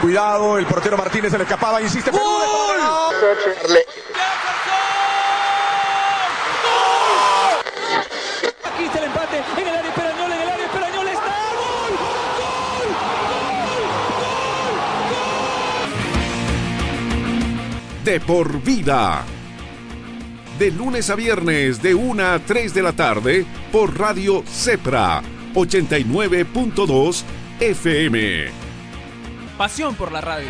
Cuidado, el portero Martínez se le escapaba, insiste. ¡Gol! Aquí está el empate en el área Esperañol, está. ¡Gol! De por vida. De lunes a viernes de 1 a 3 de la tarde por Radio Cepra 89.2 FM. Pasión por la radio.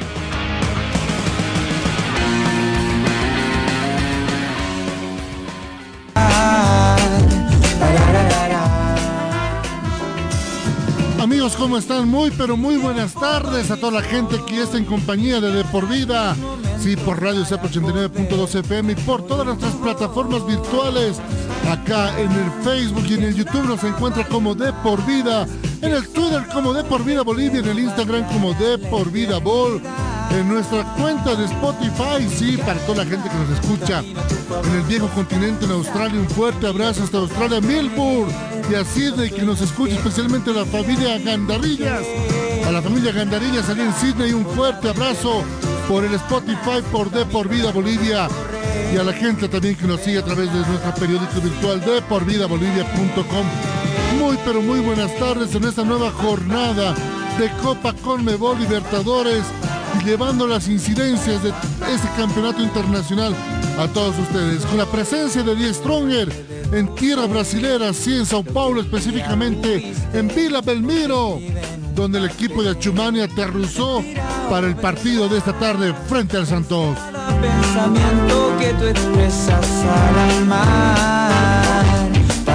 Amigos, ¿cómo están? Muy, pero muy buenas tardes a toda la gente que está en compañía de Por Vida. Sí, por Radio Cepra 89.2 FM y por todas nuestras plataformas virtuales. Acá en el Facebook y en el YouTube nos encuentra como De Por Vida. En el Twitter como De Por Vida Bolivia. En el Instagram como De Por Vida Bol. En nuestra cuenta de Spotify, sí, para toda la gente que nos escucha en el viejo continente, en Australia, un fuerte abrazo hasta Australia, Melbourne, y a Sydney, que nos escucha especialmente a la familia Gandarillas. A la familia Gandarillas allí en Sydney, un fuerte abrazo por el Spotify, por De Por Vida Bolivia, y a la gente también que nos sigue a través de nuestro periódico virtual deporvidabolivia.com. Muy, pero muy buenas tardes en esta nueva jornada de Copa Conmebol Libertadores, y llevando las incidencias de este campeonato internacional a todos ustedes, con la presencia de Die Stronger en tierra brasilera, sí, en Sao Paulo, específicamente en Vila Belmiro, donde el equipo de Achumani aterrizó para el partido de esta tarde frente al Santos. Pensamiento que tú expresas al mar,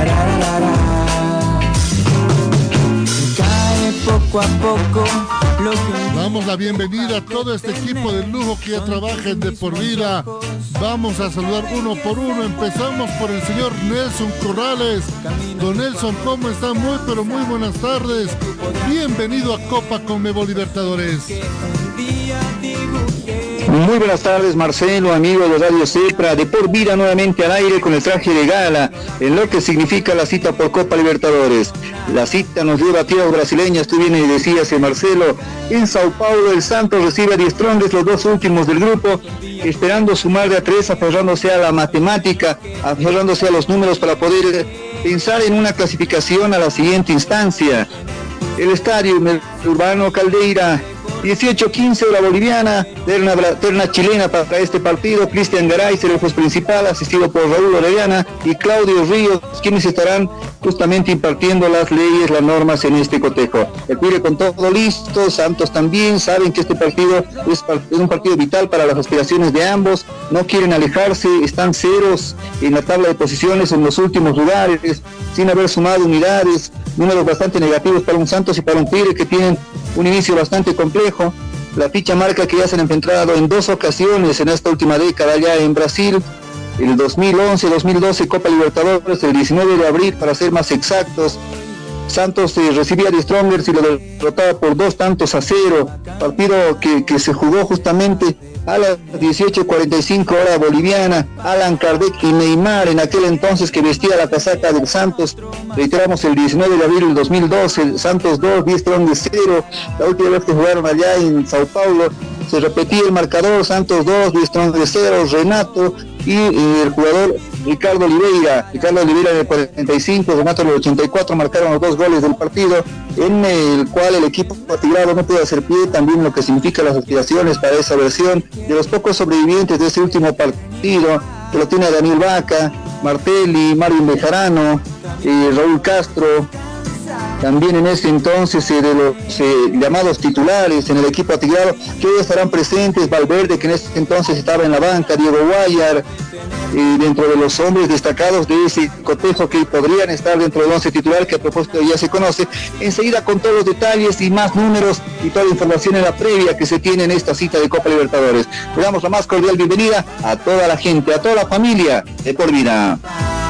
cae poco a poco. Damos la bienvenida a todo este equipo de lujo que ya trabaja en De Por Vida. Vamos a saludar uno por uno. Empezamos por el señor Nelson Corrales. Don Nelson, ¿cómo está? Muy, pero muy buenas tardes. Bienvenido a Copa Conmebol Libertadores. Muy buenas tardes, Marcelo, amigos de Radio Cepra, De Por Vida nuevamente al aire con el traje de gala, en lo que significa la cita por Copa Libertadores. La cita nos lleva a tierras brasileñas, tú bien decías, Marcelo, en Sao Paulo el Santos recibe a Die Strongers, los dos últimos del grupo, esperando sumar de a tres, aferrándose a la matemática, aferrándose a los números para poder pensar en una clasificación a la siguiente instancia. El estadio Urbano Caldeira, 18:15 hora boliviana, terna chilena para este partido. Cristian Garay será el juez principal, asistido por Raúl Orellana y Claudio Ríos, quienes estarán justamente impartiendo las leyes, las normas en este cotejo. El Tigre con todo listo, Santos también, saben que este partido es un partido vital para las aspiraciones de ambos, no quieren alejarse, están ceros en la tabla de posiciones en los últimos lugares, sin haber sumado unidades, números bastante negativos para un Santos y para un Tigre que tienen un inicio bastante complejo. La ficha marca que ya se han enfrentado en dos ocasiones en esta última década ya en Brasil, el 2011-2012 Copa Libertadores, el 19 de abril para ser más exactos. Santos recibía a Die Strongers y lo derrotaba por 2-0, partido que se jugó justamente a las 18:45 hora boliviana. Alan Kardec y Neymar, en aquel entonces, que vestía la casaca del Santos, reiteramos, el 19 de abril del 2012, Santos 2, Die Strongers 0, la última vez que jugaron allá en Sao Paulo, se repetía el marcador, Santos 2, Die Strongers 0, Renato y el jugador Ricardo Oliveira en el 45, Renato en el 84, marcaron los dos goles del partido, en el cual el equipo atigrado no pudo hacer pie, también lo que significa las aspiraciones para esa versión. De los pocos sobrevivientes de ese último partido, que lo tiene Daniel Vaca, Martelli, Marvin Bejarano, Raúl Castro, también en ese entonces de los llamados titulares en el equipo atigrado, que hoy estarán presentes, Valverde, que en ese entonces estaba en la banca, Diego Guayar, dentro de los hombres destacados de ese cotejo que podrían estar dentro del 11 titular, que a propósito ya se conoce. Enseguida con todos los detalles y más números y toda la información en la previa que se tiene en esta cita de Copa Libertadores. Le damos la más cordial bienvenida a toda la gente, a toda la familia de Por Vida.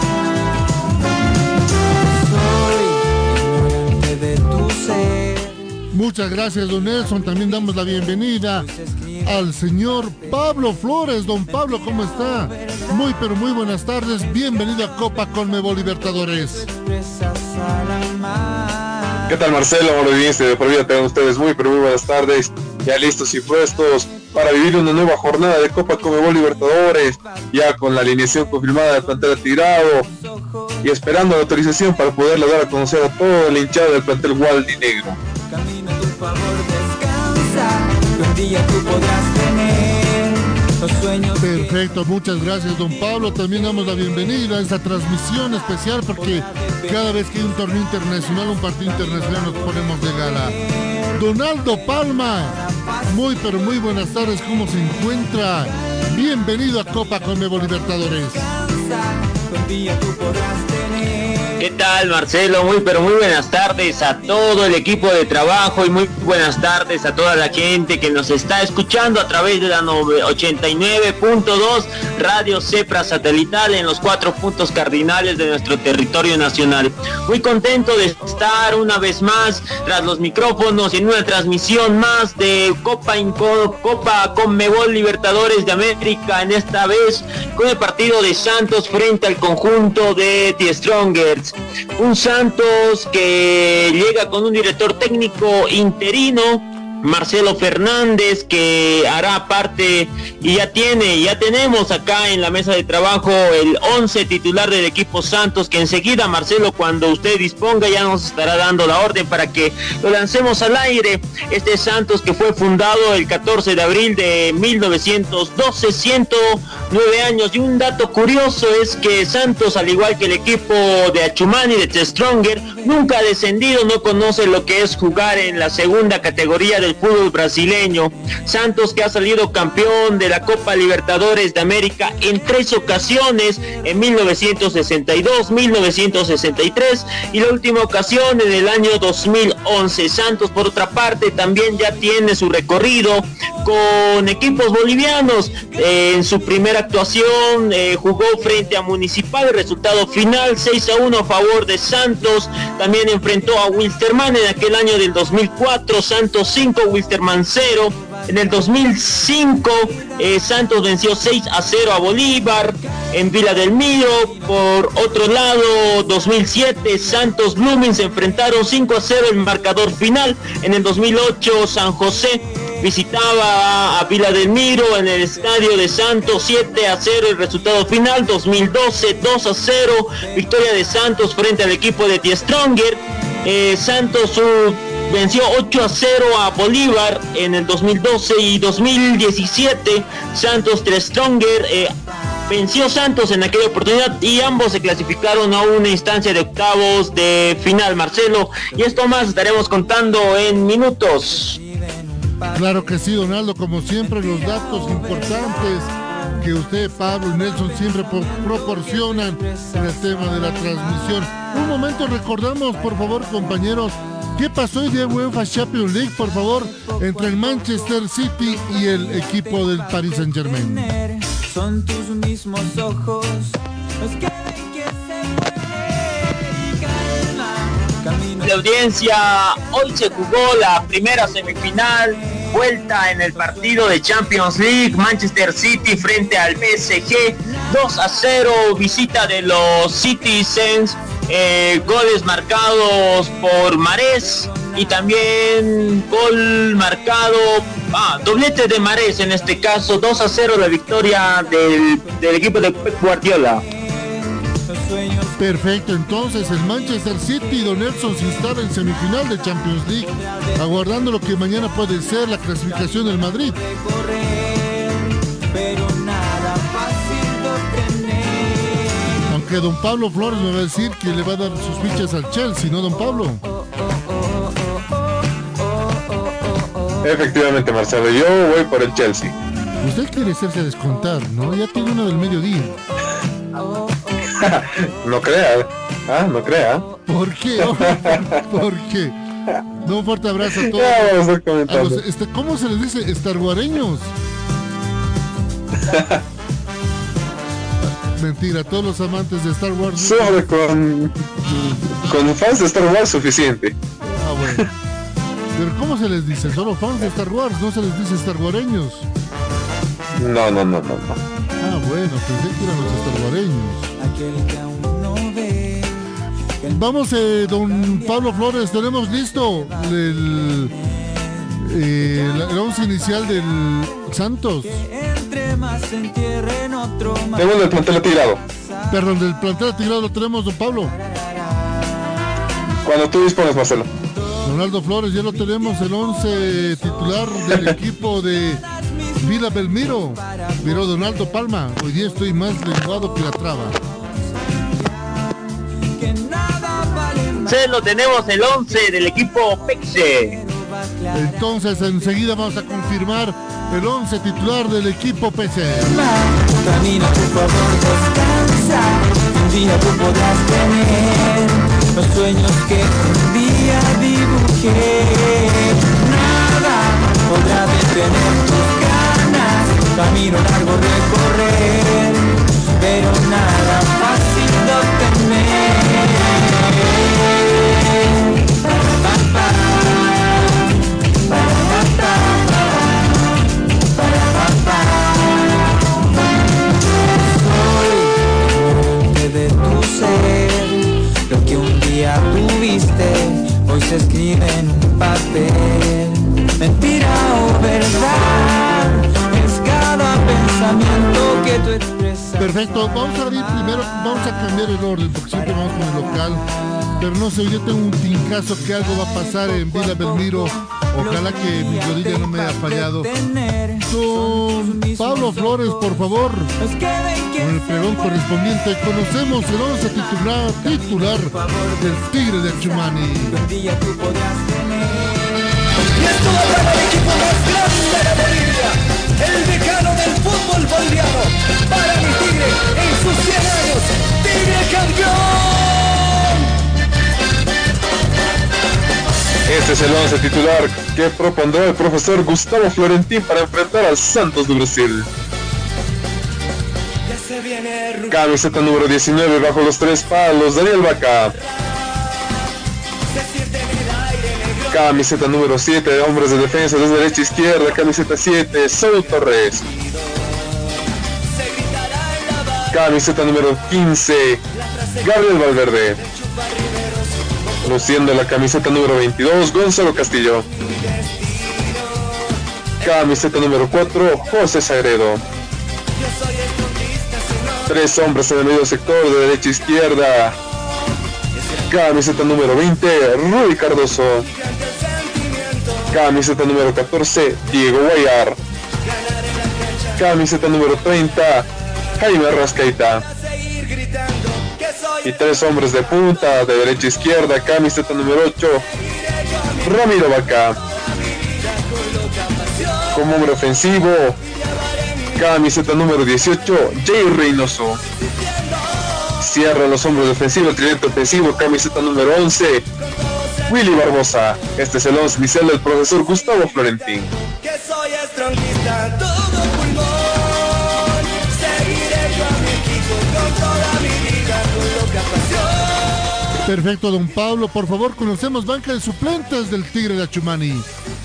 Muchas gracias, don Nelson. También damos la bienvenida al señor Pablo Flores. Don Pablo, ¿cómo está? Muy, pero muy buenas tardes. Bienvenido a Copa Conmebol Libertadores. ¿Qué tal, Marcelo? Muy bien, de Por Vida, tengan ustedes muy, pero muy buenas tardes. ya listos y puestos para vivir una nueva jornada de Copa Conmebol Libertadores, ya con la alineación confirmada del plantel atigrado y esperando la autorización para poderle dar a conocer a todo el hinchado del plantel gualdinegro. Camino a tu favor, descansa, que un día tú podrás tener los sueños. Perfecto, muchas gracias, don Pablo. También damos la bienvenida a esta transmisión especial porque cada vez que hay un torneo internacional, un partido internacional, nos ponemos de gala. Donaldo Palma, muy pero muy buenas tardes, ¿cómo se encuentra? Bienvenido a Copa Conmebol Libertadores. ¿Qué tal, Marcelo? Muy pero muy buenas tardes a todo el equipo de trabajo y muy buenas tardes a toda la gente que nos está escuchando a través de la 89.2 Radio Cepra Satelital en los 4 puntos cardinales de nuestro territorio nacional. Muy contento de estar una vez más tras los micrófonos en una transmisión más de Copa Conmebol Libertadores de América, en esta vez con el partido de Santos frente al conjunto de The Strongers. Un Santos que llega con un director técnico interino, Marcelo Fernández, que hará parte y ya tenemos acá en la mesa de trabajo el 11 titular del equipo Santos, que enseguida, Marcelo, cuando usted disponga, ya nos estará dando la orden para que lo lancemos al aire. Este Santos que fue fundado el 14 de abril de 1912, 109 años, y un dato curioso es que Santos, al igual que el equipo de Achumani, de The Stronger, nunca ha descendido, no conoce lo que es jugar en la segunda categoría del fútbol brasileño. Santos que ha salido campeón de la Copa Libertadores de América en 3 ocasiones, en 1962, 1963 y la última ocasión en el año 2011. Santos, por otra parte, también ya tiene su recorrido con equipos bolivianos. En su primera actuación jugó frente a Municipal, el resultado final 6-1 a favor de Santos. También enfrentó a Wilstermann en aquel año del 2004, Santos 5, Wilstermann 0. En el 2005 Santos venció 6-0 a Bolívar en Villa del Miro. Por otro lado, 2007 Santos Blooming se enfrentaron 5-0 el marcador final. En el 2008 San José visitaba a Villa del Miro en el estadio de Santos, 7-0 el resultado final. 2012 2-0 victoria de Santos frente al equipo de The Stronger. Santos venció 8-0 a Bolívar en el 2012 y 2017 Santos The Stronger venció Santos en aquella oportunidad y ambos se clasificaron a una instancia de octavos de final, Marcelo, y esto más estaremos contando en minutos. Claro que sí, Donaldo, como siempre los datos importantes que usted, Pablo y Nelson siempre proporcionan en el tema de la transmisión. Un momento, recordamos, por favor, compañeros, ¿qué pasó hoy de UEFA Champions League, por favor, entre el Manchester City y el equipo del Paris Saint-Germain? Son tus mismos ojos los que ven que se muere. Calma, la audiencia, hoy se jugó la primera semifinal, vuelta en el partido de Champions League, Manchester City frente al PSG, 2-0, visita de los Citizens, goles marcados por Mahrez y también gol marcado, doblete de Mahrez en este caso, 2-0 la victoria del equipo de Pep Guardiola. Perfecto, entonces el Manchester City, don Nelson, se instala en semifinal de Champions League, aguardando lo que mañana puede ser la clasificación del Madrid. Aunque don Pablo Flores me va a decir que le va a dar sus fichas al Chelsea, ¿no, don Pablo? Efectivamente, Marcelo, yo voy por el Chelsea. Usted quiere hacerse descontar, ¿no? Ya tiene uno del mediodía. No crea, no crea. ¿Por qué? ¿Por qué? Un fuerte abrazo a todos. ¿Cómo se les dice? Estarguareños. Mentira, todos los amantes de Star Wars. Sobre con fans de Star Wars suficiente. Bueno. Pero ¿cómo se les dice? Solo fans de Star Wars, no se les dice estarguareños. No. Bueno, pensé que eran los estarguareños. Vamos, don Pablo Flores, tenemos listo el 11 inicial del Santos. Tenemos del plantel atigrado. Perdón, del plantel atigrado lo tenemos, don Pablo. Cuando tú dispones, Marcelo. Ronaldo Flores, ya lo tenemos, el 11 titular del equipo de Vila Belmiro. Miró Donaldo Palma. Hoy día estoy más lenguado que la traba. Lo tenemos el 11 del equipo Pexe. Entonces enseguida vamos a confirmar el 11 titular del equipo Pexe. Camina, por favor, descansa. Un día tú podrás tener los sueños que un día dibujé. Nada podrá detener tus ganas. Camino largo recorrer, pero nada fácil de obtener. Soy de tu ser, lo que un día tuviste, hoy se escribe en un papel. Mentira o verdad, es cada pensamiento que tú expresas. Perfecto, vamos a abrir primero, vamos a cambiar el orden, porque siempre vamos con el local. Pero no sé, yo tengo un tincazo que algo va a pasar en Vila Belmiro. Ojalá que mi rodilla no me haya fallado. Don Pablo Flores, por favor, con el pregón correspondiente, conocemos el 11 titular del Tigre de Achumani. Y esto va para el equipo más grande de Bolivia, el decano del fútbol boliviano. Para mi Tigre, en sus 100 años, Tigre campeón. Este es el 11 titular que propondrá el profesor Gustavo Florentín para enfrentar al Santos de Brasil. Camiseta número 19 bajo los 3 palos, Daniel Vaca. Camiseta número 7, hombres de defensa desde derecha a izquierda. Camiseta 7, Saúl Torres. Camiseta número 15, Gabriel Valverde. Luciendo la camiseta número 22, Gonzalo Castillo. Camiseta número 4, José Sagredo. 3 hombres en el medio sector de derecha a izquierda. Camiseta número 20, Rui Cardoso. Camiseta número 14, Diego Guayar. Camiseta número 30, Jaime Rascaita. Y 3 hombres de punta, de derecha a izquierda. Camiseta número 8, Ramiro Vaca. Como hombre ofensivo, camiseta número 18, Jay Reynoso. Cierra los hombros defensivos, tridente ofensivo, camiseta número 11, Willy Barbosa. Este es el 11 inicial del profesor Gustavo Florentín. Que soy estronguista, todo pulmón. Seguiré yo a mi equipo con toda mi vida, con loca pasión. Perfecto, don Pablo, por favor, conocemos banca de suplentes del Tigre de Achumani.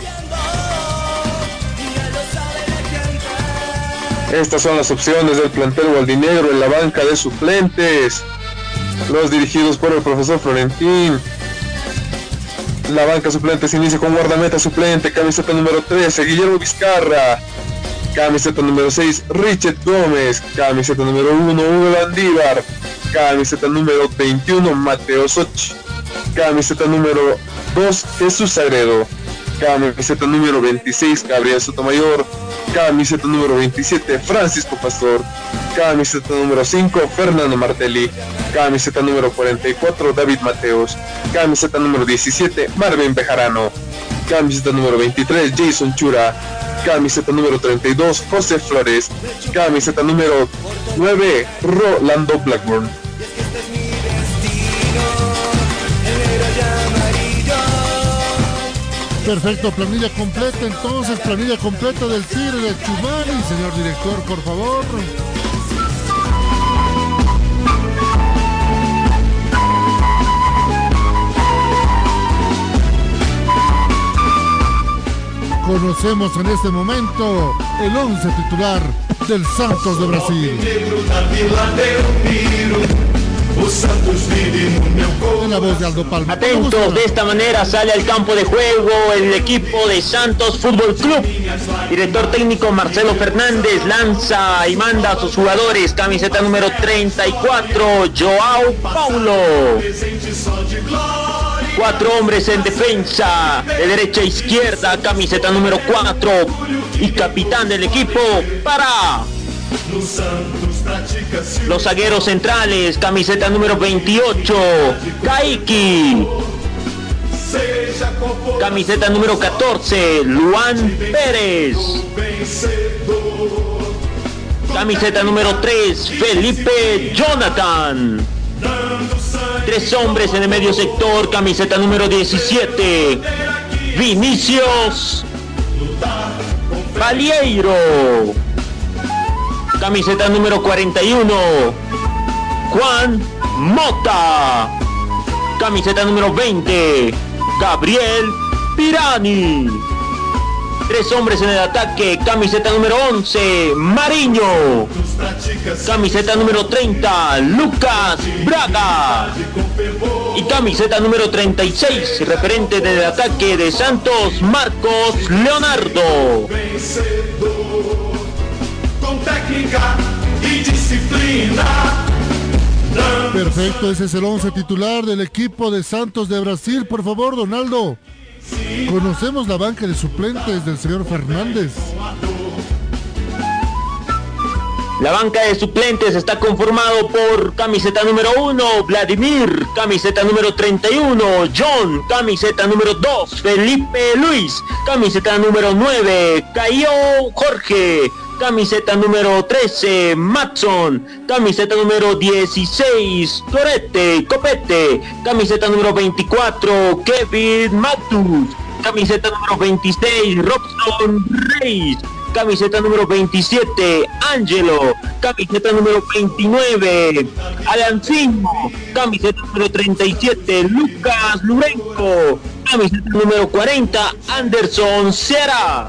Estas son las opciones del plantel gualdinegro en la banca de suplentes, los dirigidos por el profesor Florentín. La banca suplente se inicia con guardameta suplente, camiseta número 13, Guillermo Vizcarra. Camiseta número 6, Richard Gómez. Camiseta número 1, Hugo Landívar. Camiseta número 21, Mateo Soch. Camiseta número 2, Jesús Sagredo. Camiseta número 26, Gabriel Sotomayor. Camiseta número 27, Francisco Pastor. Camiseta número 5, Fernando Martelli. Camiseta número 44, David Mateos. Camiseta número 17, Marvin Bejarano. Camiseta número 23, Jason Chura. Camiseta número 32, José Flores. Camiseta número 9, Rolando Blackburn. Perfecto, planilla completa, entonces, planilla completa del Tigre de Achumani. Señor director, por favor. Conocemos en este momento el 11 titular del Santos de Brasil. En la voz de Aldo Palma. Atentos, de esta manera sale al campo de juego el equipo de Santos Fútbol Club. Director técnico Marcelo Fernández lanza y manda a sus jugadores. Camiseta número 34, Joao Paulo. 4 hombres en defensa, de derecha a izquierda, camiseta número 4 y capitán del equipo para los zagueros centrales, camiseta número 28, Kaiki. Camiseta número 14, Luan Pérez. Camiseta número 3, Felipe Jonathan. 3 hombres en el medio sector, camiseta número 17, Vinicius Palieiro. Camiseta número 41, Juan Mota. Camiseta número 20, Gabriel Pirani. 3 hombres en el ataque, camiseta número 11, Mariño. Camiseta número 30, Lucas Braga. Y camiseta número 36, referente del ataque de Santos, Marcos Leonardo. Perfecto, ese es el 11 titular del equipo de Santos de Brasil. Por favor, Donaldo, conocemos la banca de suplentes del señor Fernández. La banca de suplentes está conformado por camiseta número 1, Vladimir. Camiseta número 31, John. Camiseta número 2, Felipe Luis. Camiseta número 9, Caio Jorge. Camiseta número 13, Matson. Camiseta número 16, Copete. Camiseta número 24, Kevin Matus. Camiseta número 26, Robson Reis. Camiseta número 27, Angelo. Camiseta número 29, Alancino. Camiseta número 37, Lucas Lurenco. Camiseta número 40, Anderson Serra.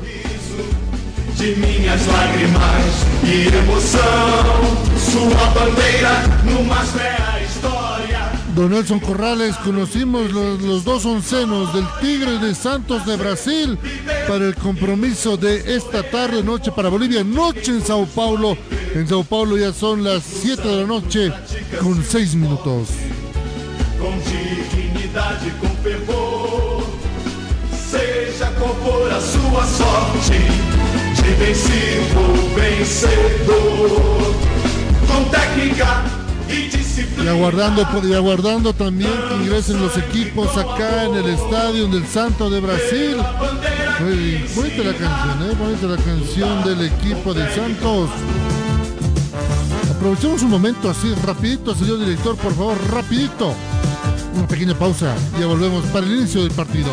De minhas lágrimas e emoção, sua bandeira no mais bela história. Don Nelson Corrales, conocimos los 2 oncenos del Tigre de Santos de Brasil para el compromiso de esta tarde, noche para Bolivia, noche en Sao Paulo. En Sao Paulo ya son las 7 de la noche con 6 minutos. Com dignidade, com fervor, seja qual for a sua sorte, de vencido vencedor, con técnica y disciplina. Y aguardando también que ingresen los equipos acá en el estadio del Santos de Brasil. Bonita la canción, bonita la canción del equipo de Santos. Aprovechemos un momento así, rapidito, señor director, por favor, rapidito. Una pequeña pausa y ya volvemos para el inicio del partido.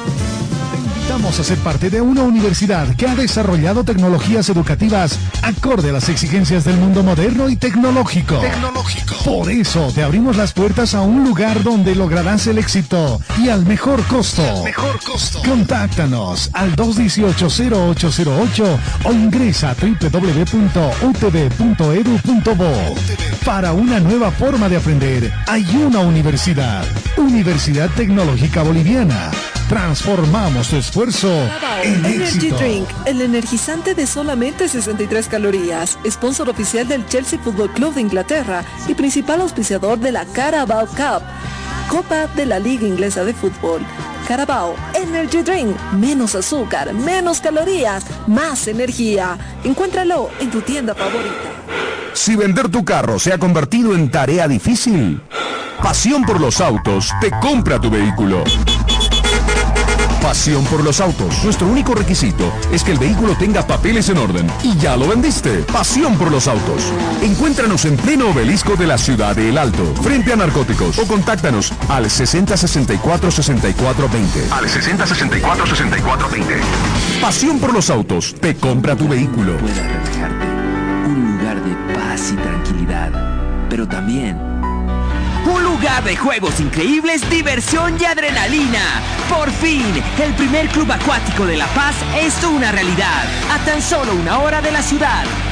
Vamos a ser parte de una universidad que ha desarrollado tecnologías educativas acorde a las exigencias del mundo moderno y tecnológico. Por eso te abrimos las puertas a un lugar donde lograrás el éxito y al mejor costo. Contáctanos al 218-0808 o ingresa a www.utb.edu.bo. Para una nueva forma de aprender hay una universidad. Universidad Tecnológica Boliviana. Transformamos tu esfuerzo en Energy éxito. Drink, el energizante de solamente 63 calorías. Sponsor oficial del Chelsea Football Club de Inglaterra y principal auspiciador de la Carabao Cup, Copa de la Liga Inglesa de Fútbol. Carabao Energy Drink, menos azúcar, menos calorías, más energía. Encuéntralo en tu tienda favorita. Si vender tu carro se ha convertido en tarea difícil, Pasión por los Autos te compra tu vehículo. Pasión por los Autos. Nuestro único requisito es que el vehículo tenga papeles en orden. Y ya lo vendiste. Pasión por los Autos. Encuéntranos en pleno obelisco de la ciudad de El Alto, frente a Narcóticos. O contáctanos al 6064-6420. Al 6064-6420. Pasión por los Autos. Te compra tu vehículo. Pueda reflejarte un lugar de paz y tranquilidad, pero también un lugar de juegos increíbles, diversión y adrenalina. Por fin, el primer club acuático de La Paz es una realidad, a tan solo 1 hora de la ciudad.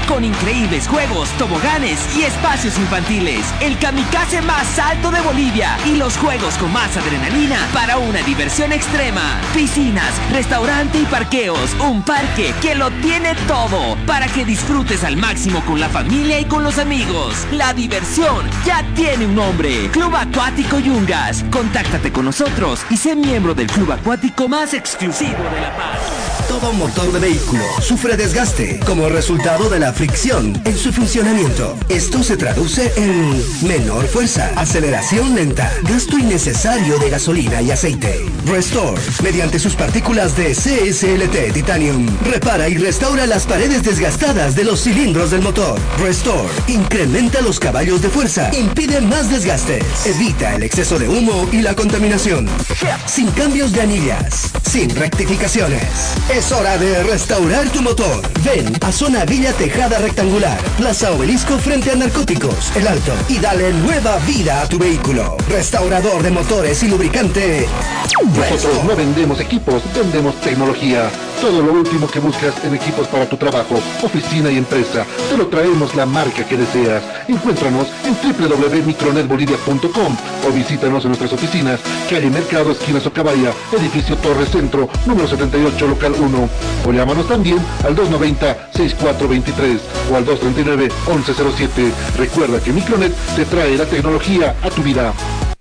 con increíbles juegos, toboganes y espacios infantiles. El kamikaze más alto de Bolivia y los juegos con más adrenalina para una diversión extrema. Piscinas, restaurante y parqueos. Un parque que lo tiene todo para que disfrutes al máximo con la familia y con los amigos. La diversión ya tiene un nombre. Club Acuático Yungas. Contáctate con nosotros y sé miembro del club acuático más exclusivo de La Paz. Todo motor de vehículo sufre desgaste como resultado de la fricción en su funcionamiento. Esto se traduce en menor fuerza, aceleración lenta, gasto innecesario de gasolina y aceite. Restore, mediante sus partículas de CSLT Titanium, repara y restaura las paredes desgastadas de los cilindros del motor. Restore incrementa los caballos de fuerza, impide más desgastes, evita el exceso de humo y la contaminación. Sin cambios de anillas, sin rectificaciones. Es hora de restaurar tu motor. Ven a Zona Villa Tejada Rectangular, Plaza Obelisco frente a Narcóticos, El Alto, y dale nueva vida a tu vehículo. Restaurador de motores y lubricante. Nosotros no vendemos equipos, vendemos tecnología. Todo lo último que buscas en equipos para tu trabajo, oficina y empresa, te lo traemos la marca que deseas. Encuéntranos en www.micronetbolivia.com o visítanos en nuestras oficinas, calle Mercado, esquina Socabaya, edificio Torres Centro, número 78, local 1. O llámanos también al 290-6423 o al 239-1107. Recuerda que Micronet te trae la tecnología a tu vida.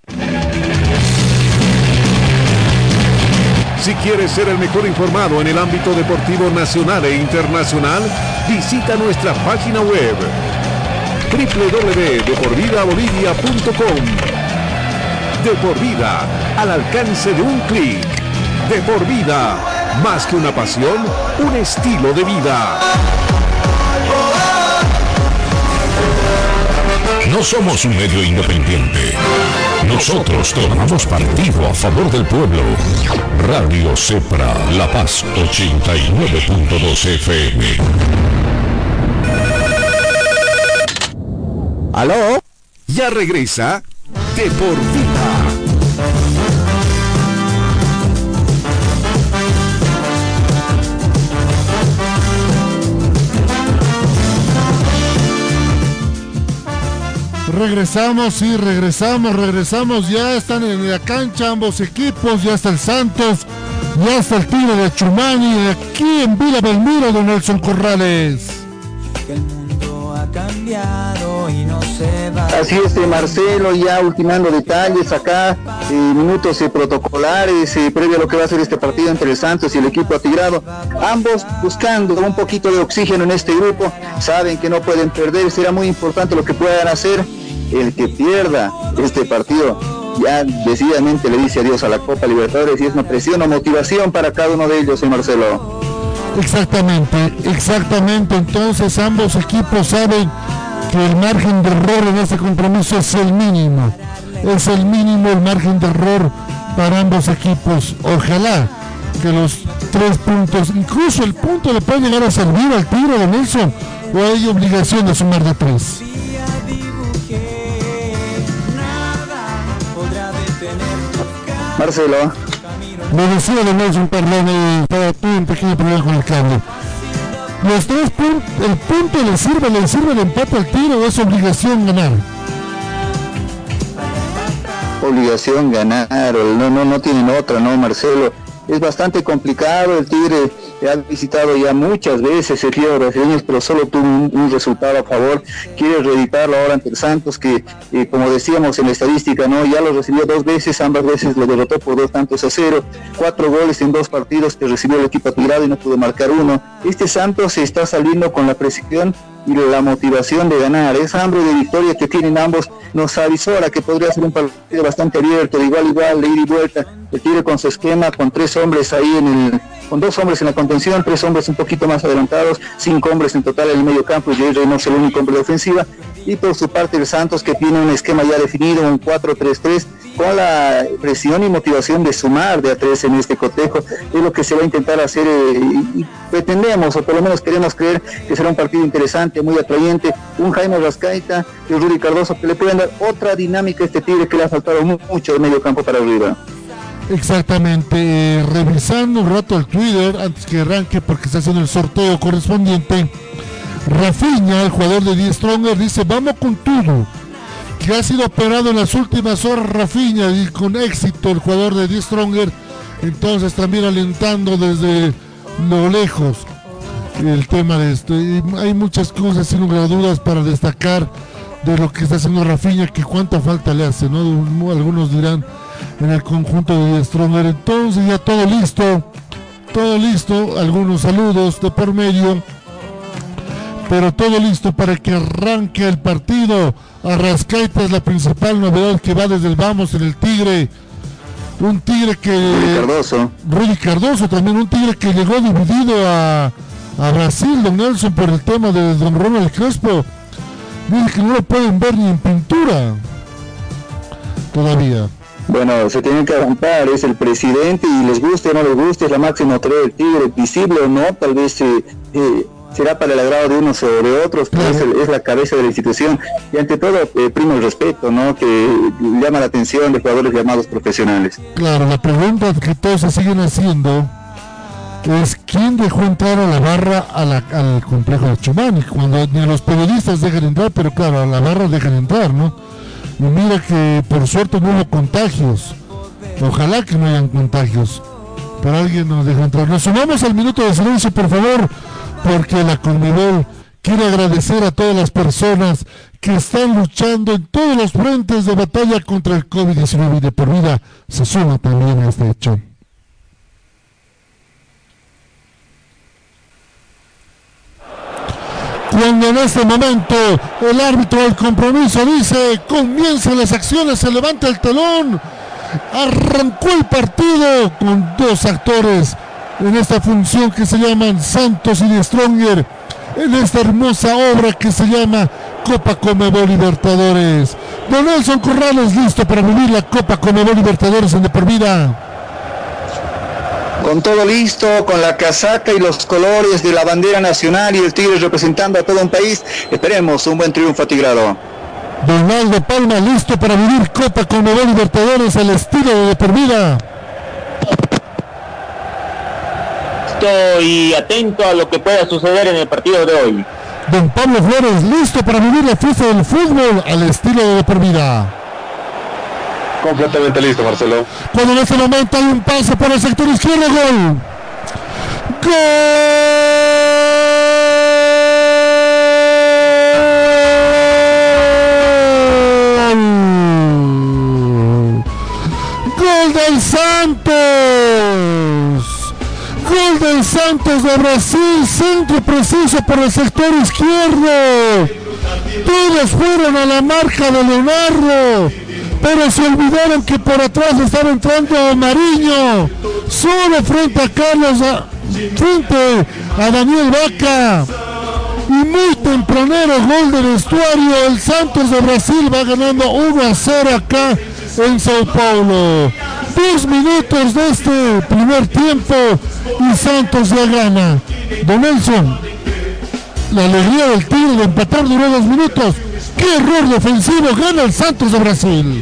Si quieres ser el mejor informado en el ámbito deportivo nacional e internacional, visita nuestra página web www.deporvidabolivia.com. De por vida, al alcance de un clic. De por vida, más que una pasión, un estilo de vida. No somos un medio independiente. Nosotros tomamos partido a favor del pueblo. Radio Cepra, La Paz 89.2 FM. ¿Aló? Ya regresa De por Vida. Regresamos, ya están en la cancha ambos equipos, ya está el Santos, ya está el Tigre de Chumani, aquí en Villa Belmiro, don Nelson Corrales. El mundo ha cambiado y no se va. Así es, Marcelo, ya ultimando detalles acá, minutos protocolares, previo a lo que va a ser este partido entre el Santos y el equipo atigrado, ambos buscando un poquito de oxígeno en este grupo, saben que no pueden perder, será muy importante lo que puedan hacer. El que pierda este partido ya decididamente le dice adiós a la Copa Libertadores y es una presión o motivación para cada uno de ellos, Marcelo. Exactamente, entonces ambos equipos saben que el margen de error en este compromiso es el mínimo el margen de error para ambos equipos. Ojalá que los 3 puntos, incluso el punto le pueda llegar a servir al Tigre de Nelson, o hay obligación de sumar de 3. Marcelo. Me decía de Nelson, perdón, tuve un pequeño problema con el cambio. Los 3 puntos, el punto le sirve el empate al Tigre, o es obligación ganar. Obligación ganar, no tienen otra, ¿no, Marcelo? Es bastante complicado, el Tigre ha visitado ya muchas veces el Río Brasileños, pero solo tuvo un resultado a favor. Quiere reeditarlo ahora ante el Santos, que como decíamos en la estadística, no, ya lo recibió 2 veces, ambas veces lo derrotó por 2-0, 4 goles en 2 partidos que recibió el equipo atigrado y no pudo marcar uno. Este Santos se está saliendo con la presión y la motivación de ganar, esa hambre de victoria que tienen ambos nos avisora que podría ser un partido bastante abierto, de igual, de ida y vuelta. El Tigre con su esquema, con 3 hombres ahí con 2 hombres en la contención, 3 hombres un poquito más adelantados, 5 hombres en total en el medio campo, y Jay Reynoso el único hombre de ofensiva, y por su parte el Santos, que tiene un esquema ya definido, un 4-3-3, con la presión y motivación de sumar de a 3 en este cotejo. Es lo que se va a intentar hacer, y pretendemos, o por lo menos queremos creer, que será un partido interesante, muy atrayente, un Jaime Rascaita y un Rudy Cardoso que le pueden dar otra dinámica a este Tigre que le ha faltado mucho de medio campo para arriba. Exactamente, revisando un rato el Twitter antes que arranque, porque está haciendo el sorteo correspondiente Rafinha, el jugador de Die Stronger, dice vamos con todo, que ha sido operado en las últimas horas Rafinha y con éxito el jugador de Die Stronger, entonces también alentando desde lo lejos el tema de esto. Y hay muchas cosas sin lugar a dudas para destacar de lo que está haciendo Rafinha, que cuánta falta le hace, ¿no? Algunos dirán en el conjunto de Die Stronger. Entonces ya todo listo, algunos saludos de por medio, pero todo listo para que arranque el partido. Arrascaeta es la principal novedad que va desde el vamos en el Tigre. Un Tigre que... Rudy Cardoso también, un Tigre que llegó dividido a Brasil, don Nelson, por el tema de don Ronald Crespo. Dice que no lo pueden ver ni en pintura todavía. Bueno, se tienen que aguantar, es el presidente y les guste o no les guste, es la máxima autoridad del Tigre, visible o no, tal vez será para el agrado de unos sobre otros, pero es la cabeza de la institución y ante todo primo el respeto, ¿no? Que llama la atención de jugadores llamados profesionales. Claro, la pregunta que todos se siguen haciendo es quién dejó entrar a la barra al complejo de Chumani, cuando ni los periodistas dejan entrar, pero claro, a la barra dejan entrar, ¿no? Y mira que por suerte no hubo contagios, ojalá que no hayan contagios, pero alguien nos deja entrar. Nos sumamos al minuto de silencio, por favor, porque la Conmebol quiere agradecer a todas las personas que están luchando en todos los frentes de batalla contra el COVID-19 y de por vida se suma también a este hecho. Cuando en este momento el árbitro del compromiso dice comienzan las acciones, se levanta el telón, arrancó el partido con dos actores en esta función que se llaman Santos y Die Stronger, en esta hermosa obra que se llama Copa Conmebol Libertadores. Don Nelson Corrales, listo para vivir la Copa Conmebol Libertadores en de por vida. Con todo listo, con la casaca y los colores de la bandera nacional y el Tigre representando a todo un país, esperemos un buen triunfo atigrado. Donaldo Palma, listo para vivir Copa Conmebol Libertadores al estilo de por vida. Y atento a lo que pueda suceder en el partido de hoy. Don Pablo Flores, listo para vivir la fiesta del fútbol al estilo de por vida. Completamente listo, Marcelo. Cuando en este momento hay un pase por el sector izquierdo, gol. ¡Gol! ¡Gol del Santos! ¡Gol del Santos de Brasil! Centro preciso por el sector izquierdo. Todos fueron a la marca de Leonardo, pero se olvidaron que por atrás estaba entrando Mariño, solo frente a Carlos, frente a Daniel Vaca, y muy tempranero gol del vestuario. El Santos de Brasil va ganando 1-0 acá en Sao Paulo. 2 minutos de este primer tiempo y Santos ya gana. Don Nelson, la alegría del Tigre de empatar duró 2 minutos. ¡Qué error defensivo! Gana el Santos de Brasil.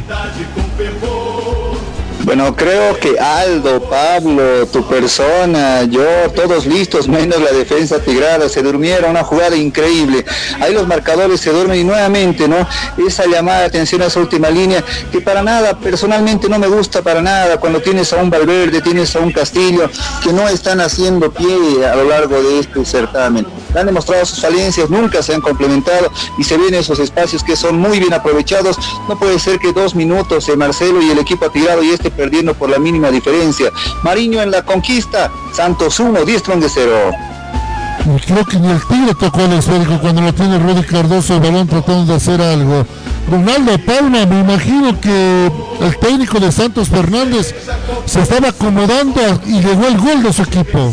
Bueno, creo que Aldo, Pablo, tu persona, yo, todos listos, menos la defensa tigrada, se durmieron, una jugada increíble. Ahí los marcadores se duermen y nuevamente, ¿no? Esa llamada de atención a esa última línea, que para nada, personalmente no me gusta para nada, cuando tienes a un Valverde, tienes a un Castillo, que no están haciendo pie a lo largo de este certamen. Han demostrado sus falencias, nunca se han complementado y se ven esos espacios que son muy bien aprovechados. No puede ser que 2 minutos Marcelo y el equipo atigrado y perdiendo por la mínima diferencia. Mariño en la conquista, Santos 1, Die Stronger 0. Creo que ni el Tigre tocó el esférico cuando lo tiene Rudy Cardoso el balón tratando de hacer algo. Donaldo Palma, me imagino que el técnico de Santos, Fernández, se estaba acomodando y llegó el gol de su equipo.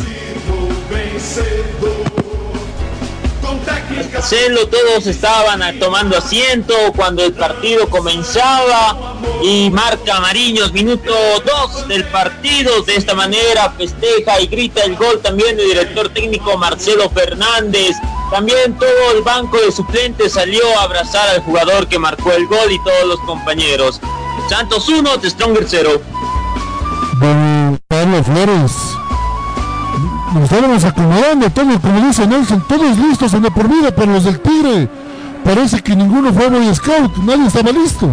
Marcelo, todos estaban tomando asiento cuando el partido comenzaba y marca Mariños, minuto 2 del partido. De esta manera festeja y grita el gol también el director técnico Marcelo Fernández. También todo el banco de suplentes salió a abrazar al jugador que marcó el gol y todos los compañeros. Santos 1, Die Stronger 0. Don Pablo Flores, Nos estábamos acomodando, todos, como dice Nelson, todos listos en la por vida, pero los del Tigre, parece que ninguno fue Boy Scout, nadie estaba listo.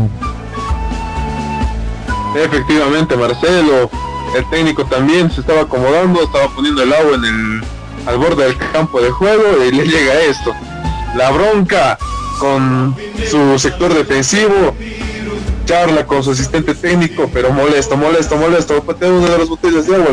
Efectivamente, Marcelo, el técnico también se estaba acomodando, estaba poniendo el agua al borde del campo de juego y le llega esto. La bronca con su sector defensivo, charla con su asistente técnico, pero molesto, patea una de las botellas de agua.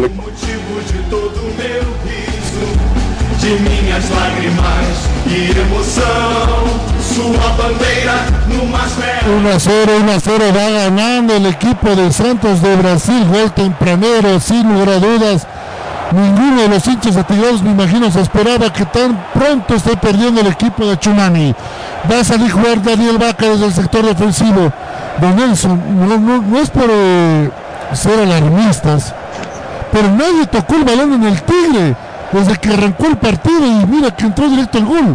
1-0 va ganando el equipo de Santos de Brasil, gol tempranero, sin lugar a dudas. Ninguno de los hinchas atigrados, me imagino, se esperaba que tan pronto esté perdiendo el equipo de Chumani. Va a salir jugar Daniel Vaca desde el sector defensivo. Don Nelson, no es por ser alarmistas, pero nadie tocó el balón en el Tigre desde que arrancó el partido y mira que entró directo el gol.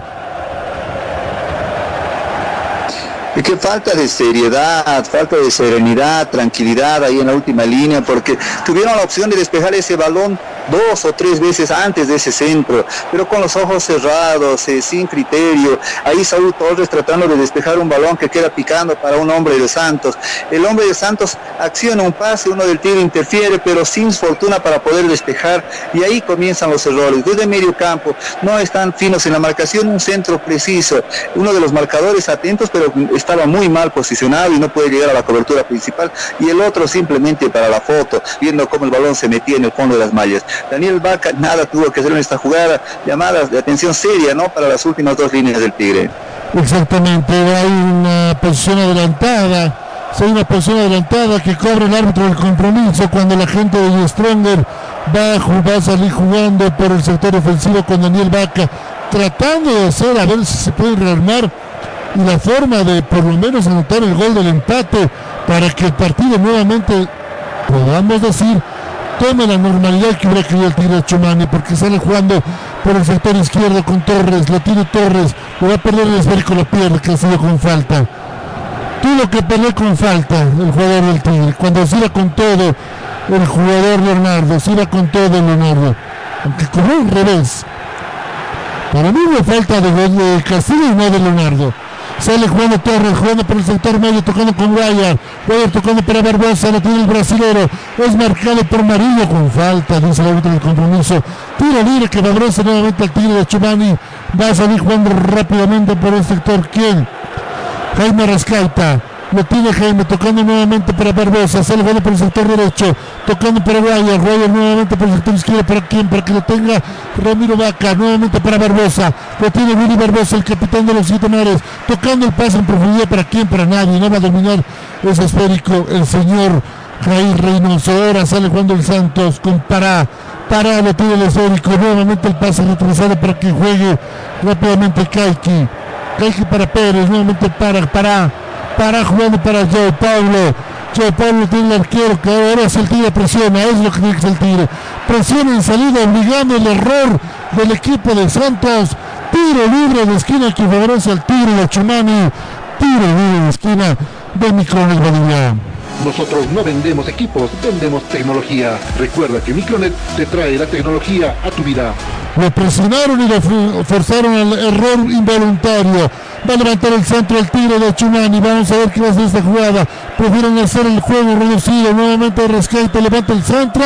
Y qué falta de seriedad, falta de serenidad, tranquilidad ahí en la última línea, porque tuvieron la opción de despejar ese balón 2 o 3 veces antes de ese centro, pero con los ojos cerrados, sin criterio. Ahí Saúl Torres tratando de despejar un balón que queda picando para un hombre de Santos. El hombre de Santos acciona un pase, uno del Tigre interfiere, pero sin fortuna para poder despejar, y ahí comienzan los errores. Desde medio campo no están finos en la marcación, un centro preciso, uno de los marcadores atentos, pero estaba muy mal posicionado y no puede llegar a la cobertura principal, y el otro simplemente para la foto, viendo cómo el balón se metía en el fondo de las mallas. Daniel Vaca nada tuvo que hacer en esta jugada, llamadas de atención seria, ¿no?, para las últimas 2 líneas del Tigre. Exactamente, hay una posición adelantada, que cobra el árbitro del compromiso cuando la gente de Stronger va a salir jugando por el sector ofensivo con Daniel Vaca, tratando de hacer a ver si se puede rearmar y la forma de por lo menos anotar el gol del empate para que el partido nuevamente, podamos decir, tome la normalidad que hubiera querido el Tigre de Chumani, porque sale jugando por el sector izquierdo con Torres, lo tiene Torres, le va a perder el esférico, lo pierde, que ha sido con falta. Tuvo que perder con falta el jugador del Tigre, cuando se iba con todo el jugador Leonardo, aunque corrió al revés. Para mí no falta de gol de Castillo y no de Leonardo. Sale jugando Torres, jugando por el sector medio, tocando con Guayar tocando para Barbosa, lo tiene el brasilero, es marcado por Marillo con falta, dice el árbitro del compromiso. Tiro libre que favorece nuevamente al Tigre de Chumani. Va a salir jugando rápidamente por el sector, ¿quién? Jaime Rascaita, lo tiene Jaime, tocando nuevamente para Barbosa, sale jugando por el sector derecho, tocando para Guayar nuevamente por el sector izquierdo, ¿para quién? Para que lo tenga Ramiro Vaca, nuevamente para Barbosa, lo tiene Willy Barbosa, el capitán de los 7 mares, tocando el pase en profundidad, ¿para quién? Para nadie, no va a dominar ese esférico el señor Jair Reynoso. Ahora sale jugando el Santos con Pará, lo tiene el esférico, nuevamente el pase retrasado para que juegue rápidamente Kaiki para Pérez, nuevamente para jugando para Joe Paulo tiene el arquero, que ahora es el Tigre, presiona, es lo que tiene que ser el Tigre, presiona en salida, obligando el error del equipo de Santos. Tiro libre de esquina que favorece al Tigre de Chumani, tiro libre de esquina de Micronet Bolivia. Nosotros no vendemos equipos, vendemos tecnología. Recuerda que Micronet te trae la tecnología a tu vida. Lo presionaron y lo forzaron al error involuntario. Va a levantar el centro el Tigre de Chumani. Vamos a ver qué va a hacer esta jugada. Prefieren hacer el juego reducido. Nuevamente Rescate levanta el centro.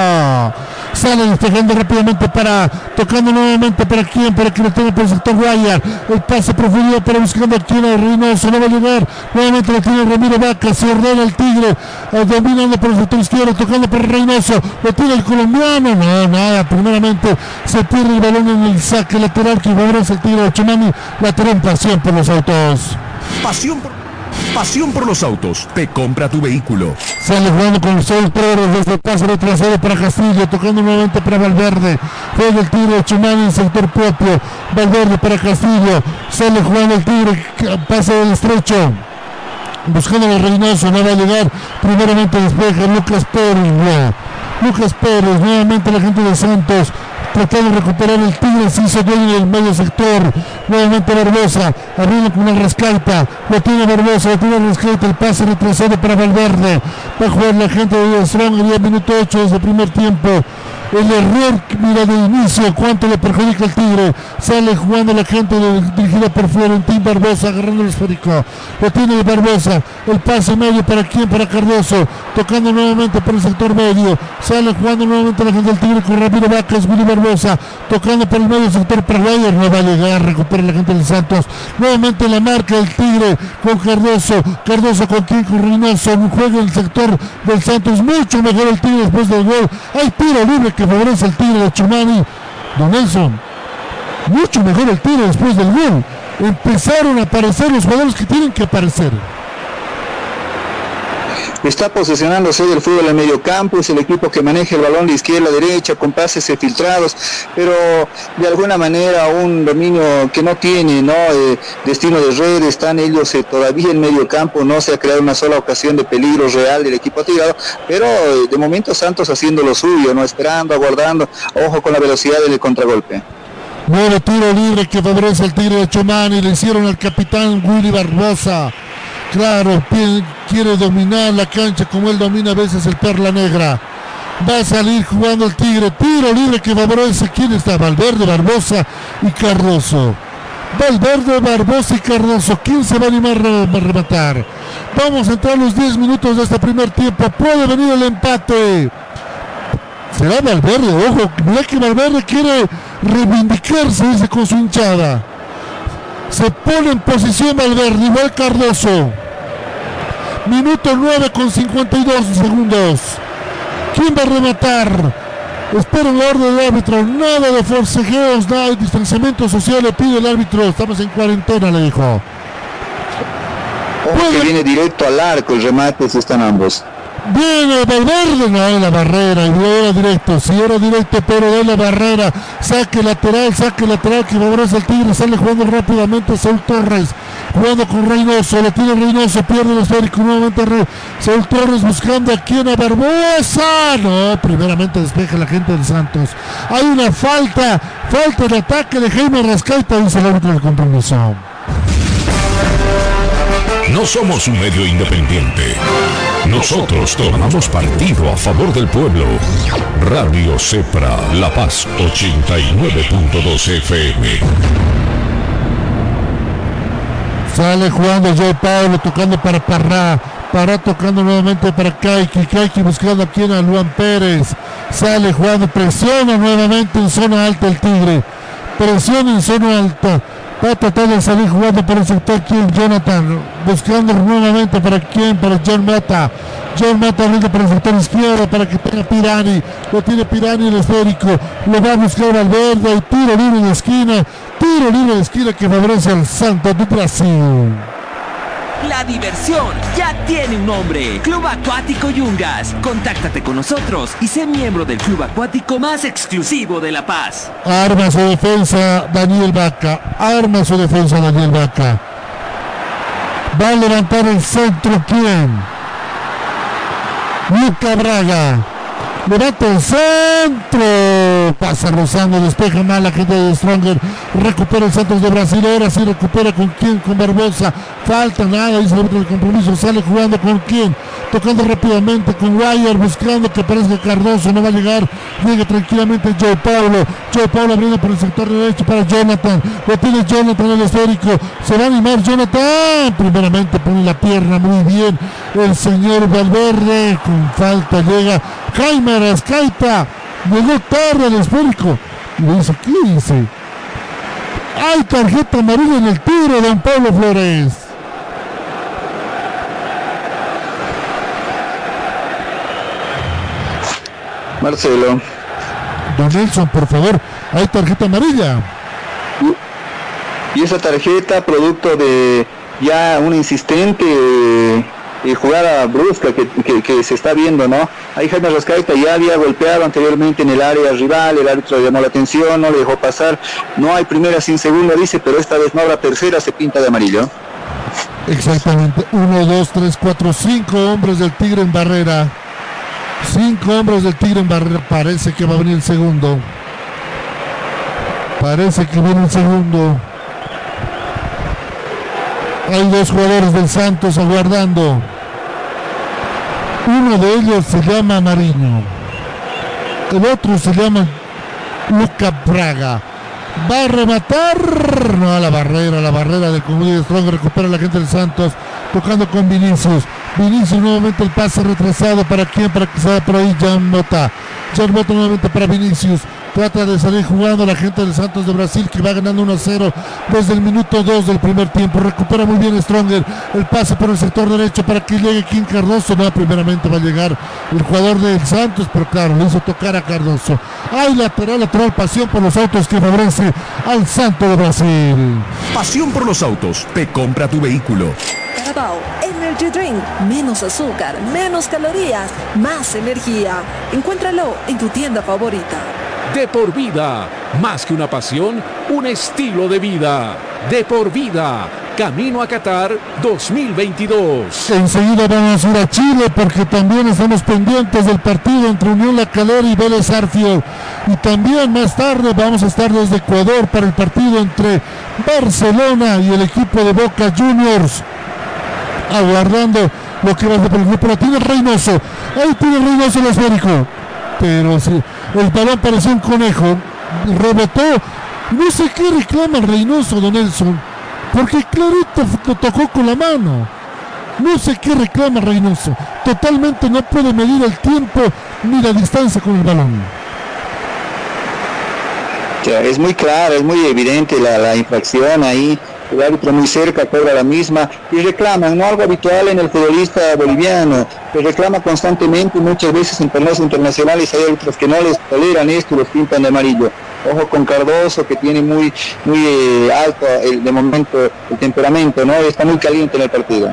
Sale despejando rápidamente tocando nuevamente para quién, para que lo tenga por el sector Guayar. El pase profundo para buscando aquí a Reynoso, no va a llegar. Nuevamente lo tiene Ramiro Vaca, se ordena el Tigre, dominando por el sector izquierdo, tocando para Reynoso, lo tiene el colombiano, no, nada, primeramente se pierde el balón en el saque lateral que favorece el Tigre de Chumani, lateral pasión por los autos. Pasión por los autos. Te compra tu vehículo. Sale jugando con los 6 Torres desde el pase retrasado para Castillo, tocando nuevamente para Valverde. Juega el Tigre de Chumani en sector propio. Valverde para Castillo. Sale jugando el Tigre, pase del estrecho. Buscando a Reynoso, no va a llegar. Primeramente despeja Lucas Pérez. Nuevamente la gente de Santos tratando de recuperar el Tigre, se hizo dueño del medio sector, nuevamente Barbosa, abriendo con una Rascaita, lo tiene Barbosa, el pase retrasado para Valverde, va a jugar la gente de Strong, 10 minutos 8 desde el primer tiempo, El error, mira, de inicio, cuánto le perjudica el Tigre. Sale jugando la gente dirigida por Florentín Barbosa, agarrando el esférico. Lo tiene Barbosa. El pase medio para quién, para Cardoso. Tocando nuevamente por el sector medio. Sale jugando nuevamente la gente del Tigre con Ramiro Vacas, Willy Barbosa. Tocando por el medio sector para Ryder. No va a llegar, recupera la gente del Santos. Nuevamente la marca del Tigre con Cardoso. Cardoso con quien, con Reynoso. Juega el sector del Santos. Mucho mejor el Tigre después del gol. Hay tiro libre que favorece al Tigre de Chumani. Don Nelson, mucho mejor el Tigre después del gol. Empezaron a aparecer los jugadores que tienen que aparecer. Está posesionándose del fútbol en medio campo, es el equipo que maneja el balón de izquierda a derecha con pases filtrados, pero de alguna manera un dominio que no tiene, ¿no? Destino de red. Están ellos todavía en medio campo, no se ha creado una sola ocasión de peligro real del equipo tirado, pero de momento Santos haciendo lo suyo, ¿no? Esperando, aguardando, ojo con la velocidad del contragolpe. Nuevo tiro libre que favorece al Tigre de Chumani, le hicieron al capitán Willy Barbosa. Claro, quiere dominar la cancha como él domina a veces el Perla Negra. Va a salir jugando el Tigre. Tiro libre que favorece. ¿Quién está? Valverde, Barbosa y Cardoso. Valverde, Barbosa y Cardoso. ¿Quién se va a animar a rematar? Vamos a entrar los 10 minutos de este primer tiempo. Puede venir el empate. Será Valverde, ojo. Mira que Valverde quiere reivindicarse, dice, con su hinchada. Se pone en posición Valverde, igual Cardoso. Minuto 9 con 52 segundos. ¿Quién va a rematar? Espera la orden del árbitro. Nada de forcejeos, nada de distanciamiento social. Le pide el árbitro. Estamos en cuarentena, le dijo. Que viene directo al arco. El remate están ambos. Viene Valverde, no hay la barrera, y era directo, sí era directo, pero de la barrera, saque lateral que favorece al Tigre. Sale jugando rápidamente Saúl Torres, jugando con Reynoso, lo tiene Reynoso, pierde el esférico, nuevamente Saúl Torres buscando a quien, a Barbosa, no, primeramente despeja la gente del Santos. Hay una falta de ataque de Jaime Rascaita, dice el árbitro del compromiso. No somos un medio independiente. Nosotros tomamos partido a favor del pueblo. Radio Cepra, La Paz, 89.2 FM. Sale jugando Joe Paulo, tocando para Parrá tocando nuevamente para Kaiki buscando aquí a Luan Pérez. Sale jugando, presiona nuevamente en zona alta el Tigre. Presiona en zona alta. Va a tratar de salir jugando por el sector aquí Jonathan, buscando nuevamente para quién, para John Mata. John Mata abriendo para el sector izquierdo para que tenga Pirani. Lo tiene Pirani el esférico, lo va a buscar Valverde. Y tiro libre de esquina que favorece al Santos de Brasil. La diversión ya tiene un nombre. Club Acuático Yungas. Contáctate con nosotros y sé miembro del club acuático más exclusivo de La Paz. Arma su defensa Daniel Vaca. Va a levantar el centro. ¿Quién? Luca Braga. Levanta el centro. Pasa rozando, despeja mal la gente de Stronger. Recupera el Santos de Brasil. Ahora sí recupera con quién, con Barbosa. Falta nada, dice el otro del compromiso. Sale jugando con quién. Tocando rápidamente con Wire, buscando que aparezca Cardoso. No va a llegar. Llega tranquilamente Joe Paulo. Abriendo por el sector derecho para Jonathan. Lo tiene Jonathan en el esférico. Se va a animar Jonathan. Primeramente pone la pierna muy bien el señor Valverde. Con falta llega Jaime Arrascaita. Llegó tarde al esférico. Y le dice, ¿qué dice? Hay tarjeta amarilla en el tiro de don Pablo Flores. Marcelo. Don Nelson, por favor, hay tarjeta amarilla. Y esa tarjeta, producto de ya una insistente jugada brusca que se está viendo, ¿no? Ahí Jaime Arrascaita ya había golpeado anteriormente en el área rival, el árbitro llamó la atención, no le dejó pasar. No hay primera sin segunda, dice, pero esta vez no habrá tercera, se pinta de amarillo. Exactamente, 1, 2, 3, 4, 5 hombres del Tigre en barrera. 5 hombres del Tigre en barrera. Parece que va a venir el segundo. Hay 2 jugadores del Santos aguardando. Uno de ellos se llama Mariño. El otro se llama Luca Braga. Va a rematar. No, a la barrera del conjunto de Strong. Recupera la gente del Santos. Tocando con Vinicius. Vinicius nuevamente el pase retrasado. ¿Para quién? Para que salga por ahí Jan Mota. Jan Mota nuevamente para Vinicius. Trata de salir jugando la gente del Santos de Brasil, que va ganando 1-0 desde el minuto 2 del primer tiempo. Recupera muy bien Stronger. El pase por el sector derecho para que llegue Kim Cardoso. No, primeramente va a llegar el jugador del Santos, pero claro, le hizo tocar a Cardoso. Hay lateral, pasión por los autos que favorece al Santos de Brasil. Pasión por los autos. Te compra tu vehículo. Carabao Energy Drink. Menos azúcar, menos calorías, más energía. Encuéntralo en tu tienda favorita. De por vida, más que una pasión, un estilo de vida. De por vida, camino a Qatar 2022. Enseguida vamos a ir a Chile porque también estamos pendientes del partido entre Unión La Calera y Vélez Sarsfield. Y también más tarde vamos a estar desde Ecuador para el partido entre Barcelona y el equipo de Boca Juniors. Aguardando lo que va a hacer por el grupo. Tiene Reynoso. Ahí tiene Reynoso el esférico. Pero sí, el balón pareció un conejo, rebotó, no sé qué reclama el Reynoso, don Nelson, porque clarito lo tocó con la mano, no sé qué reclama Reynoso, totalmente no puede medir el tiempo ni la distancia con el balón. Es muy clara, es muy evidente la infracción ahí. El árbitro muy cerca cobra la misma y reclaman, no algo habitual en el futbolista boliviano, que reclama constantemente y muchas veces en torneos internacionales hay árbitros que no les toleran esto y los pintan de amarillo. Ojo con Cardoso, que tiene muy alto de momento el temperamento, ¿no? Está muy caliente en el partido.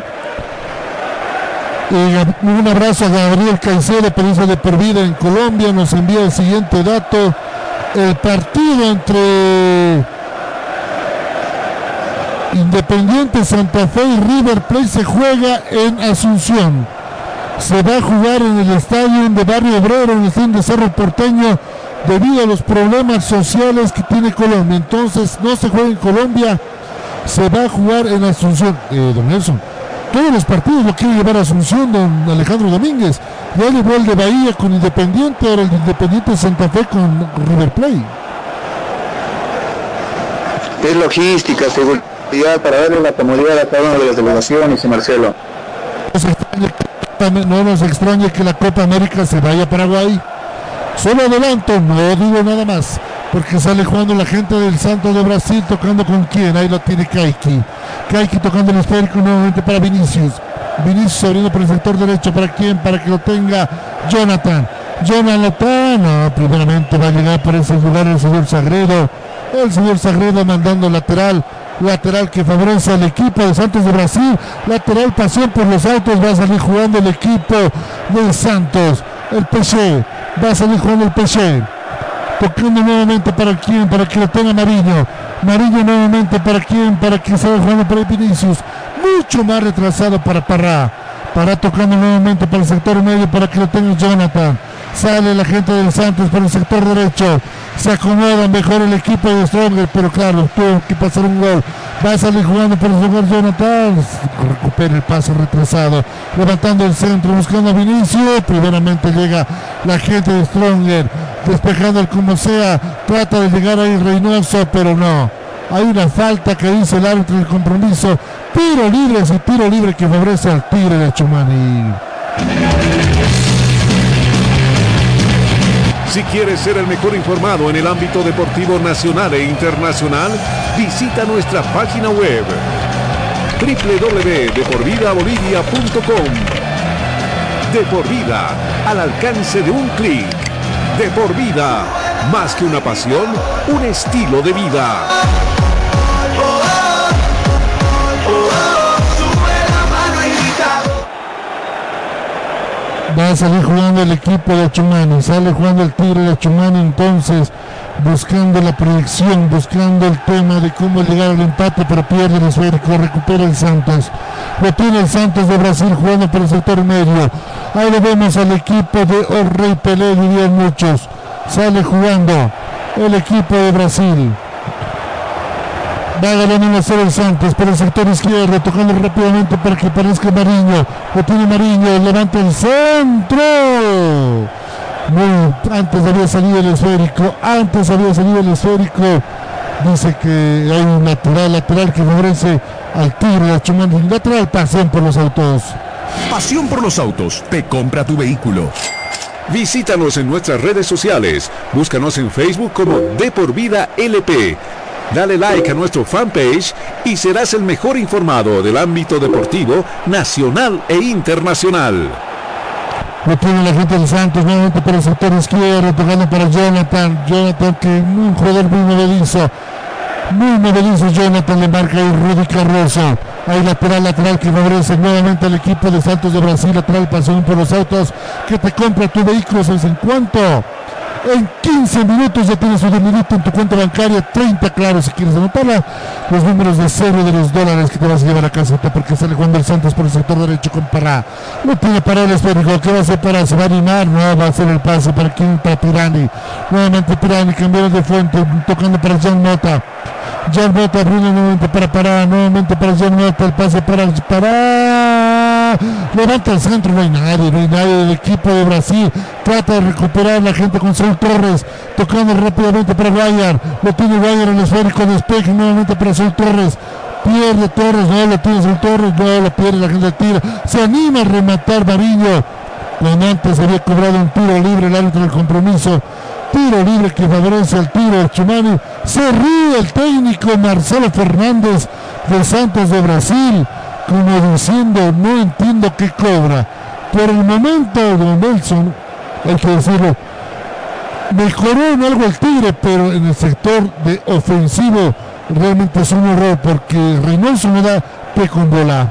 Un abrazo a Gabriel Caicedo, periodista de por vida en Colombia, nos envía el siguiente dato. El partido entre Independiente Santa Fe y River Plate se juega en Asunción. Se va a jugar en el estadio de Barrio Obrero, en el estadio de Cerro Porteño, debido a los problemas sociales que tiene Colombia. Entonces no se juega en Colombia, se va a jugar en Asunción. Don Nelson, todos los partidos lo quiere llevar a Asunción, don Alejandro Domínguez. Ya llevó el de Bahía con Independiente, ahora el de Independiente Santa Fe con River Plate. Es logística, seguridad, para darle la comodidad a cada una de las delegaciones, Marcelo. No nos extrañe que la Copa América se vaya a Paraguay. Solo adelanto, no digo nada más, porque sale jugando la gente del Santos de Brasil, tocando con quién. Ahí lo tiene Kaiki tocando el esférico nuevamente para Vinicius abriendo por el sector derecho. ¿Para quién? Para que lo tenga Jonathan, no, primeramente va a llegar por ese lugar el señor Sagredo mandando lateral que favorece al equipo de Santos de Brasil. Lateral, pasión por los autos, va a salir jugando el equipo de Santos. El PC, va a salir jugando el PC. Tocando nuevamente para quién, para que lo tenga Mariño nuevamente para quién, para que salga jugando para Vinicius. Mucho más retrasado para Parrá tocando nuevamente para el sector medio para que lo tenga Jonathan. Sale la gente del Santos por el sector derecho, se acomoda mejor el equipo de Stronger, pero claro, tuvo que pasar un gol. Va a salir jugando por el lugar Jonathan, recupera el pase retrasado, levantando el centro, buscando a Vinicius. Primeramente llega la gente de Stronger, despejando el como sea, trata de llegar ahí Reynoso, pero no. Hay una falta que dice el árbitro del compromiso. Tiro libre que favorece al Tigre de Achumani. Si quieres ser el mejor informado en el ámbito deportivo nacional e internacional, visita nuestra página web www.deporvidabolivia.com. De por vida, al alcance de un clic. De por vida, más que una pasión, un estilo de vida. Va a salir jugando el equipo de Achumani, sale jugando el Tigre de Achumani, entonces buscando la proyección, buscando el tema de cómo llegar al empate, pero pierde el esférico, recupera el Santos. Lo tiene el Santos de Brasil jugando por el sector medio. Ahí lo vemos al equipo de Rey Pelé, dirían muchos. Sale jugando el equipo de Brasil. Va ganando 1-0 el Santos por el sector izquierdo, tocando rápidamente para que aparezca Mariño. Lo tiene Mariño, levanta el centro. Antes había salido el esférico. Dice que hay un lateral que favorece al Tigre de Chumani. Lateral, pasión por los autos. Pasión por los autos, te compra tu vehículo. Visítanos en nuestras redes sociales. Búscanos en Facebook como De Por Vida LP. Dale like a nuestro fanpage y serás el mejor informado del ámbito deportivo nacional e internacional. Lo tiene la gente de Santos nuevamente por el sector izquierdo, tocando para Jonathan, que un jugador muy movedizo. Jonathan le marca ahí Rudy Carrozo. Hay lateral que favorece nuevamente al equipo de Santos de Brasil. Lateral, pasión por los autos, que te compra tu vehículo. ¿Sabes en cuánto? En 15 minutos ya tienes un dinerito en tu cuenta bancaria, 30, claro, si quieres anotarla, los números de cero de los dólares que te vas a llevar a casa, porque sale jugando el Santos por el sector derecho con Pará. No tiene Pará el esférico, ¿qué va a hacer Pará? ¿Se va a animar? No, va a hacer el pase para quien, para Pirani. Nuevamente Pirani, cambiaron de fuente, tocando para Jan Mota. Jan Mota abriendo nuevamente para Pará, nuevamente para Jan Mota, el pase para Pará. Levanta el centro, no hay nadie del equipo de Brasil. Trata de recuperar la gente con Saúl Torres, tocando rápidamente para Guayar. Lo tiene Guayar en el esférico, despeje nuevamente para Saúl Torres. Pierde Torres, no lo tiene Saúl Torres, no lo pierde, la gente tira. Se anima a rematar Mariño, cuando antes había cobrado un tiro libre el árbitro del compromiso. Tiro libre que favorece al tiro de Chumani. Se ríe el técnico Marcelo Fernández de Santos de Brasil, como diciendo, no entiendo qué cobra. Por el momento, don Nelson, hay que decirlo, mejoró en algo el Tigre, pero en el sector de ofensivo realmente es un error, porque Reynoso no da pie con bola.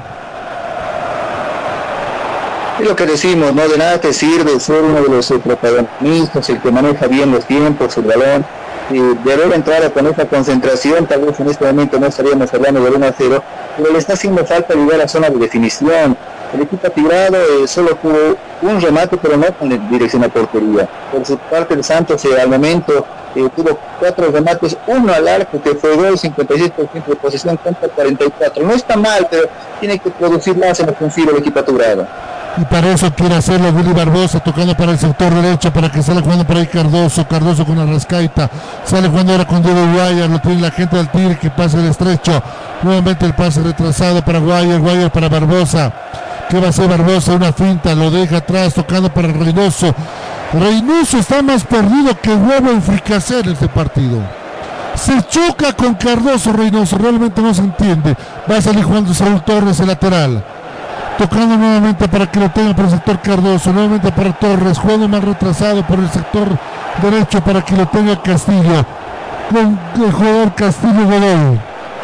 Es lo que decimos, ¿no? De nada te sirve ser uno de los protagonistas, el que maneja bien los tiempos, el balón. De haber entrado con esta concentración, tal vez en este momento no estaríamos hablando de 1-0, pero le está haciendo falta llegar a la zona de definición. El equipo tirado solo tuvo un remate, pero no con dirección a portería. Por su parte, el Santos al momento tuvo 4 remates, uno al arco, que fue gol, 56% de posesión contra 44. No está mal, pero tiene que producir más en ofensivo el equipo tirado. Y para eso quiere hacerlo Willy Barbosa, tocando para el sector derecho, para que salga jugando por ahí Cardoso con Arrascaita, sale jugando ahora con Diego Guayar, lo tiene la gente del Tigre, que pasa el estrecho, nuevamente el pase retrasado para Guayar para Barbosa. ¿Qué va a hacer Barbosa? Una finta, lo deja atrás, tocando para Reynoso. Reynoso está más perdido que huevo en fricasé en este partido. Se choca con Cardoso Reynoso, realmente no se entiende. Va a salir jugando Saúl Torres, el lateral. Tocando nuevamente para que lo tenga por el sector Cardoso, nuevamente para Torres, jugando más retrasado por el sector derecho para que lo tenga Castillo, con el jugador Castillo Godoy.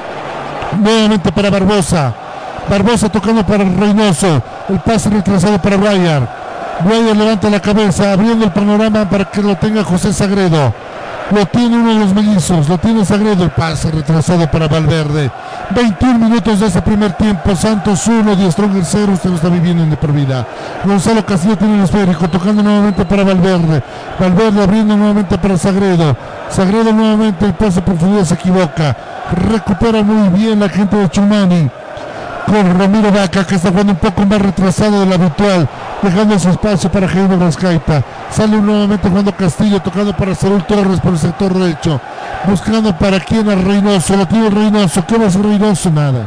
Nuevamente para Barbosa tocando para Reynoso, el pase retrasado para Guayar levanta la cabeza, abriendo el panorama para que lo tenga José Sagredo. Lo tiene uno de los mellizos, lo tiene Sagredo, el pase retrasado para Valverde. 21 minutos de ese primer tiempo, Santos 1, Die Stronger 0, usted lo está viviendo en De Por Vida. Gonzalo Castillo tiene el esférico, tocando nuevamente para Valverde abriendo nuevamente para Sagredo nuevamente, el pase por profundidad se equivoca, recupera muy bien la gente de Chumani, con Ramiro Vaca, que está jugando un poco más retrasado de lo habitual, dejando ese espacio para Jaime Rascaita. Sale nuevamente jugando Castillo, tocando para Saúl Torres por el sector derecho, buscando para quien a Reynoso, lo tiene Reynoso. ¿Qué va a hacer Reynoso? Nada,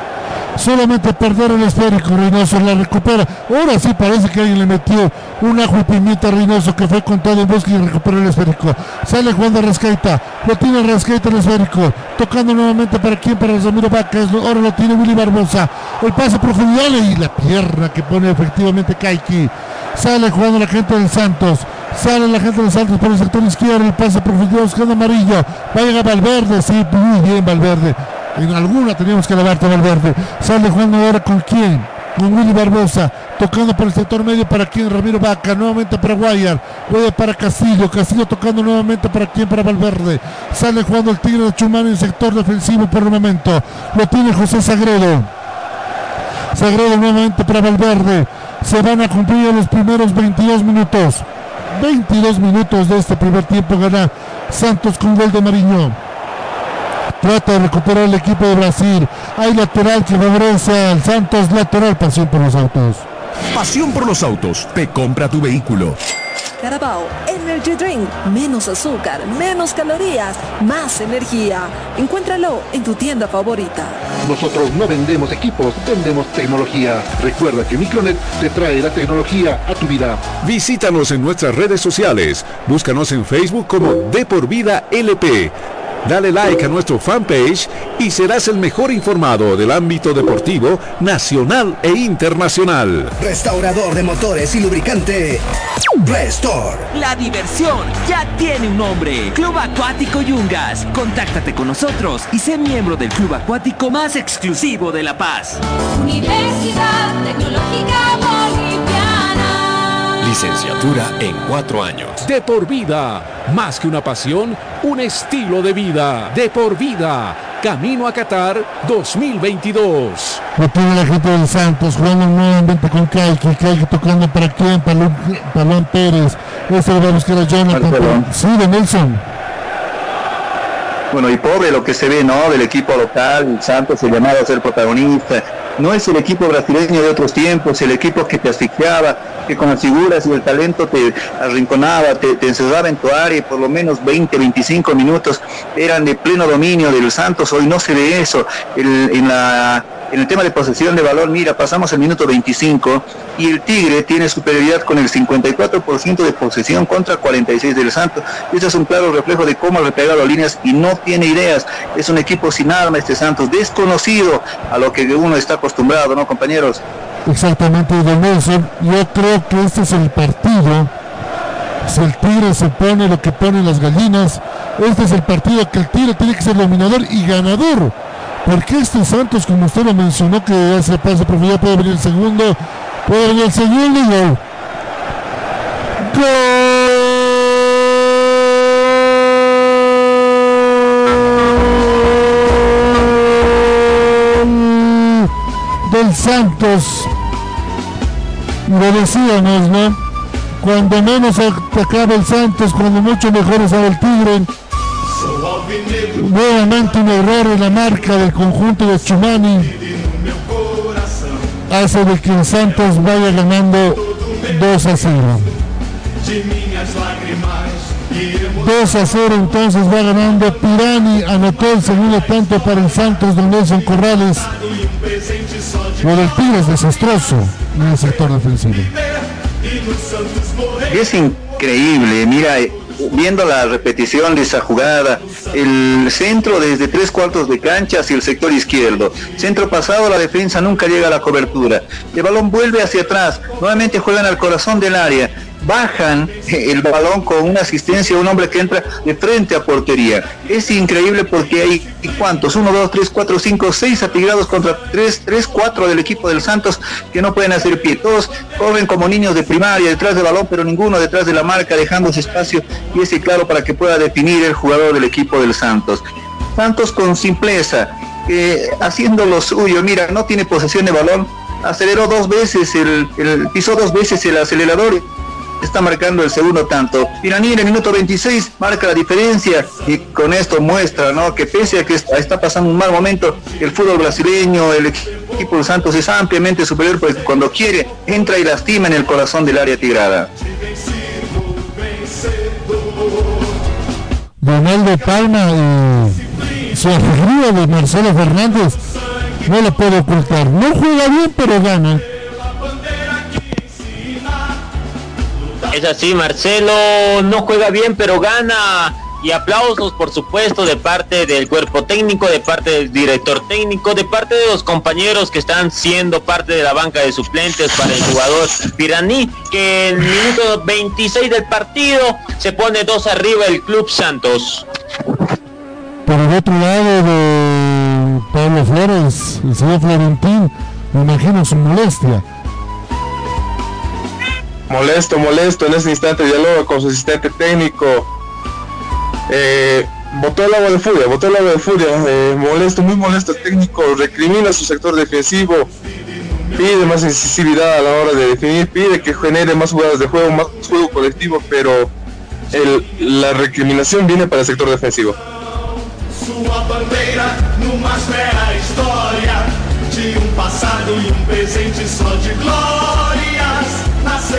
solamente perder el esférico. Reynoso la recupera, ahora sí parece que alguien le metió un ajo y pimienta a Reynoso, que fue con todo en busca y recupera el esférico. Sale jugando Rascaita, lo tiene Rascaita el esférico, tocando nuevamente para quien, para Ramiro Vaca, ahora lo tiene Willy Barbosa, el pase profundidad y la pierna que pone efectivamente Kaiki. Sale jugando la gente del Santos, por el sector izquierdo, el pase profundidad buscando Amarillo, va a llegar Valverde, sí, muy bien Valverde. En alguna teníamos que levarte Valverde. Sale jugando ahora con quién, con Willy Barbosa, tocando por el sector medio para quien, Ramiro Vaca, nuevamente para Guayar para Castillo tocando nuevamente para quien, para Valverde. Sale jugando el Tigre de Chumani en el sector defensivo por el momento, lo tiene José Sagredo nuevamente para Valverde. Se van a cumplir los primeros 22 minutos de este primer tiempo. Gana Santos con gol de Mariño. Trata de recuperar el equipo de Brasil. Hay lateral que favorece al Santos. Lateral, pasión por los autos. Pasión por los autos, te compra tu vehículo. Carabao Energy Drink. Menos azúcar, menos calorías, más energía. Encuéntralo en tu tienda favorita. Nosotros no vendemos equipos, vendemos tecnología. Recuerda que Micronet te trae la tecnología a tu vida. Visítanos en nuestras redes sociales. Búscanos en Facebook como De Por Vida LP. Dale like a nuestro fanpage y serás el mejor informado del ámbito deportivo nacional e internacional. Restaurador de motores y lubricante Restore. La diversión ya tiene un nombre. Club Acuático Yungas. Contáctate con nosotros y sé miembro del club acuático más exclusivo de La Paz. Universidad Tecnológica Boliviana. Licenciatura en 4 años. De por vida. Más que una pasión, un estilo de vida. De por vida. Camino a Qatar 2022. Lo tiene la gente del Santos jugando nuevamente con Kaiki tocando para quién, Palón Pérez. Este lo va a buscar a Jonathan. Sí, de Nelson. Bueno, y pobre lo que se ve, ¿no? Del equipo local, el Santos, el llamado a ser protagonista. No es el equipo brasileño de otros tiempos, el equipo que te asfixiaba, que con las figuras y el talento te arrinconaba, te encerraba en tu área y por lo menos 20, 25 minutos eran de pleno dominio del Santos. Hoy no se ve eso. En el tema de posesión de balón, mira, pasamos el minuto 25 y el Tigre tiene superioridad con el 54% de posesión contra 46% del Santos. Este es un claro reflejo de cómo ha repegado líneas y no tiene ideas. Es un equipo sin arma este Santos, desconocido a lo que uno está acostumbrado, ¿no, compañeros? Exactamente, don Nelson. Yo creo que este es el partido. Si el Tigre se pone lo que ponen las gallinas, este es el partido que el Tigre tiene que ser dominador y ganador. Porque este Santos, como usted lo mencionó, que hace pase profundidad, puede venir el segundo y gol. Del Santos. Lo decíamos, ¿no? Cuando menos atacaba el Santos, cuando mucho mejor estaba el Tigre. Nuevamente un error en la marca del conjunto de Chumani hace de que el Santos vaya ganando 2-0. 2-0, entonces va ganando Pirani. Anotó el segundo tanto para el Santos, don Nelson Corrales. Lo del Tigre es desastroso en el sector defensivo. Es increíble, mira, viendo la repetición de esa jugada, el centro desde 3/4 de cancha hacia el sector izquierdo, centro pasado, la defensa nunca llega a la cobertura, el balón vuelve hacia atrás, nuevamente juegan al corazón del área, bajan el balón con una asistencia a un hombre que entra de frente a portería. Es increíble porque hay ¿cuántos? 1, 2, 3, 4, 5, 6 atigrados contra 4 del equipo del Santos que no pueden hacer pie. Todos corren como niños de primaria detrás del balón, pero ninguno detrás de la marca, dejando ese espacio y ese claro para que pueda definir el jugador del equipo del Santos. Santos con simpleza, haciendo lo suyo. Mira, no tiene posesión de balón, aceleró 2 veces, pisó 2 veces el acelerador. Está marcando el segundo tanto. Pirani en el minuto 26 marca la diferencia y con esto muestra, ¿no?, que pese a que está pasando un mal momento, el fútbol brasileño, el equipo de Santos es ampliamente superior, porque cuando quiere entra y lastima en el corazón del área tigrada. Ronaldo Palma y su alegría de Marcelo Fernández no lo puede ocultar. No juega bien, pero gana. Es así, Marcelo, no juega bien pero gana, y aplausos por supuesto de parte del cuerpo técnico, de parte del director técnico, de parte de los compañeros que están siendo parte de la banca de suplentes para el jugador Pirani, que en el minuto 26 del partido se pone 2 arriba el Club Santos. Por el otro lado de Pablo Flores, el señor Florentín, me imagino su molestia. Molesto, en ese instante dialoga con su asistente técnico, botó el agua de furia, molesto, muy molesto el técnico, recrimina su sector defensivo, pide más incisividad a la hora de definir, pide que genere más jugadas de juego, más juego colectivo, pero la recriminación viene para el sector defensivo. Sua bandeira numa fera história de pasado e presente só de glórias.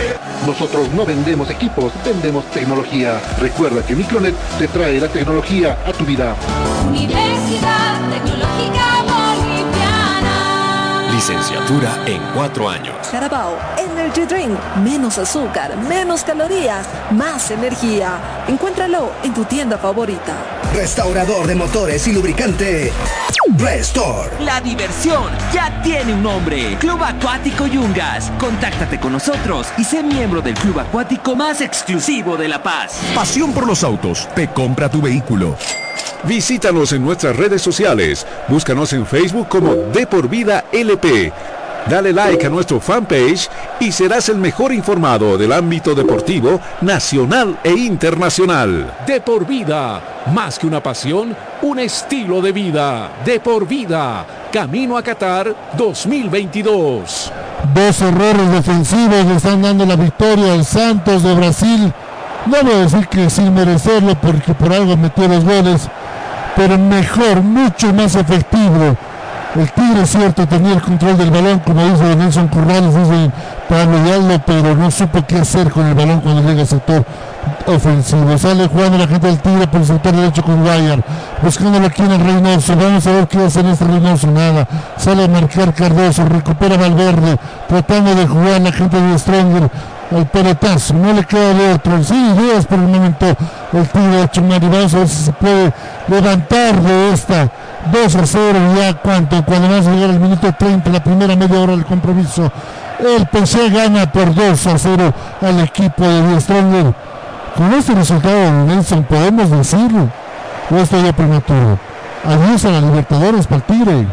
Nosotros no vendemos equipos, vendemos tecnología. Recuerda que Micronet te trae la tecnología a tu vida. Universidad Tecnológica Boliviana. Licenciatura en 4 años. Carabao Energy Drink. Menos azúcar, menos calorías, más energía. Encuéntralo en tu tienda favorita. Restaurador de motores y lubricante Restore. La diversión ya tiene un nombre. Club Acuático Yungas. Contáctate con nosotros y sé miembro del club acuático más exclusivo de La Paz. Pasión por los autos. Te compra tu vehículo. Visítanos en nuestras redes sociales. Búscanos en Facebook como De Por Vida LP. Dale like a nuestro fanpage y serás el mejor informado del ámbito deportivo nacional e internacional. De por vida, más que una pasión, un estilo de vida. De por vida, camino a Qatar 2022. 2 errores defensivos le están dando la victoria al Santos de Brasil. No voy a decir que sin merecerlo, porque por algo metió 2 goles, pero mejor, mucho más efectivo. El Tigre, es cierto, tenía el control del balón, como dice Nelson Corrales, dice Pablo Hidalgo, pero no supo qué hacer con el balón cuando llega al sector ofensivo. Sale jugando la gente del Tigre por el sector derecho con Guayar, buscándolo aquí en el Reynoso. Vamos a ver qué hace en este Reynoso. Nada, sale a marcar Cardoso, recupera Valverde, tratando de jugar la gente de Stronger al pelotazo, no le queda de otro. Sí, ideas por el momento el Tigre de Chumari. Vamos a ver si se puede levantar de esta 2-0 ya. Cuando vamos a llegar al minuto 30, la primera media hora del compromiso, el PC gana por 2-0 al equipo de Die Stronger. Con este resultado, Nelson, podemos decirlo, o estoy ya prematuro, adiós a la Libertadores para el Tigre.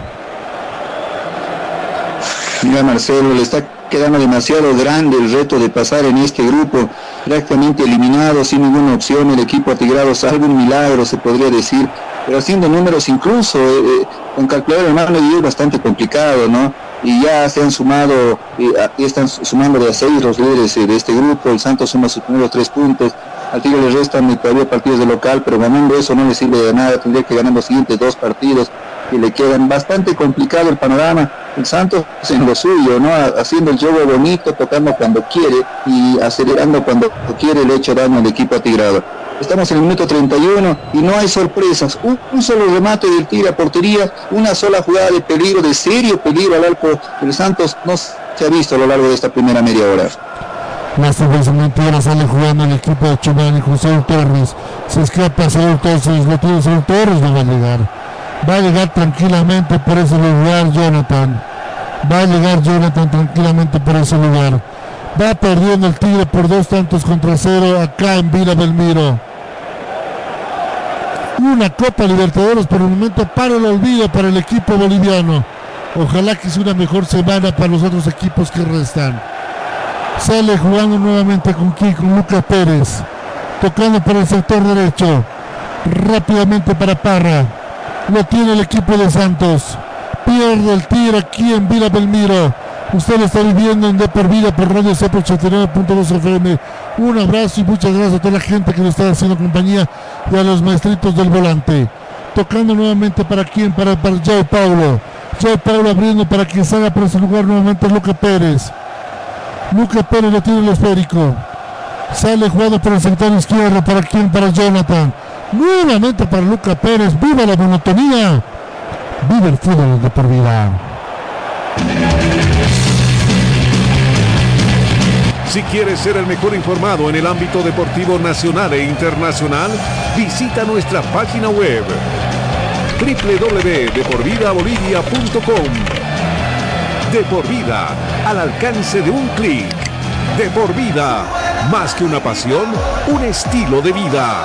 Mira, Marcelo, le está quedando demasiado grande el reto de pasar en este grupo, prácticamente eliminado, sin ninguna opción. El equipo atigrado, salvo un milagro, se podría decir, pero haciendo números incluso con calculadora en mano es bastante complicado, ¿no? Y ya se han sumado, están sumando de a 6 los líderes de este grupo. El Santos suma sus primeros 3 puntos, al Tigre le restan todavía partidos de local, pero ganando eso no le sirve de nada. Tendría que ganar los siguientes 2 partidos y le quedan bastante complicado el panorama. El Santos en lo suyo, ¿no? Haciendo el juego bonito, tocando cuando quiere y acelerando cuando quiere, le echa daño al equipo atigrado. Estamos en el minuto 31 y no hay sorpresas. Un solo remate del Tigre a portería, una sola jugada de peligro, de serio peligro al arco del Santos, no se ha visto a lo largo de esta primera media hora. Lastimosamente ahora sale jugando el equipo de Chumani con Saúl Torres. Se escapa Saúl Torres, lo tiene Saúl Torres, no va a llegar. Va a llegar tranquilamente por ese lugar Jonathan. Va a llegar Jonathan tranquilamente por ese lugar. Va perdiendo el Tigre por 2-0 acá en Villa Belmiro. Una Copa Libertadores por el momento para el olvido para el equipo boliviano. Ojalá que sea una mejor semana para los otros equipos que restan. Sale jugando nuevamente con Lucas Pérez, tocando por el sector derecho, rápidamente para Parra. Lo tiene el equipo de Santos. Pierde el Tigre aquí en Villa Belmiro. Usted lo está viviendo en De Por Vida por Radio Cepra 89.2 FM. Un abrazo y muchas gracias a toda la gente que nos está haciendo compañía y a los maestritos del volante. Tocando nuevamente para quién, para Joe Paulo. Joe Paulo abriendo para quien salga por ese lugar nuevamente Lucas Pérez. Lucas Pérez lo tiene el esférico. Sale jugando por el sector izquierdo. ¿Para quién? Para Jonathan. Nuevamente para Lucas Pérez. ¡Viva la monotonía! ¡Viva el fútbol de por vida! Si quieres ser el mejor informado en el ámbito deportivo nacional e internacional, visita nuestra página web www.deporvidabolivia.com. De por vida, al alcance de un clic. De por vida, más que una pasión, un estilo de vida.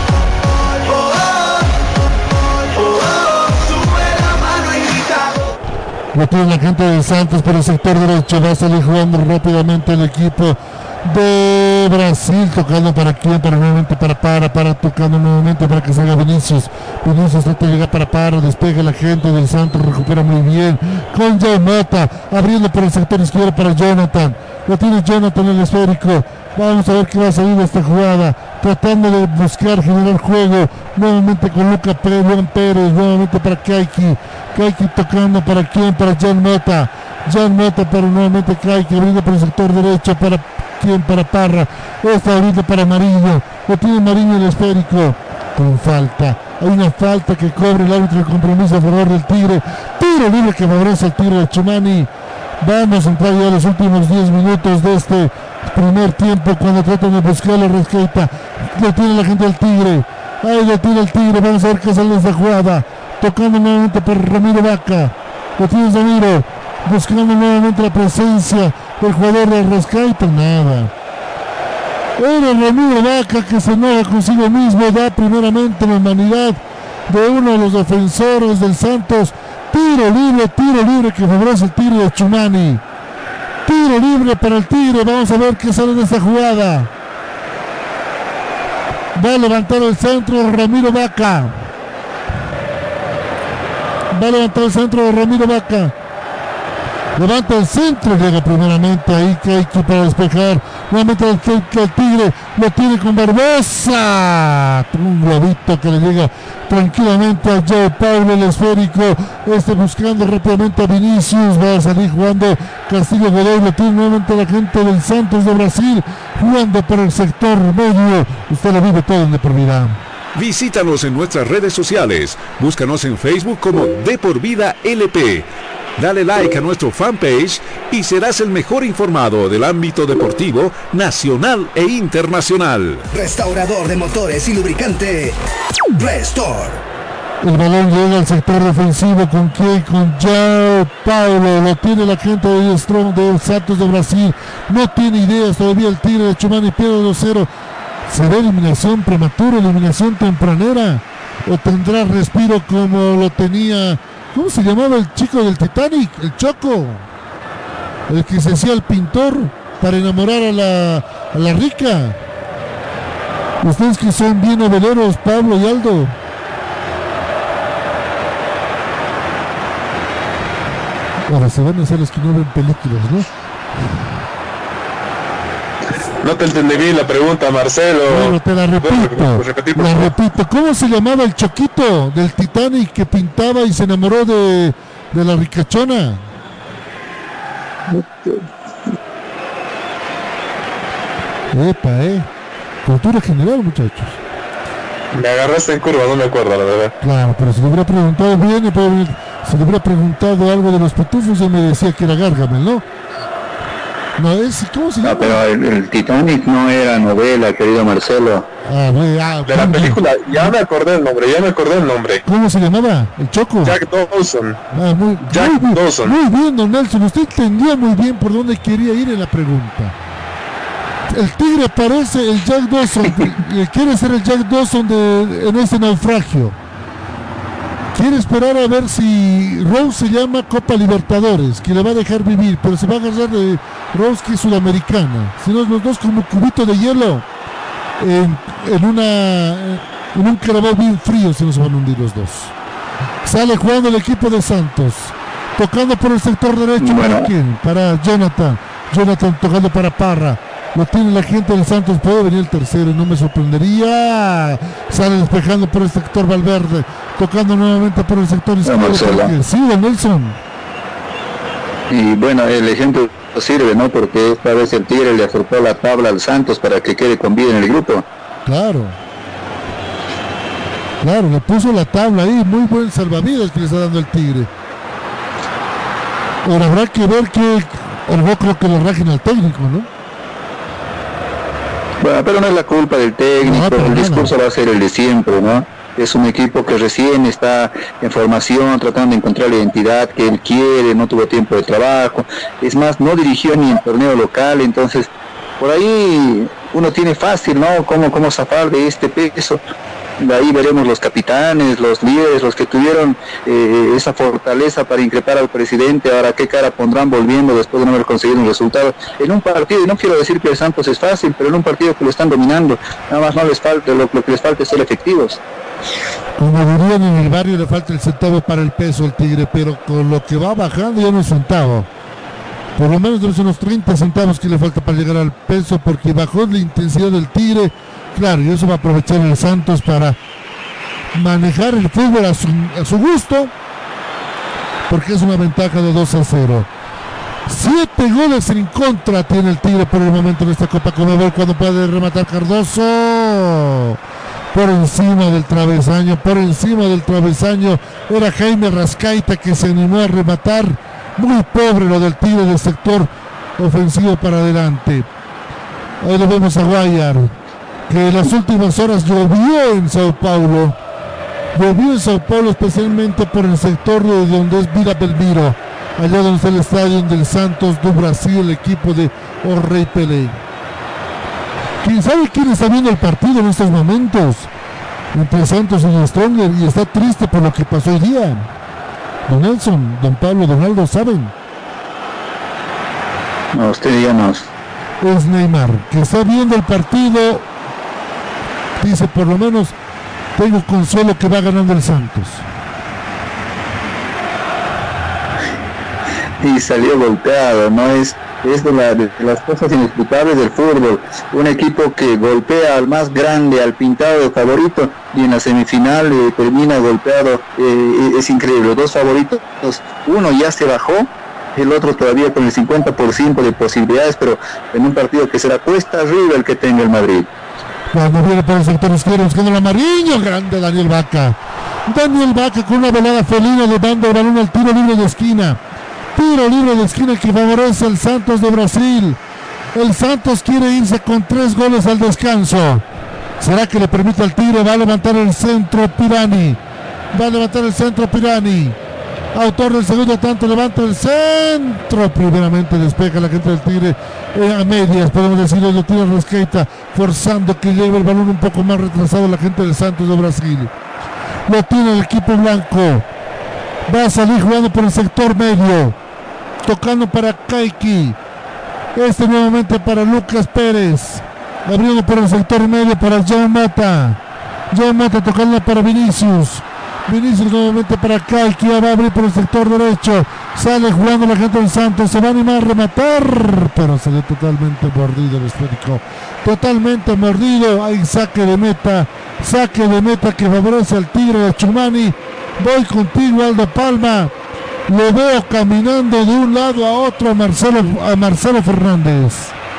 Lo tiene la gente de Santos por el sector derecho. Va a salir jugando rápidamente el equipo de Brasil, tocando para quién, para nuevamente para tocando nuevamente para que salga Vinicius. Vinicius trata de llegar para despega la gente del Santos, recupera muy bien con Joe Mota, abriendo por el sector izquierdo para Jonathan. Lo tiene Jonathan en el esférico. Vamos a ver qué va a salir de esta jugada, tratando de buscar generar juego nuevamente con Lucas Pérez, nuevamente para Kaiki tocando para quién, para John Mota, pero nuevamente Kaiki abriendo por el sector derecho para quién para Parra, esta ahorita para Mariño, lo tiene Mariño el esférico, con falta, hay una falta que cobra el árbitro de compromiso a favor del Tigre, tiro libre que favorece al Tigre de Chumani. Vamos a entrar ya a los últimos 10 minutos de este primer tiempo cuando tratan de buscar la resqueta, lo tiene la gente del Tigre, ahí lo tiene el Tigre, vamos a ver qué sale de esta jugada, tocando nuevamente por Ramiro Vaca, lo tiene Ramiro, buscando nuevamente la presencia del jugador de Rescate, nada. Era Ramiro Vaca que se enoja consigo mismo, da primeramente la humanidad de uno de los defensores del Santos. Tiro libre que favorece el Tigre de Chumani. Tiro libre para el Tigre, vamos a ver qué sale de esta jugada. Va a levantar el centro Ramiro Vaca. Va a levantar el centro de Ramiro Vaca. Levanta el centro, llega primeramente ahí Keiki para despejar. Nuevamente el Tigre lo tiene con Barbosa. Un globito que le llega tranquilamente a Joe Paulo, el esférico. Buscando rápidamente a Vinicius. Va a salir jugando Castillo Godoy. Lo tiene nuevamente la gente del Santos de Brasil. Jugando por el sector medio. Usted lo vive todo en De Por Vida. Visítanos en nuestras redes sociales. Búscanos en Facebook como De Por Vida LP. Dale like a nuestro fanpage y serás el mejor informado del ámbito deportivo nacional e internacional. Restaurador de motores y lubricante Restore. El balón llega al sector defensivo con João Paulo. Lo tiene la gente de Strong de Santos de Brasil. No tiene ideas todavía el Tigre de Chumani. Pierde 2-0. ¿Será eliminación prematura, eliminación tempranera? ¿O tendrá respiro como lo tenía? ¿Cómo se llamaba el chico del Titanic? El Choco. El que se hacía el pintor para enamorar a la rica. Ustedes que son bien noveleros, Pablo y Aldo. Ahora se van a hacer los que no ven películas, ¿no? No te entendí bien la pregunta, Marcelo. Bueno, te la repito. ¿Cómo se llamaba el Choquito del Titanic que pintaba y se enamoró de la ricachona? Cultura general, muchachos. Me agarraste en curva, no me acuerdo, la verdad. Claro, pero si le hubiera preguntado bien, si le hubiera preguntado algo de los pitufos, ya me decía que era Gargamel, ¿no? No, ¿cómo se llama? No, pero el Titanic no era novela, querido Marcelo. De la película, ya me acordé el nombre. ¿Cómo se llamaba? ¿El Choco? Jack Dawson. Dawson. Muy bien, don Nelson, usted entendía muy bien por dónde quería ir en la pregunta. El Tigre parece el Jack Dawson, quiere ser el Jack Dawson en este naufragio. Quiere esperar a ver si Rose se llama Copa Libertadores, que le va a dejar vivir, pero se va a agarrar de Rose, que es sudamericana. Si no, los dos como cubito de hielo en un carabao bien frío, se nos van a hundir los dos. Sale jugando el equipo de Santos, tocando por el sector derecho. ¿Para quién? Para Jonathan tocando para Parra. Lo tiene la gente del Santos, puede venir el tercero y no me sorprendería. Sale despejando por el sector Valverde, tocando nuevamente por el sector izquierdo. Sí, don Nelson. Y bueno, el ejemplo sirve, ¿no? Porque esta vez el Tigre le acercó la tabla al Santos para que quede con vida en el grupo. Claro, le puso la tabla ahí, muy buen salvavidas que le está dando el Tigre. Ahora habrá que ver yo creo que lo rajen al técnico, ¿no? Bueno, pero no es la culpa del técnico, el discurso va a ser el de siempre, ¿no? Es un equipo que recién está en formación, tratando de encontrar la identidad que él quiere, no tuvo tiempo de trabajo, es más, no dirigió ni en torneo local, entonces por ahí uno tiene fácil, ¿no? Cómo zafar de este peso. De ahí veremos los capitanes, los líderes, los que tuvieron esa fortaleza para increpar al presidente. Ahora qué cara pondrán volviendo después de no haber conseguido un resultado en un partido, y no quiero decir que el Santos es fácil, pero en un partido que lo están dominando, nada más no les falta, lo que les falta es ser efectivos. Como dirían en el barrio, le falta el centavo para el peso al Tigre, pero con lo que va bajando ya no es centavo, por lo menos debe ser unos 30 centavos que le falta para llegar al peso, porque bajó la intensidad del Tigre. Claro, y eso va a aprovechar el Santos para manejar el fútbol a su gusto, porque es una ventaja de 2-0. 7 goles en contra tiene el Tigre por el momento en esta Copa Conmebol, cuando puede rematar Cardoso. Por encima del travesaño, era Jaime Rascaita que se animó a rematar. Muy pobre lo del Tigre del sector ofensivo para adelante. Ahí lo vemos a Guayar, que en las últimas horas llovió en Sao Paulo, especialmente por el sector de donde es Vila Belmiro, allá donde está el estadio del Santos do Brasil, el equipo de Rei Pelé. ¿Quién sabe quién está viendo el partido en estos momentos entre Santos y Stronger y está triste por lo que pasó hoy día? Don Nelson, don Pablo, don Aldo, ¿saben? No, usted díganos. Es Neymar, que está viendo el partido. Dice, por lo menos tengo consuelo que va ganando el Santos. Y salió golpeado, ¿no? Es de las cosas inexplicables del fútbol. Un equipo que golpea al más grande, al pintado de favorito, y en la semifinal termina golpeado. Es increíble. Los dos favoritos, uno ya se bajó, el otro todavía con el 50% de posibilidades, pero en un partido que será cuesta arriba el que tenga el Madrid. Cuando viene por el sector izquierdo, buscando el amarillo, grande Daniel Vaca con una volada felina, llevando el balón al tiro libre de esquina. Tiro libre de esquina que favorece al Santos de Brasil. El Santos quiere irse con 3 goles al descanso. ¿Será que le permite al Tigre? Va a levantar el centro Pirani. Autor del segundo tanto, levanta el centro. Primeramente despeja la gente del Tigre a medias, podemos decirlo. Lo tira Rascaita, forzando que lleve el balón un poco más retrasado la gente del Santos de Brasil. Lo tiene el equipo blanco. Va a salir jugando por el sector medio, tocando para Kaiki. Nuevamente para Lucas Pérez, abriendo por el sector medio para John Mata tocando para Vinicius nuevamente para Kaiki. Va a abrir por el sector derecho, sale jugando la gente del Santos, se va a animar a rematar, pero salió totalmente mordido el esférico, Hay saque de meta que favorece al Tigre de Chumani. Voy contigo, Aldo Palma. Lo veo caminando de un lado a otro a Marcelo Fernández.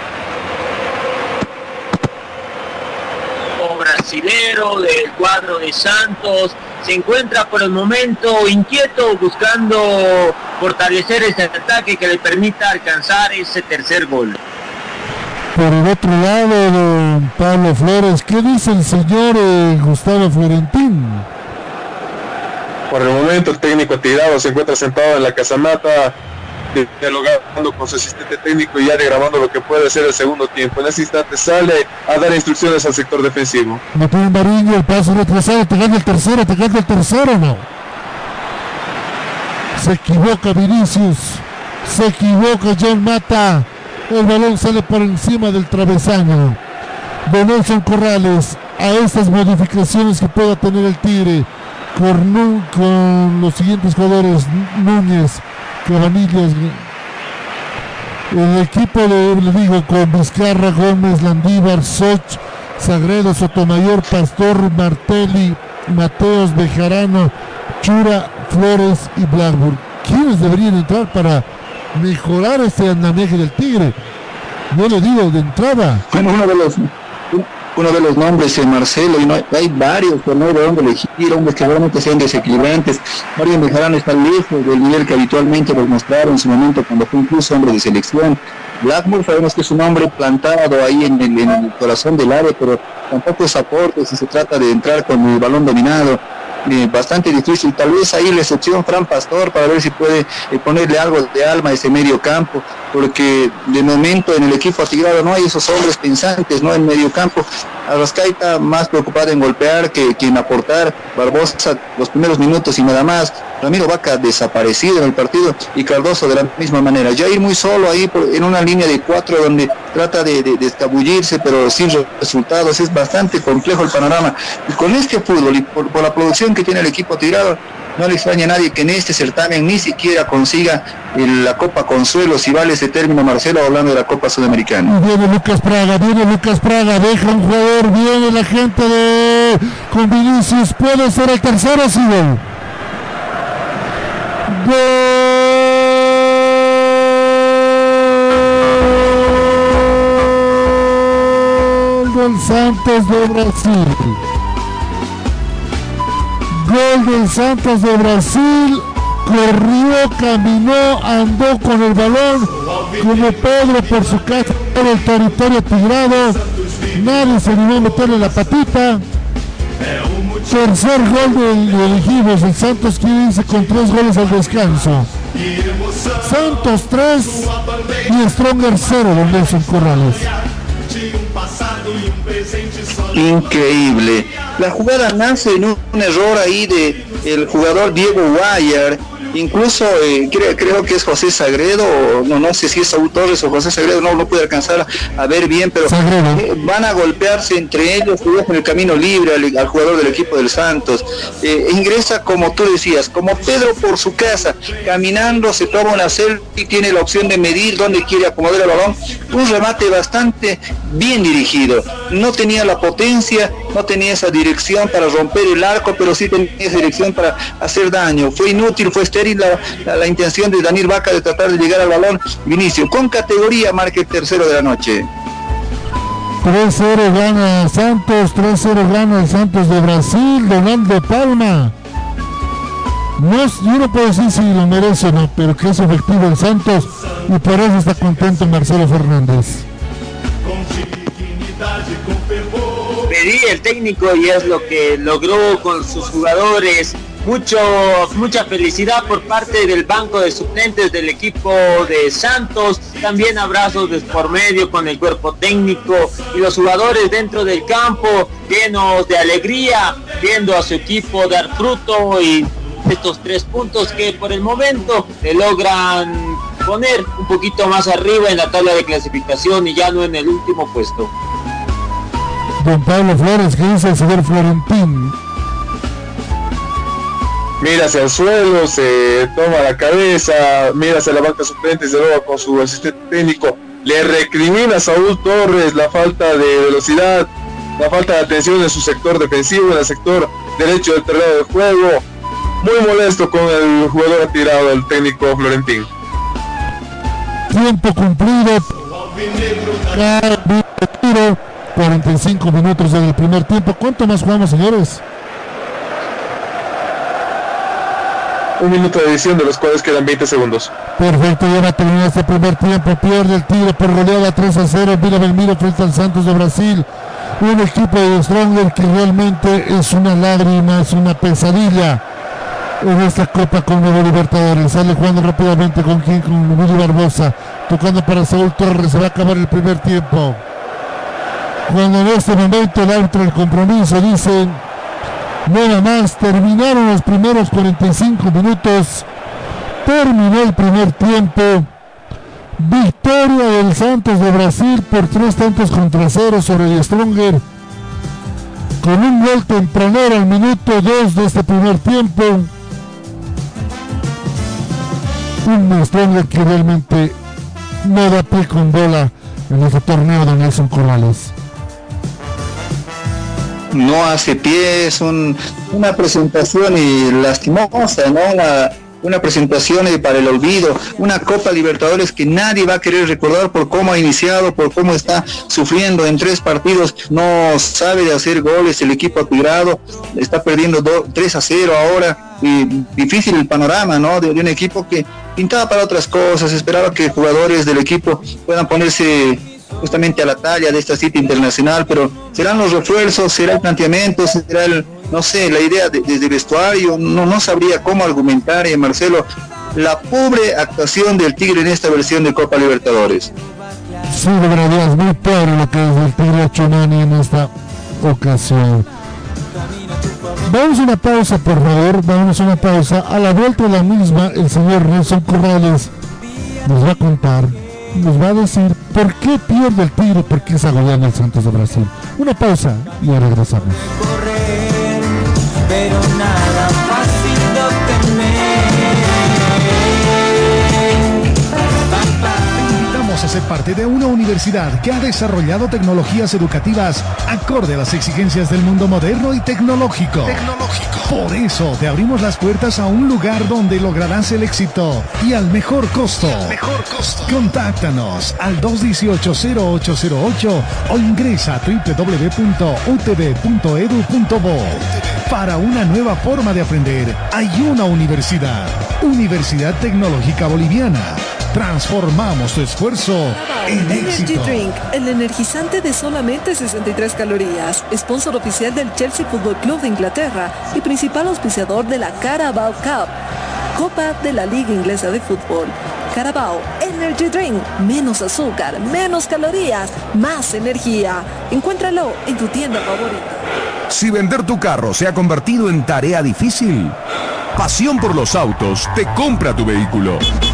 El brasilero del cuadro de Santos se encuentra por el momento inquieto, buscando fortalecer ese ataque que le permita alcanzar ese tercer gol. Por el otro lado, don Pablo Flores, ¿qué dice el señor Gustavo Florentín? Por el momento el técnico tirado se encuentra sentado en la casamata, dialogando con su asistente técnico y ya diagramando lo que puede ser el segundo tiempo. En ese instante sale a dar instrucciones al sector defensivo. No tiene Mariño, el paso retrasado, te gana el tercero, no. Se equivoca Vinicius, se equivoca John Mata. El balón sale por encima del travesaño de Nelson Corrales. A estas modificaciones que pueda tener el Tigre con los siguientes jugadores: Núñez, Cabanillas, el equipo con Vizcarra, Gómez, Landívar, Soch, Sagredo, Sotomayor, Pastor, Martelli, Mateos, Bejarano, Chura, Flores y Blackburn. ¿Quiénes deberían entrar para mejorar este andamiaje del Tigre? Yo le digo de entrada. Bueno, uno de los nombres, Marcelo, y no hay varios, pero no hay de dónde elegir, hombres que realmente sean desequilibrantes. Mario Bejarano está lejos del nivel que habitualmente nos mostraron en su momento cuando fue incluso hombre de selección. Blackmore sabemos que es un hombre plantado ahí en el corazón del área, pero tampoco es aporte si se trata de entrar con el balón dominado. Bastante difícil, tal vez ahí la excepción Fran Pastor, para ver si puede ponerle algo de alma a ese medio campo, porque de momento en el equipo atigrado no hay esos hombres pensantes, ¿no? En medio campo, Arrascaita más preocupado en golpear que en aportar. Barbosa los primeros minutos y nada más. Ramiro Vaca desaparecido en el partido, y Cardoso de la misma manera. Ya ir muy solo ahí en una línea de 4 donde trata de escabullirse, pero sin resultados. Es bastante complejo el panorama. Y con este fútbol y por la producción que tiene el equipo tirado, no le extraña a nadie que en este certamen ni siquiera consiga la Copa Consuelo, si vale ese término, Marcelo, hablando de la Copa Sudamericana. Viene Lucas Praga, deja un jugador, viene la gente con Vinicius, puede ser el tercero, sí, gol. el Santos de Brasil. Gol del Santos de Brasil. Corrió, caminó, andó con el balón como Pedro por su casa por el territorio tigrado. Nadie se animó a meterle la patita. Tercer gol del elegimos. El Santos quiere irse con 3 goles al descanso. Santos 3 y Stronger 0 de Nelson Corrales. Increíble. La jugada nace en un error ahí de el jugador Diego Guayar. Incluso creo que es José Sagredo, no sé si es Saúl Torres o José Sagredo, no pude alcanzar a ver bien, pero van a golpearse entre ellos, en el camino libre al jugador del equipo del Santos. Ingresa, como tú decías, como Pedro por su casa, caminando, se toma una selfie, tiene la opción de medir dónde quiere acomodar el balón. Un remate bastante bien dirigido. No tenía la potencia, no tenía esa dirección para romper el arco, pero sí tenía esa dirección para hacer daño. Fue inútil, fue estéril la intención de Daniel Vaca de tratar de llegar al balón. Vinicio, con categoría, marca el tercero de la noche. 3-0 gana Santos, 3-0 gana el Santos de Brasil. Donaldo Palma. Yo no puedo decir si lo merece o no, pero que es efectivo el Santos y por eso está contento Marcelo Fernández. Pedí el técnico y es lo que logró con sus jugadores. Mucha felicidad por parte del banco de suplentes del equipo de Santos, también abrazos de por medio con el cuerpo técnico y los jugadores dentro del campo llenos de alegría, viendo a su equipo dar fruto y estos 3 puntos que por el momento le logran poner un poquito más arriba en la tabla de clasificación y ya no en el último puesto. Don Pablo Flores, ¿qué dice el señor Florentín? Mira hacia el suelo, se toma la cabeza, mira hacia la banca suplente y se luego con su asistente técnico. Le recrimina a Saúl Torres la falta de velocidad, la falta de atención en su sector defensivo, en el sector derecho del terreno de juego. Muy molesto con el jugador atirado, el técnico Florentín. Tiempo cumplido. 45 minutos del primer tiempo. ¿Cuánto más jugamos, señores? 1 minuto de edición, de los cuales quedan 20 segundos. Perfecto, ya va a terminar este primer tiempo. Pierde el Tigre por goleada 3-0. Vila Belmiro frente al Santos de Brasil. Un equipo de Stronger que realmente es una lágrima, es una pesadilla en esta Copa Conmebol Libertadores. Sale jugando rápidamente con Willy Barbosa, tocando para Saúl Torres. Se va a acabar el primer tiempo. Cuando en este momento el árbitro del compromiso dice: nada más, terminaron los primeros 45 minutos, terminó el primer tiempo. Victoria del Santos de Brasil por 3-0 sobre el Stronger, con un gol tempranero al minuto 2 de este primer tiempo. Un Stronger que realmente no da pie con bola en este torneo de Nelson Corrales. No hace pie, es una presentación lastimosa, ¿no? Una presentación para el olvido, una Copa Libertadores que nadie va a querer recordar por cómo ha iniciado, por cómo está sufriendo en 3 partidos, no sabe de hacer goles, el equipo atigrado, está perdiendo 3-0 ahora, y difícil el panorama, ¿no? De un equipo que pintaba para otras cosas, esperaba que jugadores del equipo puedan ponerse justamente a la talla de esta cita internacional, pero serán los refuerzos, será el planteamiento, será la idea desde vestuario, no sabría cómo argumentar, Marcelo, la pobre actuación del Tigre en esta versión de Copa Libertadores. Sí, de verdad, es muy pobre lo que es el Tigre Chunani en esta ocasión. Vamos a una pausa, por favor, vamos a una pausa. A la vuelta de la misma, el señor Nelson Corrales nos va a contar, nos va a decir por qué pierde el Tigre, por qué está goleando el Santos de Brasil. Una pausa y ya regresamos. Pero nada fácil de obtener. Te invitamos a ser parte de una universidad que ha desarrollado tecnologías educativas acorde a las exigencias del mundo moderno y tecnológico. Por eso te abrimos las puertas a un lugar donde lograrás el éxito y al mejor costo. Contáctanos al 218-0808 o ingresa a www.utb.edu.bo. Para una nueva forma de aprender, hay una universidad. Universidad Tecnológica Boliviana. Transformamos tu esfuerzo en Energy éxito. Drink, el energizante de solamente 63 calorías, sponsor oficial del Chelsea Football Club de Inglaterra y principal auspiciador de la Carabao Cup, Copa de la Liga Inglesa de Fútbol. Carabao Energy Drink, menos azúcar, menos calorías, más energía. Encuéntralo en tu tienda favorita. Si vender tu carro se ha convertido en tarea difícil, Pasión por los Autos te compra tu vehículo.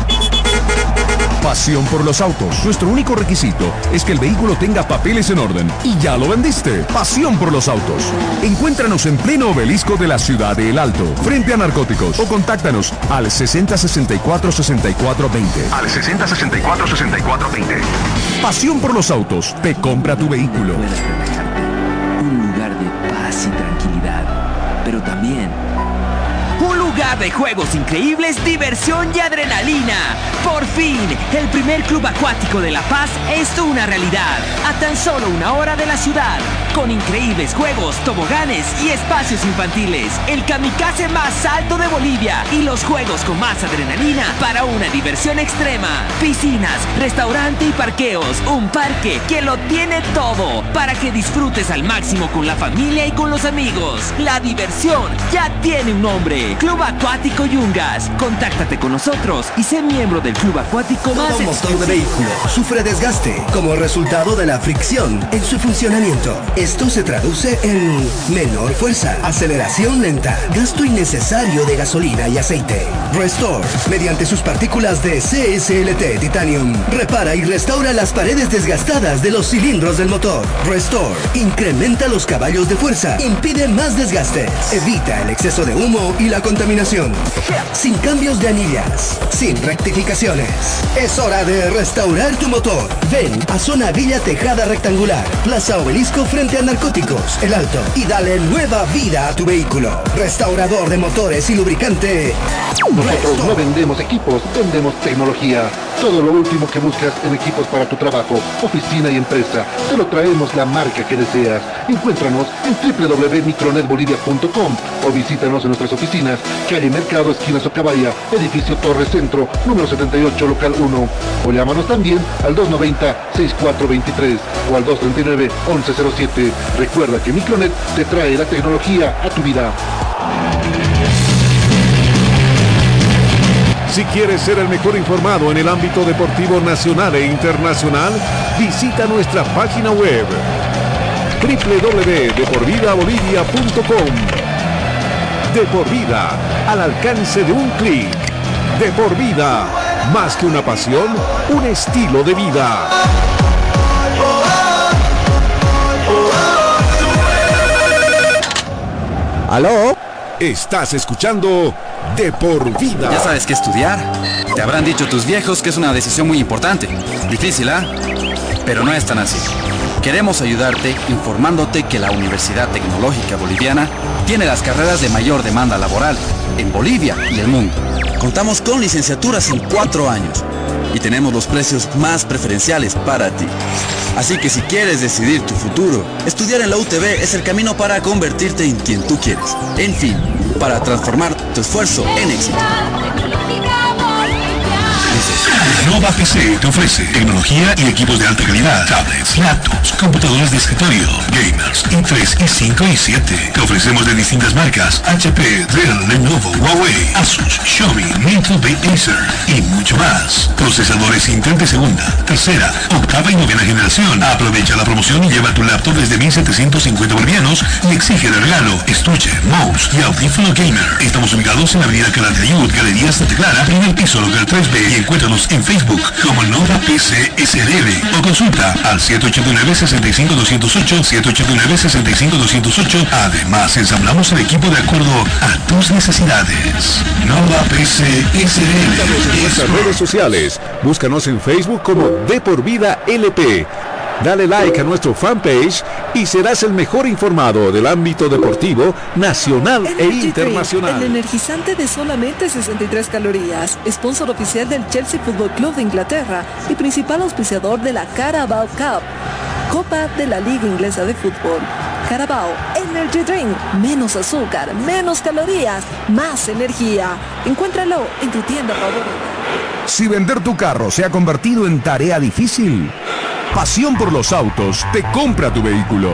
Pasión por los Autos. Nuestro único requisito es que el vehículo tenga papeles en orden. Y ya lo vendiste. Pasión por los Autos. Encuéntranos en pleno obelisco de la ciudad de El Alto, frente a Narcóticos. O contáctanos al 6064-6420. Al 6064-6420. Pasión por los Autos te compra tu vehículo. Un lugar de paz y tranquilidad, pero también un lugar de juegos increíbles, diversión y adrenalina. Por fin, el primer club acuático de La Paz es una realidad, a tan solo 1 hora de la ciudad, con increíbles juegos, toboganes y espacios infantiles, el kamikaze más alto de Bolivia y los juegos con más adrenalina para una diversión extrema. Piscinas, restaurante y parqueos, un parque que lo tiene todo para que disfrutes al máximo con la familia y con los amigos. La diversión ya tiene un nombre: Club Acuático Yungas. Contáctate con nosotros y sé miembro del Club Acuático más Todo motor exclusivo. de vehículo sufre desgaste como resultado de la fricción en su funcionamiento. Esto se traduce en menor fuerza, aceleración lenta, gasto innecesario de gasolina y aceite. Restore, mediante sus partículas de CSLT Titanium, repara y restaura las paredes desgastadas de los cilindros del motor. Restore incrementa los caballos de fuerza, impide más desgastes, evita el exceso de humo y la contaminación. Sin cambios de anillas, sin rectificaciones. Es hora de restaurar tu motor. Ven a Zona Villa Tejada Rectangular, Plaza Obelisco frente a Narcóticos, El Alto, y dale nueva vida a tu vehículo. Restaurador de motores y lubricante. Nosotros no vendemos equipos, vendemos tecnología. Todo lo último que buscas en equipos para tu trabajo, oficina y empresa, te lo traemos la marca que deseas. Encuéntranos en www.micronetbolivia.com o visítanos en nuestras oficinas, calle Mercado, esquina Socabaya, edificio Torre Centro, número 78, local 1. O llámanos también al 290-6423 o al 239-1107. Recuerda que Micronet te trae la tecnología a tu vida. Si quieres ser el mejor informado en el ámbito deportivo nacional e internacional, visita nuestra página web www.deporvidabolivia.com. De por vida, al alcance de un clic. De por vida, más que una pasión, un estilo de vida. ¿Aló? Estás escuchando De por Vida. Ya sabes qué estudiar. Te habrán dicho tus viejos que es una decisión muy importante. Difícil, ¿ah? Pero no es tan así. Queremos ayudarte informándote que la Universidad Tecnológica Boliviana tiene las carreras de mayor demanda laboral en Bolivia y el mundo. Contamos con licenciaturas en 4 años y tenemos los precios más preferenciales para ti. Así que si quieres decidir tu futuro, estudiar en la UTB es el camino para convertirte en quien tú quieres. En fin, para transformar tu esfuerzo en éxito. Nova PC te ofrece tecnología y equipos de alta calidad, tablets, laptops, computadoras de escritorio, gamers, i3, i5 y 7. Te ofrecemos de distintas marcas: HP, Dell, Lenovo, Huawei, Asus, Xiaomi, Intel, Acer y mucho más. Procesadores Intel de segunda, tercera, octava y novena generación. Aprovecha la promoción y lleva tu laptop desde 1.750 bolivianos y exige de regalo estuche, mouse y audífono gamer. Estamos ubicados en la avenida Canal de Ayud, Galería Santa Clara, primer piso, local 3B, y encuéntranos en Facebook Facebook como Nova PC SRL o consulta al 789-65208, 789-65208. Además, ensamblamos el equipo de acuerdo a tus necesidades. Nova PC SRL. En nuestras redes sociales, búscanos en Facebook como De Por Vida LP. Dale like a nuestro fanpage y serás el mejor informado del ámbito deportivo nacional e internacional. El energizante de solamente 63 calorías, sponsor oficial del Chelsea Football Club de Inglaterra y principal auspiciador de la Carabao Cup, Copa de la Liga Inglesa de Fútbol. Carabao Energy Drink, menos azúcar, menos calorías, más energía. Encuéntralo en tu tienda favorita. Si vender tu carro se ha convertido en tarea difícil, Pasión por los Autos te compra tu vehículo.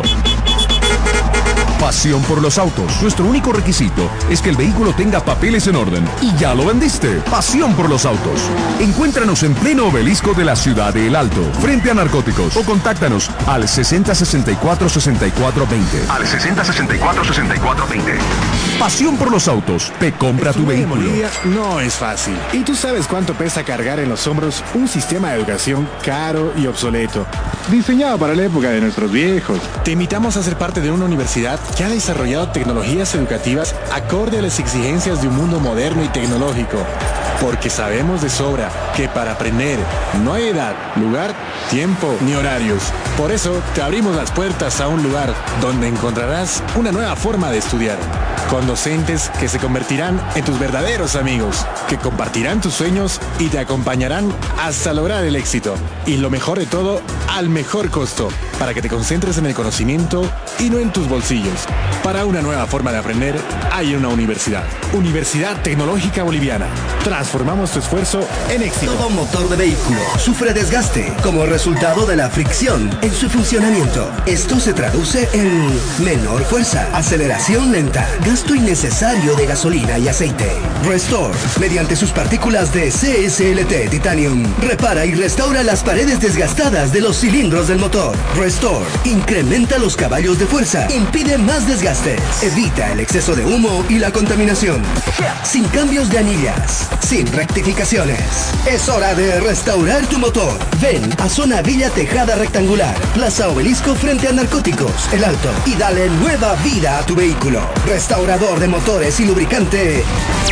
Pasión por los Autos. Nuestro único requisito es que el vehículo tenga papeles en orden. Y ya lo vendiste. Pasión por los Autos. Encuéntranos en pleno obelisco de la ciudad de El Alto, frente a Narcóticos. O contáctanos al 6064-6420. Al 6064-6420. Pasión por los Autos te compra tu vehículo. Bolivia no es fácil. Y tú sabes cuánto pesa cargar en los hombros un sistema de educación caro y obsoleto, diseñado para la época de nuestros viejos. Te invitamos a ser parte de una universidad que ha desarrollado tecnologías educativas acorde a las exigencias de un mundo moderno y tecnológico. Porque sabemos de sobra que para aprender no hay edad, lugar, tiempo ni horarios. Por eso te abrimos las puertas a un lugar donde encontrarás una nueva forma de estudiar. Con docentes que se convertirán en tus verdaderos amigos, que compartirán tus sueños y te acompañarán hasta lograr el éxito. Y lo mejor de todo, al mejor costo, para que te concentres en el conocimiento y no en tus bolsillos. Para una nueva forma de aprender, hay una universidad. Universidad Tecnológica Boliviana. Transformamos tu esfuerzo en éxito. Todo motor de vehículo sufre desgaste como resultado de la fricción en su funcionamiento. Esto se traduce en menor fuerza, aceleración lenta, gasto innecesario de gasolina y aceite. Restore, mediante sus partículas de CSLT Titanium, repara y restaura las paredes desgastadas de los cilindros del motor. Restore, incrementa los caballos de fuerza, impide más desgastes, evita el exceso de humo y la contaminación. Sin cambios de anillas, sin rectificaciones. Es hora de restaurar tu motor. Ven a Zona Villa Tejada Rectangular, Plaza Obelisco frente a Narcóticos, El Alto, y dale nueva vida a tu vehículo. Restaurador de motores y lubricante.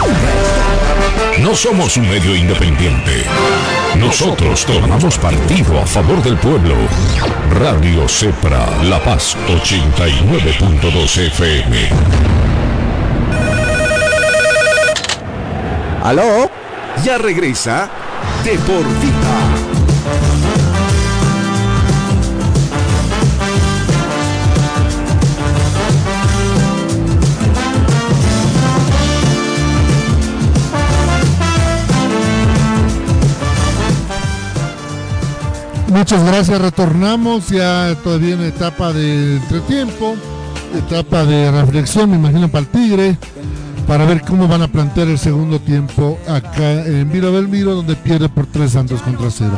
No somos un medio independiente. Nosotros tomamos partido a favor del pueblo. Radio Cepra, La Paz 89.2 FM. ¿Aló? Ya regresa De Por Vida. Muchas gracias, retornamos ya todavía en etapa de entretiempo, etapa de reflexión, me imagino, para el Tigre, para ver cómo van a plantear el segundo tiempo acá en Vila Belmiro, donde pierde por 3 tantos contra 0.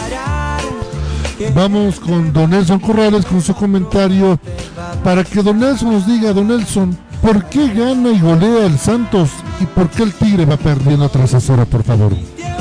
Vamos con don Nelson Corrales con su comentario, para que don Nelson nos diga, don Nelson, ¿por qué gana y golea el Santos y por qué el Tigre va perdiendo 3-0, por favor?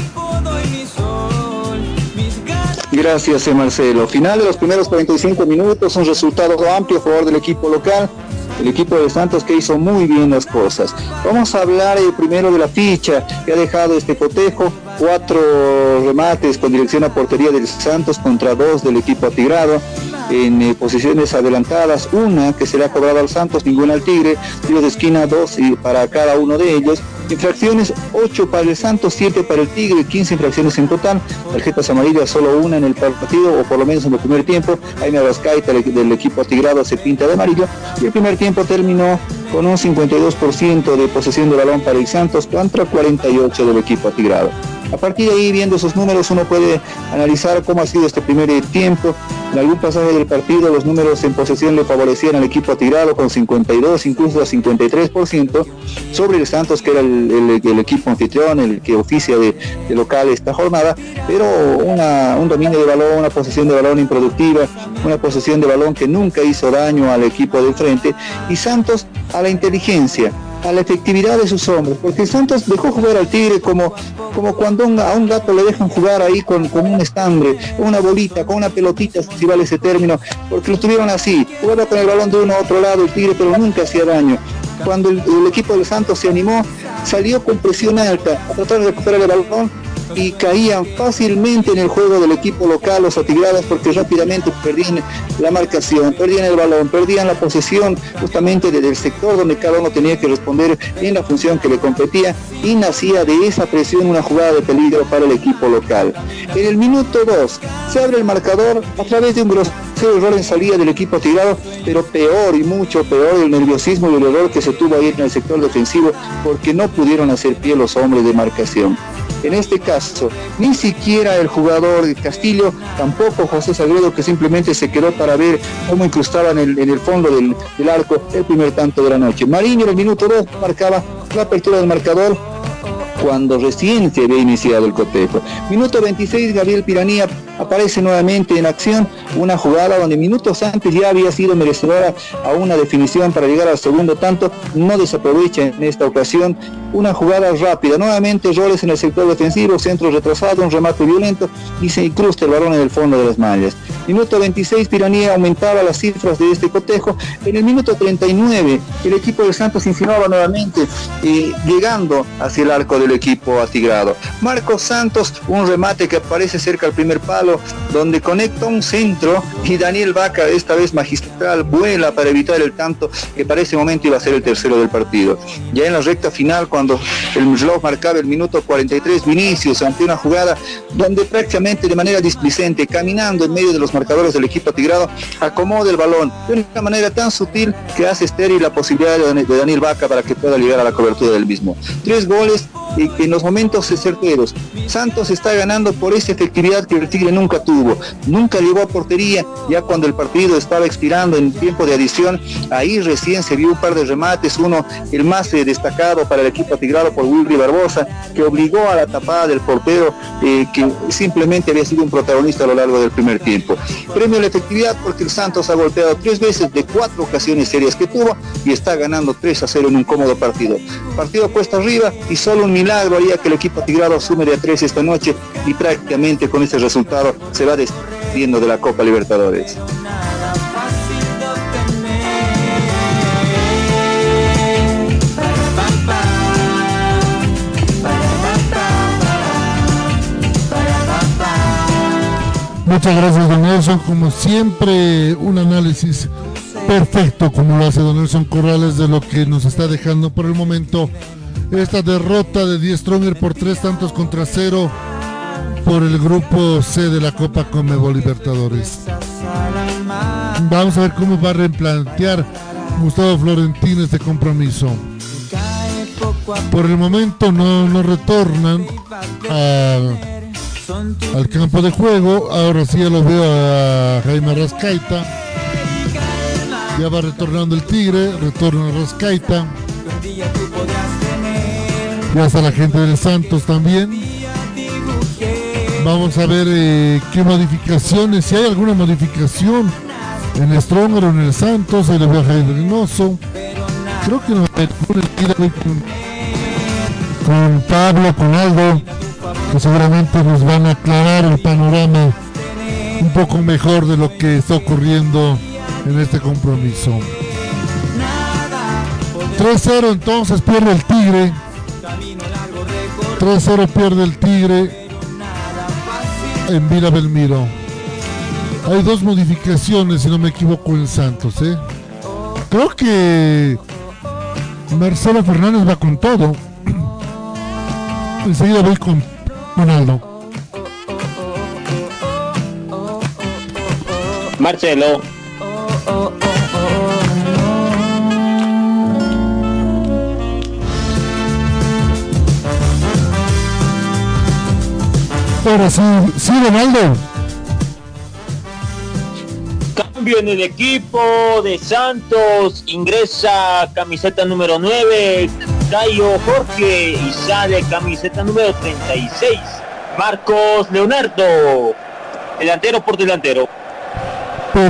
Gracias, Marcelo. Final de los primeros 45 minutos, un resultado amplio a favor del equipo local, el equipo de Santos, que hizo muy bien las cosas. Vamos a hablar primero de la ficha que ha dejado este cotejo: 4 remates con dirección a portería del Santos contra 2 del equipo atigrado. En posiciones adelantadas, una que se le ha cobrado al Santos, ninguna al Tigre. Tiros de esquina, 2 para cada uno de ellos. Infracciones, 8 para el Santos, 7 para el Tigre, 15 infracciones en total. Tarjetas amarillas, solo una en el partido, o por lo menos en el primer tiempo. Jaime Abascaita del equipo atigrado se pinta de amarillo, y el primer tiempo terminó con un 52% de posesión de balón para el Santos contra 48% del equipo atigrado. A partir de ahí, viendo esos números, uno puede analizar cómo ha sido este primer tiempo. En algún pasaje del partido, los números en posesión le favorecían al equipo atigrado con 52, incluso 53% sobre el Santos, que era el equipo anfitrión, el que oficia de local esta jornada, pero un dominio de balón, una posesión de balón improductiva, una posesión de balón que nunca hizo daño al equipo del frente, y Santos a la inteligencia, a la efectividad de sus hombres, porque Santos dejó jugar al Tigre como cuando a un gato le dejan jugar ahí con un estambre, una bolita, con una pelotita, si vale ese término, porque lo tuvieron así, jugaba con el balón de uno a otro lado el Tigre, pero nunca hacía daño. Cuando el equipo de Santos se animó, salió con presión alta a tratar de recuperar el balón y caían fácilmente en el juego del equipo local los atigrados, porque rápidamente perdían la marcación, perdían el balón, perdían la posesión justamente del sector donde cada uno tenía que responder en la función que le competía, y nacía de esa presión una jugada de peligro para el equipo local. En el minuto 2 se abre el marcador a través de un grosero error en salida del equipo atigrado, pero peor y mucho peor el nerviosismo y el error que se tuvo ahí en el sector defensivo, porque no pudieron hacer pie los hombres de marcación. En este caso, ni siquiera el jugador de Castillo, tampoco José Sagredo, que simplemente se quedó para ver cómo incrustaban en el fondo del arco el primer tanto de la noche. Mariño en el minuto 2 marcaba la apertura del marcador cuando recién se había iniciado el cotejo. Minuto 26, Gabriel Piranía aparece nuevamente en acción, una jugada donde minutos antes ya había sido merecedora a una definición para llegar al segundo tanto, no desaprovecha en esta ocasión, una jugada rápida, nuevamente errores en el sector defensivo, centro retrasado, un remate violento y se incrusta el balón en el fondo de las mallas. Minuto 26, Piranía aumentaba las cifras de este cotejo. En el minuto 39, el equipo de Santos insinuaba nuevamente, llegando hacia el arco del equipo atigrado. Marcos Santos, un remate que aparece cerca al primer palo, donde conecta un centro y Daniel Vaca, esta vez magistral, vuela para evitar el tanto que para ese momento iba a ser el tercero del partido. Ya en la recta final, cuando el reloj marcaba el minuto 43, Vinicius, ante una jugada donde prácticamente de manera displicente, caminando en medio de los marcadores del equipo atigrado, acomoda el balón de una manera tan sutil que hace estéril la posibilidad de Daniel Vaca para que pueda llegar a la cobertura del mismo. 3 goles en los momentos certeros. Santos está ganando por esa efectividad que el Tigre nunca tuvo, nunca llegó a portería. Ya cuando el partido estaba expirando en tiempo de adición, ahí recién se vio un par de remates, uno el más destacado para el equipo atigrado por Willy Barbosa, que obligó a la tapada del portero, que simplemente había sido un protagonista a lo largo del primer tiempo. Premio a la efectividad porque el Santos ha golpeado 3 veces de 4 ocasiones serias que tuvo y está ganando 3-0 en un cómodo partido. Partido cuesta arriba y solo un milagro haría que el equipo atigrado sume de a 3 esta noche y prácticamente con ese resultado se va despidiendo de la Copa Libertadores. Muchas gracias, don Nelson. Como siempre, un análisis perfecto, como lo hace don Nelson Corrales, de lo que nos está dejando por el momento esta derrota de Die Stronger por 3-0 por el grupo C de la Copa Conmebol Libertadores. Vamos a ver cómo va a replantear Gustavo Florentino este compromiso. Por el momento no retornan al campo de juego. Ahora sí ya lo veo a Jaime Arrascaita. Ya va retornando el Tigre, retorna Arrascaita. Ya está la gente del Santos también. Vamos a ver qué modificaciones, si hay alguna modificación en el Stronger o en el Santos. Ahí le veo a Jaime Reynoso. Creo que no hay con Pablo, con Aldo, que seguramente nos van a aclarar el panorama un poco mejor de lo que está ocurriendo en este compromiso. 3-0 entonces pierde el Tigre. 3-0 pierde el Tigre en Villa Belmiro. Hay 2 modificaciones, si no me equivoco, en Santos, Creo que Marcelo Fernández va con todo. Enseguida voy con Ronaldo. Marcelo. Ahora sí, Ronaldo. Cambio en el equipo de Santos, ingresa camiseta número 9, Cayo Jorge, y sale camiseta número 36, Marcos Leonardo, delantero por delantero.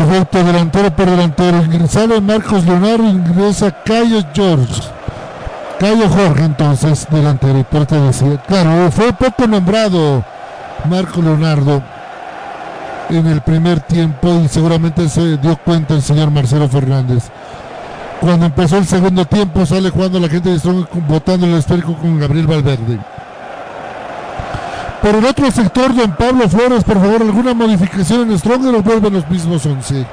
Perfecto, delantero por delantero. Sale Marcos Leonardo, ingresa Cayo George. Cayo Jorge, entonces, delantero, y por te decía, claro, fue poco nombrado Marco Leonardo en el primer tiempo y seguramente se dio cuenta el señor Marcelo Fernández. Cuando empezó el segundo tiempo sale jugando la gente de Strong, botando el esférico con Gabriel Valverde. Por el otro sector, don Pablo Flores, por favor, ¿alguna modificación en Strong o vuelven los mismos 11?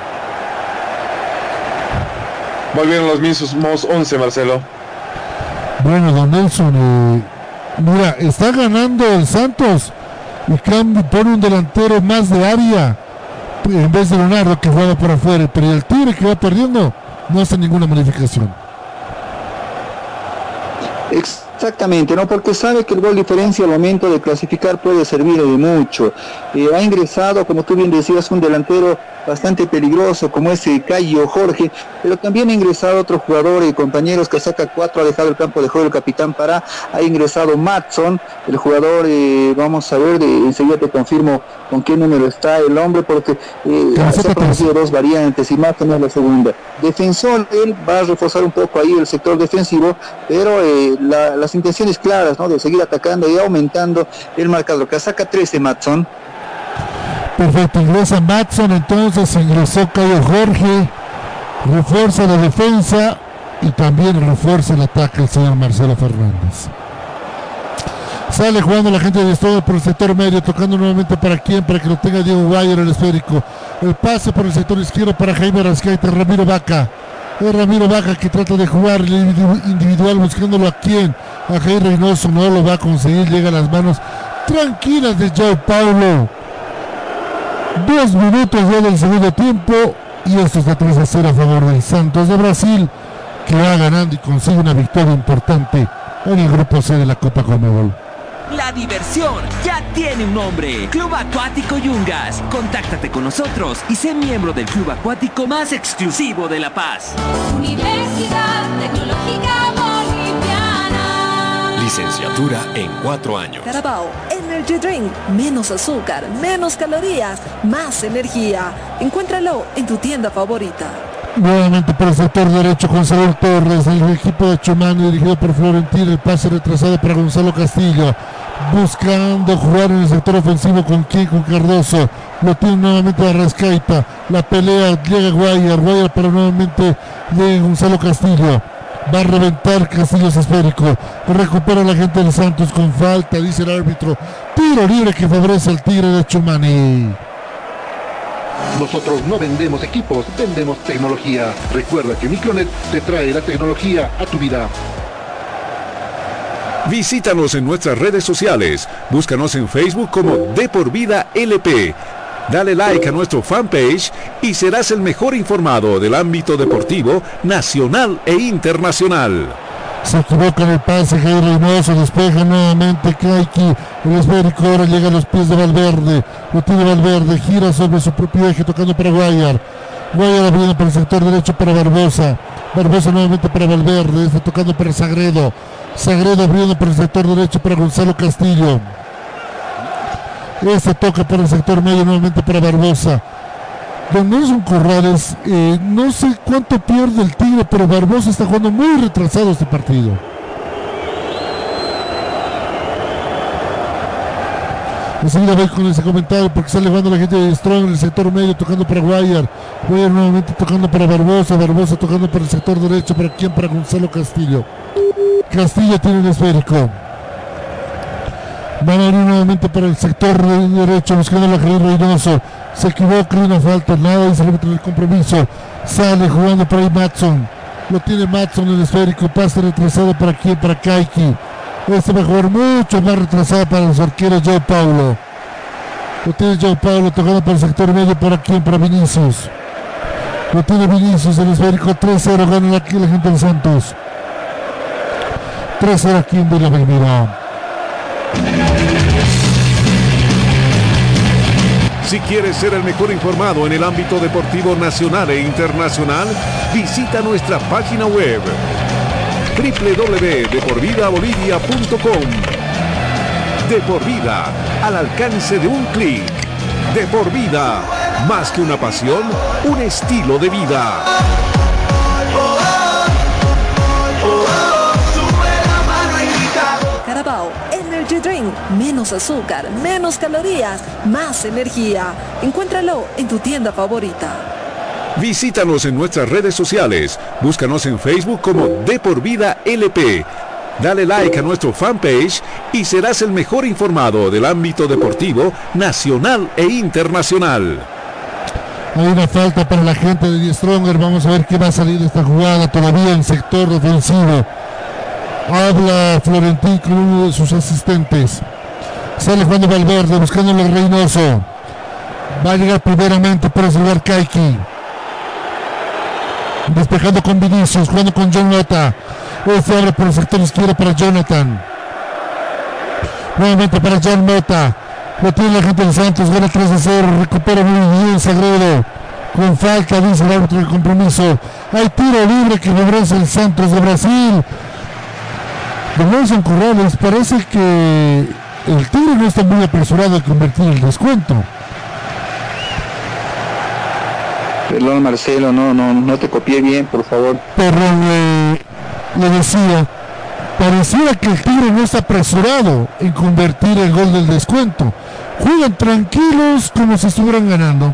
Volvieron los mismos 11, Marcelo. Bueno, don Nelson, mira, está ganando el Santos y pone un delantero más de área en vez de Leonardo, que juega por afuera, pero el Tigre que va perdiendo no hace ninguna modificación. Exactamente, ¿no? Porque sabe que el gol diferencia al momento de clasificar puede servir de mucho. Ha ingresado, como tú bien decías, un delantero bastante peligroso como ese Cayo Jorge, pero también ha ingresado otro jugador y compañeros que saca 4, ha dejado el campo de juego el capitán Pará, ha ingresado Matson, el jugador, vamos a ver, enseguida te confirmo con qué número está el hombre, porque se ha conocido 2 variantes y Matson es la segunda. Defensor, él va a reforzar un poco ahí el sector defensivo, pero las intenciones claras, ¿no? De seguir atacando y aumentando el marcador, que saca 13 Matson. Perfecto, ingresa Matson, entonces ingresó Cayo Jorge, refuerza la defensa y también refuerza el ataque el señor Marcelo Fernández. Sale jugando la gente de Strong por el sector medio, tocando nuevamente para quién, para que lo tenga Diego Guayer, el esférico. El pase por el sector izquierdo para Jaime Rascaita, Ramiro Vaca. Es Ramiro Vaca que trata de jugar individual, buscándolo a quién. A Jair Reynoso, no lo va a conseguir, llega a las manos tranquilas de João Paulo. 2 minutos ya del segundo tiempo y esto está 3-0 a favor del Santos de Brasil, que va ganando y consigue una victoria importante en el grupo C de la Copa Conmebol. La diversión ya tiene un nombre. Club Acuático Yungas. Contáctate con nosotros y sé miembro del club acuático más exclusivo de La Paz. Universidad Tecnológica Boliviana. Licenciatura en 4 años. Carabao Energy Drink. Menos azúcar, menos calorías, más energía. Encuéntralo en tu tienda favorita. Nuevamente por el sector derecho con Saúl Torres, el equipo de Chumani dirigido por Florentino, el pase retrasado para Gonzalo Castillo, buscando jugar en el sector ofensivo con Cardoso, lo tiene nuevamente a Rascaita, la pelea, llega Guayer para nuevamente llega Gonzalo Castillo, va a reventar Castillo esférico, recupera la gente del Santos con falta, dice el árbitro, tiro libre que favorece al Tigre de Chumani. Nosotros no vendemos equipos, vendemos tecnología. Recuerda que Micronet te trae la tecnología a tu vida. Visítanos en nuestras redes sociales. Búscanos en Facebook como De Por Vida LP. Dale like a nuestro fanpage y serás el mejor informado del ámbito deportivo nacional e internacional. Se equivoca en el pase, Jair Reynoso despeja nuevamente Kaiki, el esférico ahora llega a los pies de Valverde, lo tiene Valverde, gira sobre su propio eje tocando para Guayer abriendo para el sector derecho para Barbosa nuevamente para Valverde, está tocando para Sagredo abriendo para el sector derecho para Gonzalo Castillo, toca para el sector medio nuevamente para Barbosa. Don Nelson Corrales, no sé cuánto pierde el Tigre, pero Barbosa está jugando muy retrasado este partido. Enseguida voy con ese comentario porque sale jugando la gente de Strong en el sector medio tocando para Guayer nuevamente tocando para Barbosa tocando para el sector derecho, ¿para quién? Para Gonzalo Castillo tiene el esférico. Van a abrir nuevamente para el sector derecho buscando a Jair Reynoso. Se equivoca, no falta nada y se le mete el compromiso. Sale jugando por ahí Matson. Lo tiene Matson en el esférico. Pase retrasado para quién, para Kaiki. Va a jugar mucho más retrasado para los arqueros João Paulo. Lo tiene João Paulo tocando para el sector medio, para quién, para Vinicius. Lo tiene Vinicius en el esférico. 3-0 gana aquí la gente del Santos. 3-0 aquí en Villa Belmiro. Si quieres ser el mejor informado en el ámbito deportivo nacional e internacional, visita nuestra página web www.deporvidabolivia.com. De por vida, al alcance de un clic. De por vida, más que una pasión, un estilo de vida. menos azúcar, menos calorías, más energía. Encuéntralo en tu tienda favorita. Visítanos en nuestras redes sociales. Búscanos en Facebook como De Por Vida LP. Dale like a nuestro fanpage y serás el mejor informado del ámbito deportivo nacional e internacional. Hay una falta para la gente de Die Stronger. Vamos a ver qué va a salir de esta jugada todavía en sector ofensivo. Habla Florentín con uno de sus asistentes. Sale Juan de Valverde buscándole a Reynoso. Va a llegar primeramente para salvar Kaiki. Despejando con Vinicius, jugando con John Mota. Se abre por el sector izquierdo para Jonathan. Nuevamente para John Mota. Lo tiene la gente de Santos, gana 3-0. Recupera muy bien Sagredo. Con falta, dice el árbitro de compromiso. Hay tiro libre que favorece el Santos de Brasil. De Nelson Corrales, parece que el Tigre no está muy apresurado a convertir el descuento. Perdón, Marcelo, no te copié bien, por favor. Perdón, le decía, pareciera que el Tigre no está apresurado en convertir el gol del descuento. Juegan tranquilos como si estuvieran ganando.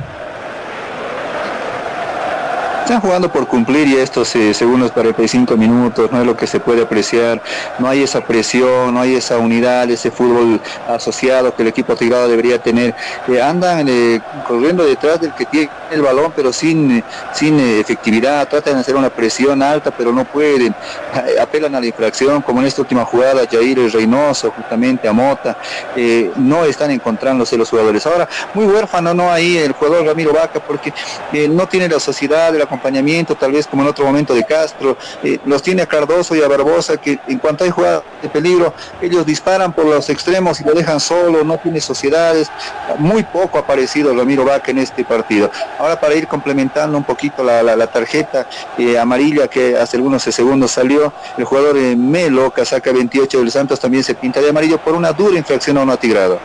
Están jugando por cumplir y estos segundos 45 minutos no es lo que se puede apreciar. No hay esa presión, no hay esa unidad, ese fútbol asociado que el equipo tigado debería tener. Andan corriendo detrás del que tiene el balón, pero sin efectividad. Tratan de hacer una presión alta, pero no pueden. Apelan a la infracción, como en esta última jugada, Jair Reynoso, justamente a Mota. No están encontrándose los jugadores. Ahora, muy huérfano, ¿no? Ahí el jugador Ramiro Vaca, porque no tiene la sociedad, el acompañamiento, tal vez como en otro momento de Castro. Los tiene a Cardoso y a Barbosa, que en cuanto hay jugada de peligro, ellos disparan por los extremos y lo dejan solo, no tiene sociedades. Muy poco ha aparecido Ramiro Vaca en este partido. Ahora, para ir complementando un poquito la tarjeta amarilla que hace algunos segundos salió, el jugador Melo, casaca 28 del Santos, también se pinta de amarillo por una dura infracción a un atigrado.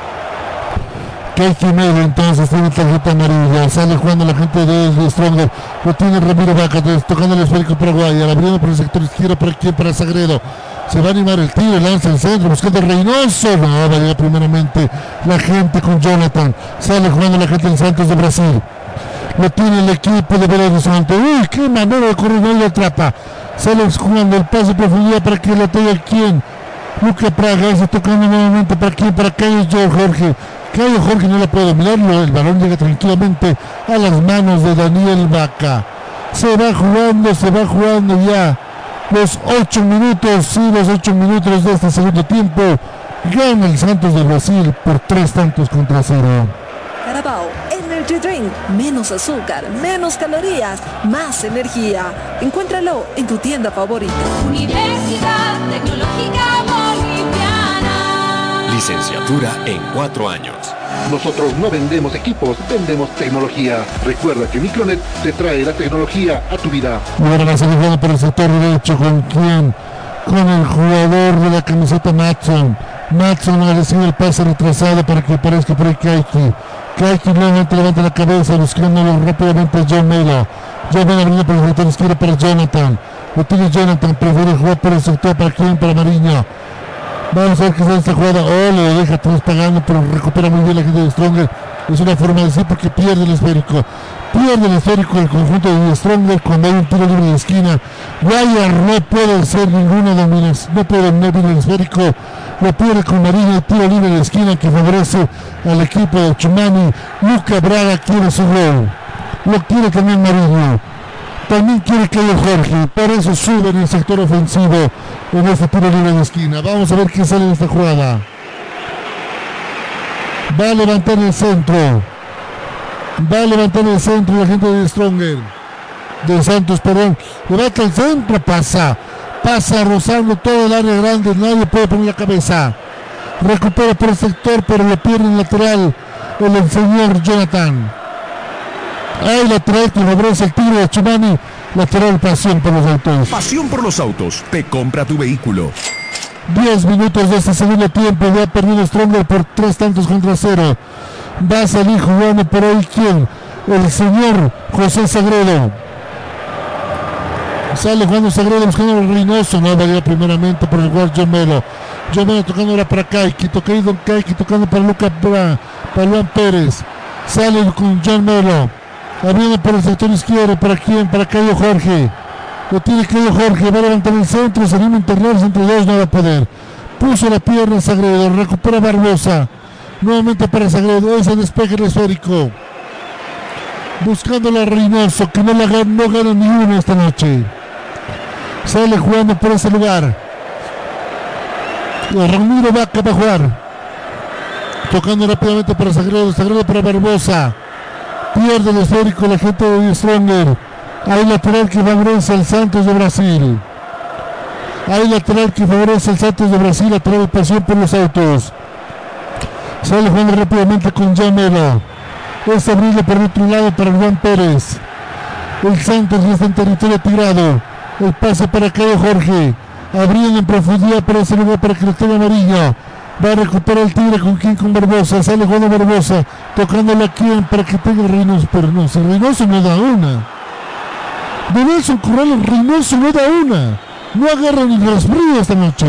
Kaiki Melo entonces tiene tarjeta amarilla. Sale jugando la gente de Stronger. Lo tiene Ramiro Vaca tocando el esférico Paraguay. Abriendo por el sector izquierdo para Sagredo. Se va a animar el tiro, lanza el centro, buscando Reynoso. No, va a llegar primeramente la gente con Jonathan. Sale jugando la gente del Santos de Brasil. Lo tiene el equipo de Belo Horizonte. Uy, qué manera de correr, no lo atrapa. Sale jugando el pase de profundidad para que lo tenga quien. Luca Praga, se tocando nuevamente para quien, para Cayo Jorge. Cayo Jorge no la puede dominarlo, el balón llega tranquilamente a las manos de Daniel Vaca. Se va jugando ya los 8 minutos, sí, los 8 minutos de este segundo tiempo. Gana el Santos de Brasil por 3-0. Carabao Energy Drink, menos azúcar, menos calorías, más energía. Encuéntralo en tu tienda favorita. Universidad Tecnológica Boliviana. Licenciatura en 4 años. Nosotros no vendemos equipos, vendemos tecnología. Recuerda que Micronet te trae la tecnología a tu vida. Ahora va a salir jugando por el sector derecho. ¿Con quién? Con el jugador de la camiseta Matson. Matson ha recibido el pase retrasado para que aparezca por el Kaiki. Kaiki nuevamente levanta la cabeza buscándolo rápidamente a John Melo. John Melo abriendo por el sector izquierdo para Jonathan. Lo tiene Jonathan, prefiere jugar por el sector para quién, para Mariño. Vamos a ver qué es esta jugada. Lo deja atrás pagando, pero recupera muy bien la gente de Stronger. Es una forma de decir porque pierde el esférico. Pierde el esférico el conjunto de Stronger cuando hay un tiro libre de esquina. Guayar no puede hacer ninguna dominación, no puede dominar bien el esférico. Lo pierde con Mariño, tiro libre de esquina que favorece al equipo de Chumani. Luca Braga quiere su gol. Lo quiere también Mariño. También quiere que haya Jorge, por eso sube en el sector ofensivo en este tiro libre de esquina. Vamos a ver qué sale de esta jugada. Va a levantar el centro. La gente de Stronger. De Santos, perdón. Levanta el centro, pasa rozando todo el área grande. Nadie puede poner la cabeza. Recupera por el sector, pero lo pierde en lateral el señor Jonathan. Hay lateral que favorece el tiro de Chumani. Lateral pasión por los autos. Pasión por los autos. Te compra tu vehículo. 10 minutos de este segundo tiempo. Ya ha perdido Stronger por 3-0. Va a salir jugando por ahí ¿quién? El señor José Sagredo. Sale jugando Sagredo buscando el Reynoso. No va a llegar primeramente por el guard John Melo. Giovanni tocando ahora para Kaiki, tocando para para Luan Pérez. Sale con John Melo. Abriendo por el sector izquierdo. ¿Para quién? Para Cayo Jorge. Lo tiene Cayo Jorge. Va a levantar el centro. Se anima a internarse entre dos. No va a poder. Puso la pierna Sagredo. Recupera Barbosa. Nuevamente para Sagredo. Ese despeje esférico. Buscando a Reynoso. Que no gana ni uno esta noche. Sale jugando por ese lugar. Ramiro Vaca va a jugar. Tocando rápidamente para Sagredo para Barbosa. Pierde el esférico la gente de Stronger. Hay lateral que favorece al Santos de Brasil. Lateral de pasión por los autos. Sale jugando rápidamente con Jamelo. Es abrirle por otro lado para Juan Pérez. El Santos ya está en territorio tirado. El pase para Cayo Jorge. Abriendo en profundidad para ese lugar para que lo tenga Amarillo. Va a recuperar el Tigre con Barbosa. Sale jugando Barbosa. Tocándole aquí para que tenga el Reynoso. Pero no, si Reynoso no da una. De Nelson Corrales, Reynoso no da una. No agarra ni las brillas esta noche.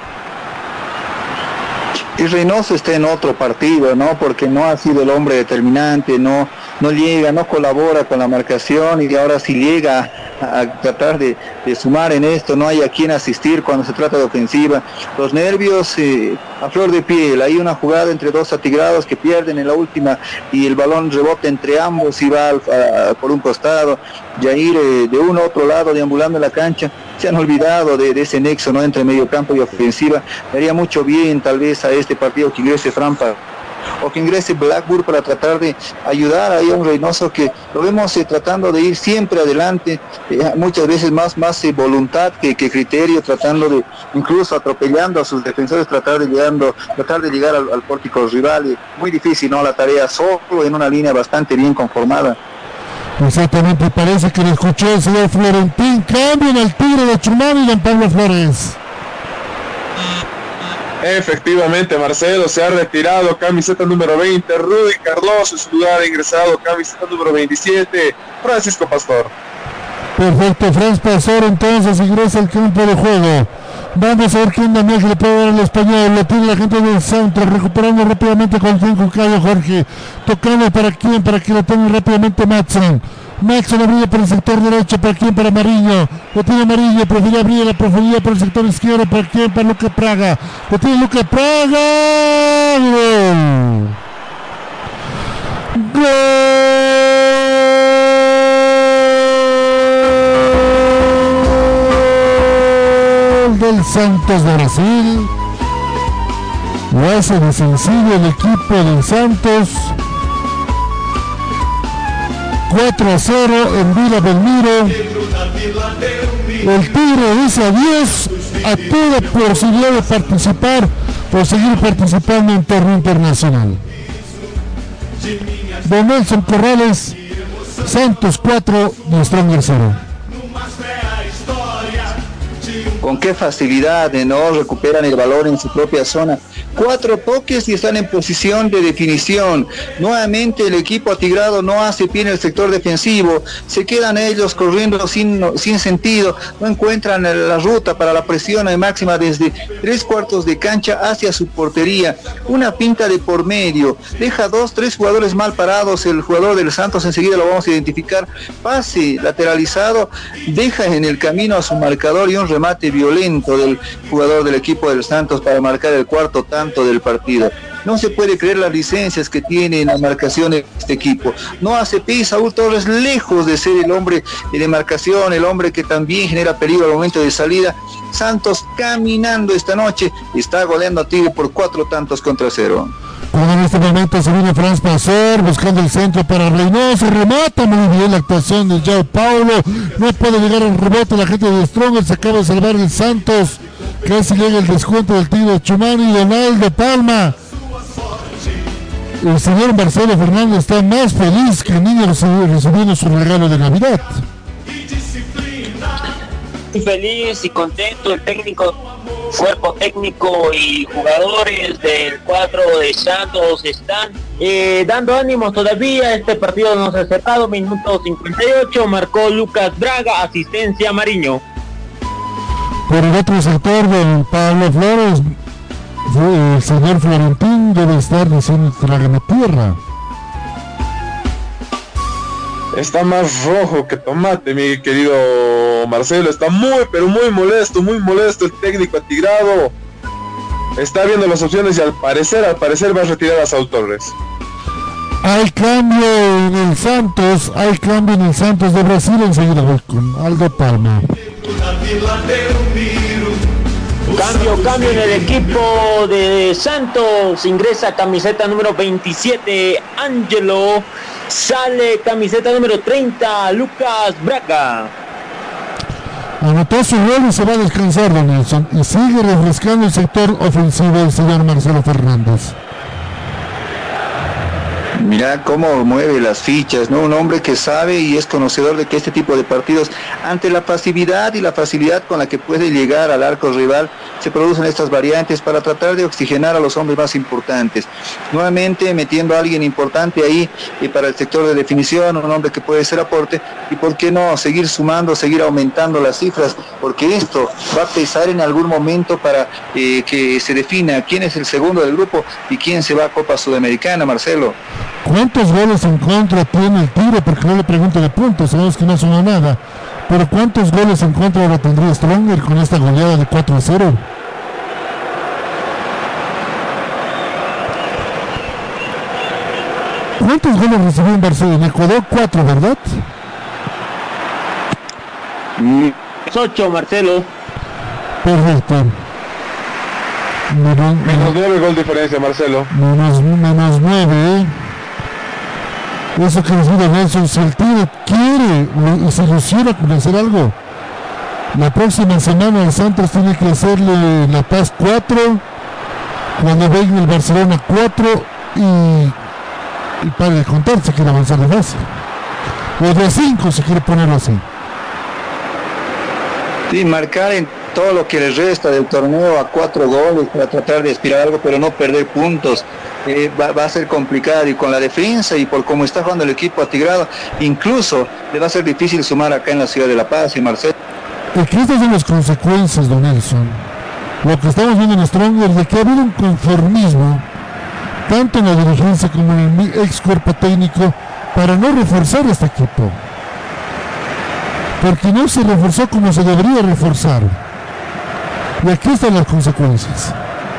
Y Reynoso está en otro partido, ¿no? Porque no ha sido el hombre determinante, no llega, no colabora con la marcación y ahora sí llega a tratar de sumar en esto, no hay a quien asistir cuando se trata de ofensiva. Los nervios a flor de piel, hay una jugada entre dos atigrados que pierden en la última y el balón rebota entre ambos y va por un costado. Jair de un otro lado deambulando en la cancha. Se han olvidado de ese nexo, ¿no?, entre mediocampo y ofensiva. Le haría mucho bien tal vez a este partido que ingrese Frampa o que ingrese Blackburn para tratar de ayudar ahí a un Reynoso que lo vemos tratando de ir siempre adelante, muchas veces más voluntad que criterio, tratando de, incluso atropellando a sus defensores, tratar de llegar al pórtico rival. Muy difícil, ¿no?, la tarea, solo en una línea bastante bien conformada. Exactamente, parece que lo escuchó el señor Florentín. Cambian al Tigre de Chumani y don Pablo Flores. Efectivamente, Marcelo se ha retirado, camiseta número 20, Rudy Cardoso, en su lugar ha ingresado, camiseta número 27, Francisco Pastor. Perfecto, Franz Pastor entonces ingresa al campo de juego. Vamos a ver quién Daniel que le puede dar al español. Lo tiene la gente del Santos, recuperando rápidamente con Cayo Jorge. Tocando para quién, para que lo tenga rápidamente Matson abrió por el sector derecho, para quién, para Amarillo. Lo tiene Amarillo, prefiere abrir la profundidad por el sector izquierdo, para quién, para Lucas Praga. Lo tiene Lucas Praga. Gol del Santos de Brasil. Lo hace de sencillo el equipo del Santos. 4-0 en Vila Belmiro. El Tigre dice adiós a toda posibilidad de participar o seguir participando en torneo internacional. De Nelson Corrales, Santos 4, de Stronger 0. Con qué facilidad no recuperan el balón en su propia zona. 4 toques y están en posición de definición. Nuevamente el equipo atigrado no hace pie en el sector defensivo. Se quedan ellos corriendo sin sentido. No encuentran la ruta para la presión máxima desde 3/4 de cancha hacia su portería. Una pinta de por medio. Deja 2-3 jugadores mal parados. El jugador del Santos enseguida lo vamos a identificar. Pase lateralizado. Deja en el camino a su marcador y un remate violento del jugador del equipo del Santos para marcar el cuarto tanto del partido. No se puede creer las licencias que tiene en la marcación de este equipo. No hace pie Saúl Torres, lejos de ser el hombre de marcación, el hombre que también genera peligro al momento de salida. Santos caminando esta noche, está goleando a Tigre por 4-0. Cuando en este momento se viene Franz Pastor buscando el centro para Reynoso, remata muy bien la actuación de Joao Paulo, no puede llegar al rebote la gente de Stronger, se acaba de salvar el Santos, casi llega el descuento del Tigre de Chumani. Donaldo Palma, el señor Marcelo Fernández está más feliz que el niño recibiendo su regalo de Navidad. Muy feliz y contento el técnico, cuerpo técnico y jugadores del cuadro de Santos están dando ánimos todavía. Este partido no se ha cerrado, minuto 58, marcó Lucas Braga, asistencia Mariño. Por el otro sector, don Pablo Flores, El señor Florentín debe estar diciendo trágame tierra. Está más rojo que tomate, mi querido Marcelo. Está muy, pero muy molesto el técnico atigrado. Está viendo las opciones y al parecer va a retirar a Saúl Torres. Hay cambio en el Santos de Brasil. Enseguida voy con Aldo Palma. Cambio en el equipo de Santos. Ingresa camiseta número 27, Ángelo. Sale camiseta número 30, Lucas Braga. Anotó su gol y se va a descansar, Don Nelson. Y sigue refrescando el sector ofensivo el señor Marcelo Fernández. Mira cómo mueve las fichas, ¿no? Un hombre que sabe y es conocedor de que este tipo de partidos, ante la pasividad y la facilidad con la que puede llegar al arco rival, se producen estas variantes para tratar de oxigenar a los hombres más importantes. Nuevamente metiendo a alguien importante ahí para el sector de definición, un hombre que puede ser aporte, y por qué no seguir sumando, seguir aumentando las cifras, porque esto va a pesar en algún momento para que se defina quién es el segundo del grupo y quién se va a Copa Sudamericana, Marcelo. ¿Cuántos goles en contra tiene el Tigre? Porque no le pregunto de puntos, sabemos que no sumó nada. Pero ¿cuántos goles en contra ahora tendría Stronger con esta goleada de 4-0? ¿Cuántos goles recibió en Barcelona? En Ecuador 4, ¿verdad? 8, Marcelo. Perfecto. Menos 9 gol diferencia, Marcelo. Menos 9, Eso que decide Nelson, si el Tigre quiere y se ilusiona con hacer algo, la próxima semana el Santos tiene que hacerle La Paz 4, cuando venga el Barcelona 4 y para de contar, se quiere avanzar de fase. O de 5 se quiere ponerlo así. Sí, marcar en todo lo que les resta del torneo a 4 goles para tratar de aspirar a algo, pero no perder puntos. Va a ser complicado, y con la defensa y por cómo está jugando el equipo atigrado, incluso le va a ser difícil sumar acá en la ciudad de La Paz y Marcelo. Porque estas son las consecuencias, Don Nelson. Lo que estamos viendo en Stronger, de que ha habido un conformismo, tanto en la dirigencia como en el ex cuerpo técnico, para no reforzar este equipo. Porque no se reforzó como se debería reforzar. Y aquí están las consecuencias.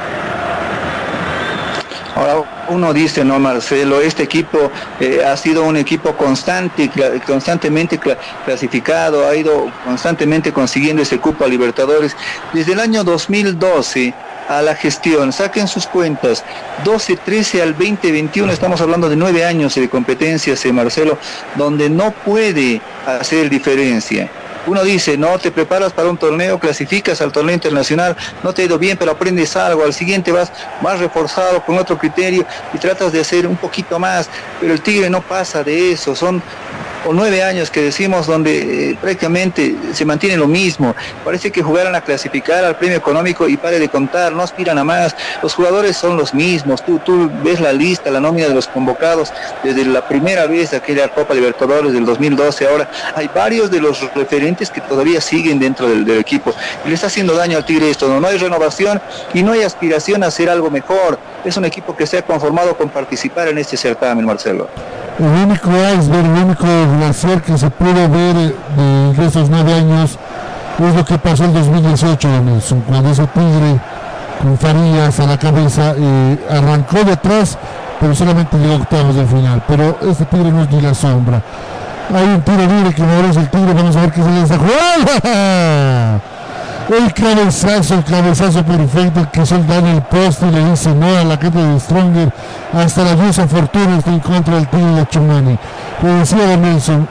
Ahora uno dice, no, Marcelo, este equipo ha sido un equipo constantemente clasificado, ha ido constantemente consiguiendo ese cupo a Libertadores. Desde el año 2012 a la gestión, saquen sus cuentas, 12, 13 al 2021, estamos hablando de 9 años de competencias, Marcelo, donde no puede hacer diferencia. Uno dice, no, te preparas para un torneo, clasificas al torneo internacional, no te ha ido bien, pero aprendes algo, al siguiente vas más reforzado con otro criterio y tratas de hacer un poquito más, pero el Tigre no pasa de eso. Son 9 años que decimos donde prácticamente se mantiene lo mismo. Parece que jugaran a clasificar al premio económico y pare de contar, no aspiran a más. Los jugadores son los mismos. Tú ves la lista, la nómina de los convocados desde la primera vez de aquella Copa Libertadores del 2012. Ahora hay varios de los referentes que todavía siguen dentro del equipo y le está haciendo daño al Tigre esto. No hay renovación y no hay aspiración a hacer algo mejor. Es un equipo que se ha conformado con participar en este certamen, Marcelo. El único iceberg, el único glaciar que se puede ver de esos 9 años es lo que pasó en 2018, Nelson, cuando ese Tigre con Farías a la cabeza arrancó de atrás, pero solamente llegó a octavos de final. Pero este Tigre no es ni la sombra. Hay un tiro libre que merece el Tigre, vamos a ver qué se le está jugando. El cabezazo perfecto que se da en el poste y le dice no a la gente de Stronger. Hasta la diosa fortuna está en contra del Tigre de Chumani. Le decía Don Nelson,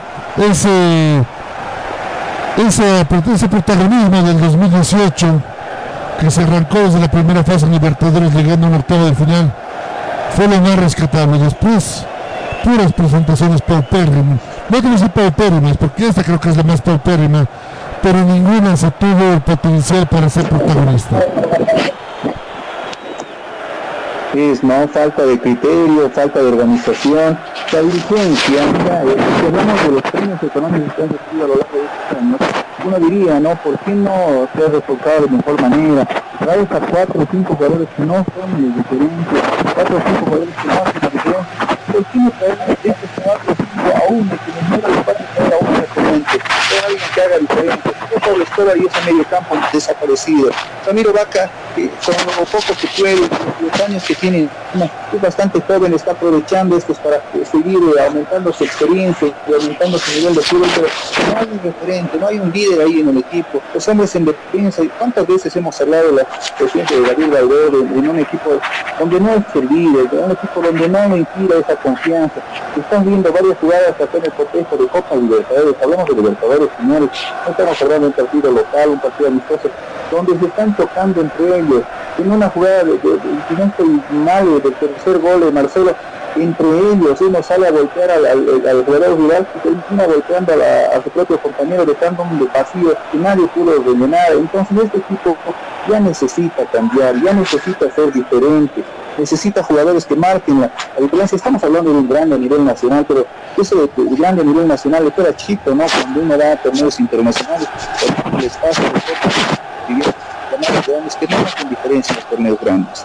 ese protagonismo del 2018 que se arrancó desde la primera fase en Libertadores llegando a un octavo de final fue lo más rescatable. Después puras presentaciones paupérrimas, no quiero decir paupérrimas porque esta creo que es la más paupérrima, pero ninguna se tuvo el potencial para ser protagonista. Es falta de criterio, falta de organización, la dirigencia. Mira, si hablamos de los premios económicos que han recibido a lo largo de estos años, uno diría, ¿no? ¿Por qué no se ha resultado de mejor manera? Traes a 4 o 5 jugadores que no son diferentes, 4 o 5 jugadores que no hacen la diferencia. ¿Por qué no traer a estos 4 o 5 a uno que nos muera los 4 a uno excelente? Traer a alguien que haga diferencia. Pablo Escobar y ese medio campo desaparecido. Ramiro Vaca, con lo poco que puede, los años que tiene, es bastante joven, está aprovechando estos para seguir aumentando su experiencia y aumentando su nivel de fútbol, pero no hay un referente, no hay un líder ahí en el equipo. Los hombres en defensa, ¿cuántas veces hemos hablado de la presencia de David Valverde en un equipo donde no es el líder, en un equipo donde no le inspira esa confianza? Están viendo varias jugadas acá en el cotejo de Copa Libertadores, hablamos de Libertadores, señores, no estamos hablando de un partido local, un partido amistoso, donde se están tocando entre ellos. En una jugada de mal del tercer gol de Marcelo, entre ellos uno sale a golpear al jugador rival y termina golpeando a su propio compañero, dejando un vacío que nadie pudo rellenar. Entonces este equipo ya necesita cambiar, ya necesita ser diferente, necesita jugadores que marquen la diferencia. Estamos hablando de un grande a nivel nacional, pero eso de grande a nivel nacional le queda chico, ¿no? Cuando uno va a torneos internacionales, el espacio que no hacen diferencia en los torneos grandes.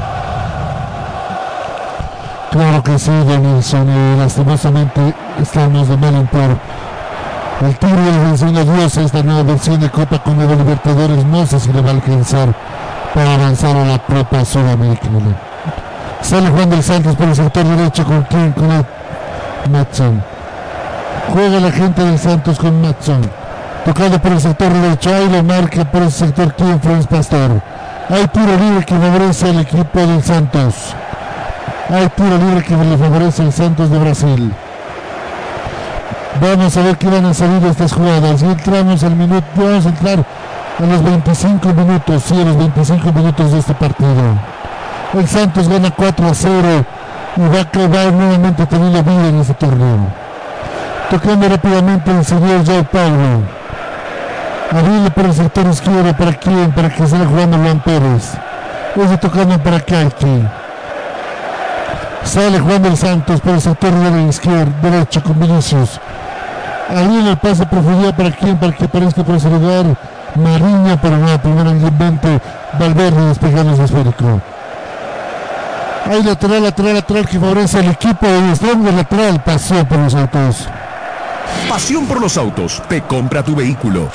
Claro que sí, Danielson, lastimosamente estamos de mal en peor. El Tigre le enseña a Dios a esta nueva versión de Copa Conmebol Libertadores, no sé si le va a alcanzar para avanzar a la Copa Sudamericana. Sale Juan del Santos por el sector derecho con el Matson. Juega la gente del Santos con Matson. Tocado por el sector derecho, ahí lo marca por el sector Kim Franz Pastor. Hay tiro libre que favorece al equipo del Santos. Hay tiro libre que le favorece al Santos de Brasil. Vamos a ver qué van a salir de estas jugadas. Y entramos al minuto, vamos a entrar a los 25 minutos, sí, a los 25 minutos de este partido. El Santos gana 4-0 y va nuevamente teniendo vida en este torneo. Tocando rápidamente el señor Joao Paulo. Abril por el sector izquierdo, ¿para quién? Para que salga jugando Juan Pérez. Ese tocando para Calqui. Sale Juan del Santos por el sector derecho con Vinicius. Ahí en el pase de profundidad, ¿para quién? Para que aparezca por ese lugar Mariña, pero no, primero el invento Valverde despejando el esférico. Hay lateral que favorece al equipo de extremo de lateral. Pasión por los autos. Pasión por los autos. Te compra tu vehículo.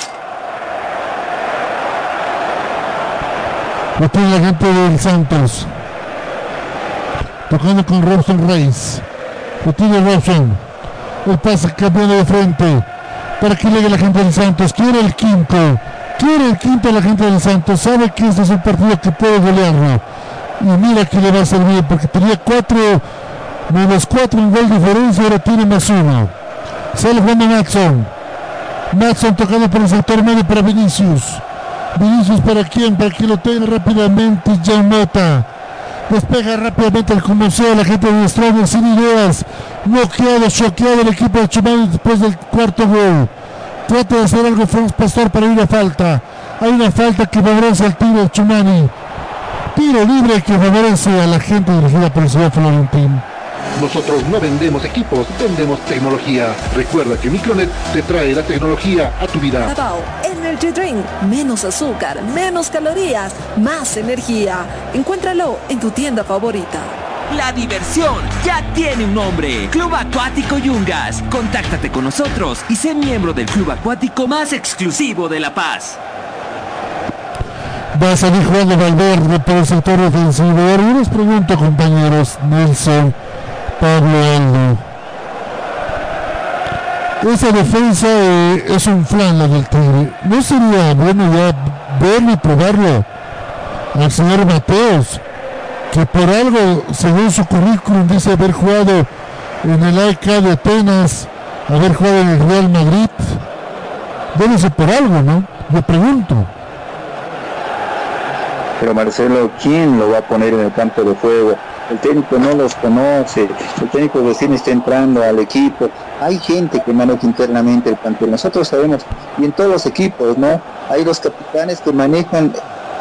Lo tiene la gente del Santos. Tocando con Robson Reis. Lo tiene Robson. El pase cambiando de frente. Para que llegue la gente del Santos. Quiere el quinto la gente del Santos. Sabe que este es un partido que puede golearlo. Y mira que le va a servir porque tenía menos 4 en gol de diferencia. Ahora tiene más 1. Sale jugando Matson tocando por el sector medio para Vinicius. ¿Para quién? Para que lo tenga rápidamente Jean Mota. Despega rápidamente el conocido, la gente de Stronger sin ideas. Choqueado el equipo de Chumani después del cuarto gol. Trata de hacer algo Franz Pastor para ir a falta. Hay una falta que favorece al tiro de Chumani. Tiro libre que favorece a la gente dirigida por el señor Florentín. Nosotros no vendemos equipos, vendemos tecnología. Recuerda que Micronet te trae la tecnología a tu vida. Davao Energy Drink, menos azúcar, menos calorías, más energía. Encuéntralo en tu tienda favorita. La diversión ya tiene un nombre. Club Acuático Yungas. Contáctate con nosotros y sé miembro del club acuático más exclusivo de La Paz. Va a salir jugando Valverde por el sector ofensivo. Yo les pregunto, compañeros, Nelson, Pablo, Aldo. Esa defensa es un flan la del Tigre. ¿No sería bueno ya verlo y probarlo al señor Mateos, que por algo, según su currículum, dice haber jugado en el AEK de Atenas, haber jugado en el Real Madrid? Debe ser por algo, ¿no? Le pregunto. Pero Marcelo, ¿quién lo va a poner en el campo de juego? El técnico no los conoce, el técnico recién está entrando al equipo. Hay gente que maneja internamente el plantel, nosotros sabemos, y en todos los equipos, ¿no? Hay los capitanes que manejan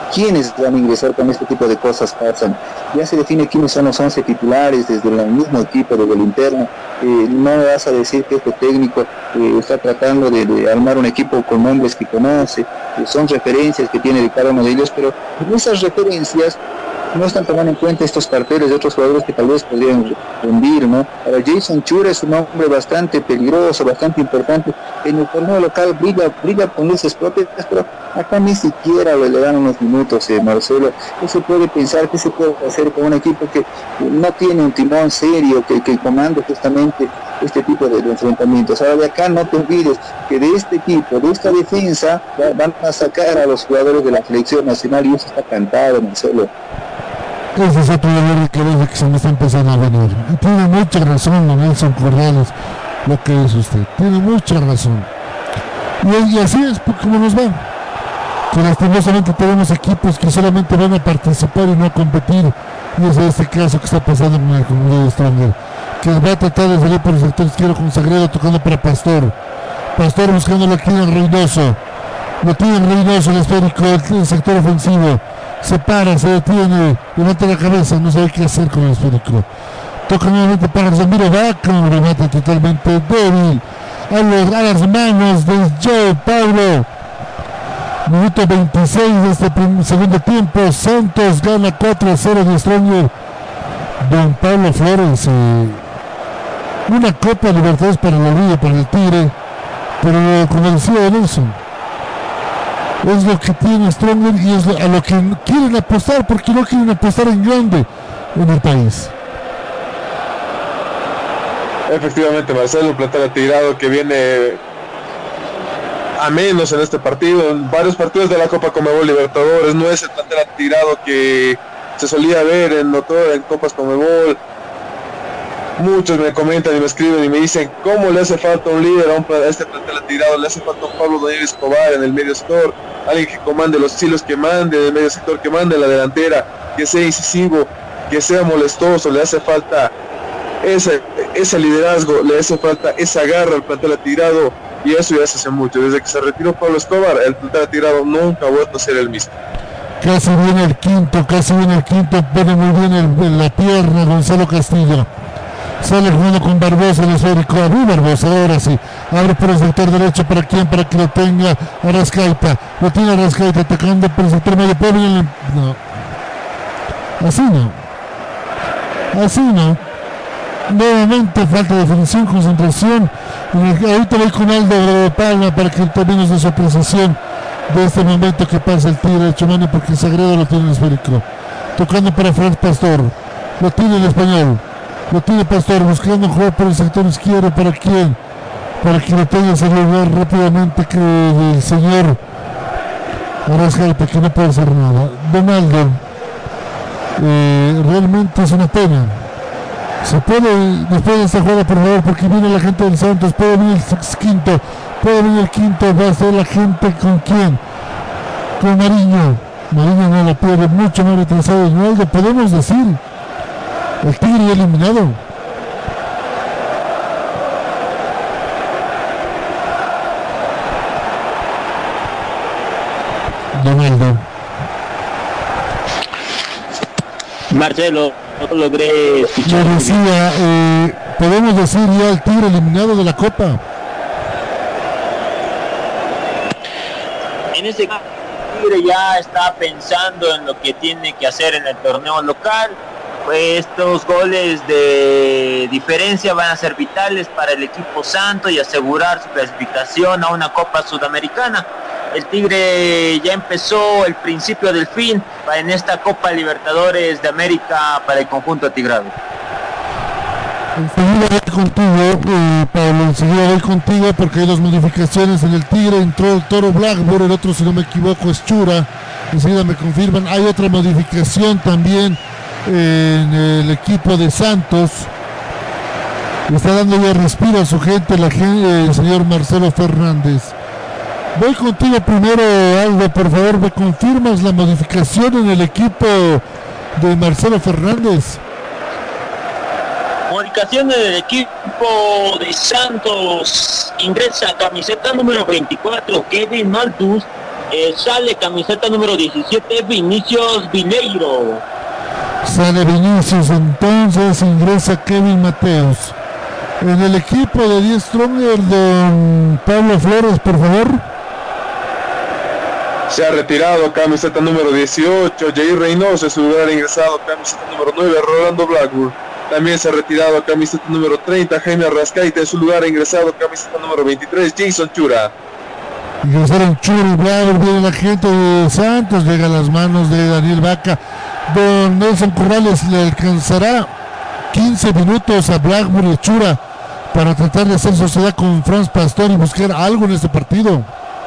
quiénes van a ingresar con este tipo de cosas pasan. Ya se define quiénes son los 11 titulares desde el mismo equipo, desde el interno. No vas a decir que este técnico está tratando de armar un equipo con hombres que conoce, son referencias que tiene de cada uno de ellos, pero esas referencias no están tomando en cuenta estos carteles de otros jugadores que tal vez podrían rendir, ¿no? Ahora, Jason Chura es un hombre bastante peligroso, bastante importante. En el torneo local brilla con luces propias, pero acá ni siquiera le dan unos minutos, Marcelo. ¿Qué se puede pensar? ¿Qué se puede hacer con un equipo que no tiene un timón serio, que comanda justamente este tipo de enfrentamientos? Ahora, de acá no te olvides que de este equipo, de esta defensa, van a sacar a los jugadores de la selección nacional, y eso está cantado, Marcelo. Ese es otro dolor de cabeza que se me está empezando a venir. Y tiene mucha razón, don Nelson Corrales, lo que es usted. Tiene mucha razón. Y así es como nos va. Que lastimosamente tenemos equipos que solamente van a participar y no a competir. Y es este caso que está pasando con el comunidad extranjera. Que va a tratar de salir por el sector izquierdo con Sagredo tocando para Pastor. Pastor buscando la tiene Reynoso. Lo tiene Reynoso, el esférico, el sector ofensivo. Se para, se detiene, levanta la cabeza, no sabe qué hacer con el esférico. Toca nuevamente para Ramiro Vaca, un remate totalmente débil a las manos de Joe Pablo. Minuto 26 de este segundo tiempo. Santos gana 4-0 de Stronger. Don Pablo Flores, una Copa Libertadores para la Liga, para el Tigre, pero como decía Nelson, es lo que tiene Stronger y es a lo que quieren apostar, porque no quieren apostar en grande en el país. Efectivamente, Marcelo, un plantel atigrado que viene a menos en este partido, en varios partidos de la Copa Conmebol Libertadores. No es el plantel atigrado que se solía ver en Copas Conmebol. Muchos me comentan y me escriben y me dicen cómo le hace falta un líder a este plantel atigrado. Le hace falta un Pablo Daniel Escobar en el medio sector, alguien que comande los hilos, que mande en el medio sector, que mande en la delantera, que sea incisivo, que sea molestoso. Le hace falta ese liderazgo, le hace falta esa garra al plantel atigrado, y eso ya se hace mucho. Desde que se retiró Pablo Escobar, el plantel atigrado nunca ha vuelto a ser el mismo. Casi viene el quinto, pone muy bien en la pierna Gonzalo Castillo. Sale jugando con Barbosa, el esférico. Abrió Barbosa, ahora sí. Abre por el sector derecho, ¿para quién? Para que lo tenga Arrascaita. Lo tiene Arrascaita atacando por el sector medio. No. Así no. Nuevamente falta de definición, concentración. Ahorita voy con Aldo de Palma para que terminemos de su apreciación de este momento que pasa el Tigre de Chumani, porque Sagredo lo tiene el esférico. Tocando para Fred Pastor. Lo tiene el español. Lo tiene Pastor buscando jugar por el sector izquierdo. ¿Para quién? Para que lo tenga ese lugar rápidamente que el señor Arrascaita, que no puede hacer nada. Donaldo, realmente es una pena. Se puede, después de esta jugada, por favor, porque viene la gente del Santos, puede venir el quinto, va a ser la gente con quién, con Mariño no la pierde, mucho más retrasado. Donaldo, podemos decir, el Tigre ya eliminado. Donaldo. Marcelo, no logré escuchar. Yo decía, podemos decir ya el Tigre eliminado de la Copa. En ese caso, el Tigre ya está pensando en lo que tiene que hacer en el torneo local. Pues estos goles de diferencia van a ser vitales para el equipo santo y asegurar su clasificación a una Copa Sudamericana. El Tigre ya empezó el principio del fin en esta Copa Libertadores de América para el conjunto atigrado. Enseguida voy contigo, Pablo, enseguida voy contigo porque hay dos modificaciones en el Tigre. Entró el Toro Blackburn, el otro, si no me equivoco, es Chura. Enseguida me confirman. Hay otra modificación también en el equipo de Santos. Está dando ya respiro a su gente, el señor Marcelo Fernández. Voy contigo primero, Aldo, por favor, ¿me confirmas la modificación en el equipo de Marcelo Fernández? Modificación en el equipo de Santos, ingresa camiseta número 24, Kevin Malthus, Sale camiseta número 17, Vinicius Vineiro. Sale Vinicius, entonces ingresa Kevin Mateos. En el equipo de 10 Stronger, don Pablo Flores, por favor. Se ha retirado camiseta número 18, Jair Reynoso, en su lugar ha ingresado camiseta número 9, Rolando Blackburn. También se ha retirado camiseta número 30, Jaime Arrascaita, en su lugar ha ingresado camiseta número 23, Jason Chura. Ingresaron Chura y Blackburn, viene la gente de Santos, llega a las manos de Daniel Vaca. Don Nelson Corrales le alcanzará 15 minutos a Blackburn y Chura para tratar de hacer sociedad con Franz Pastor y buscar algo en este partido.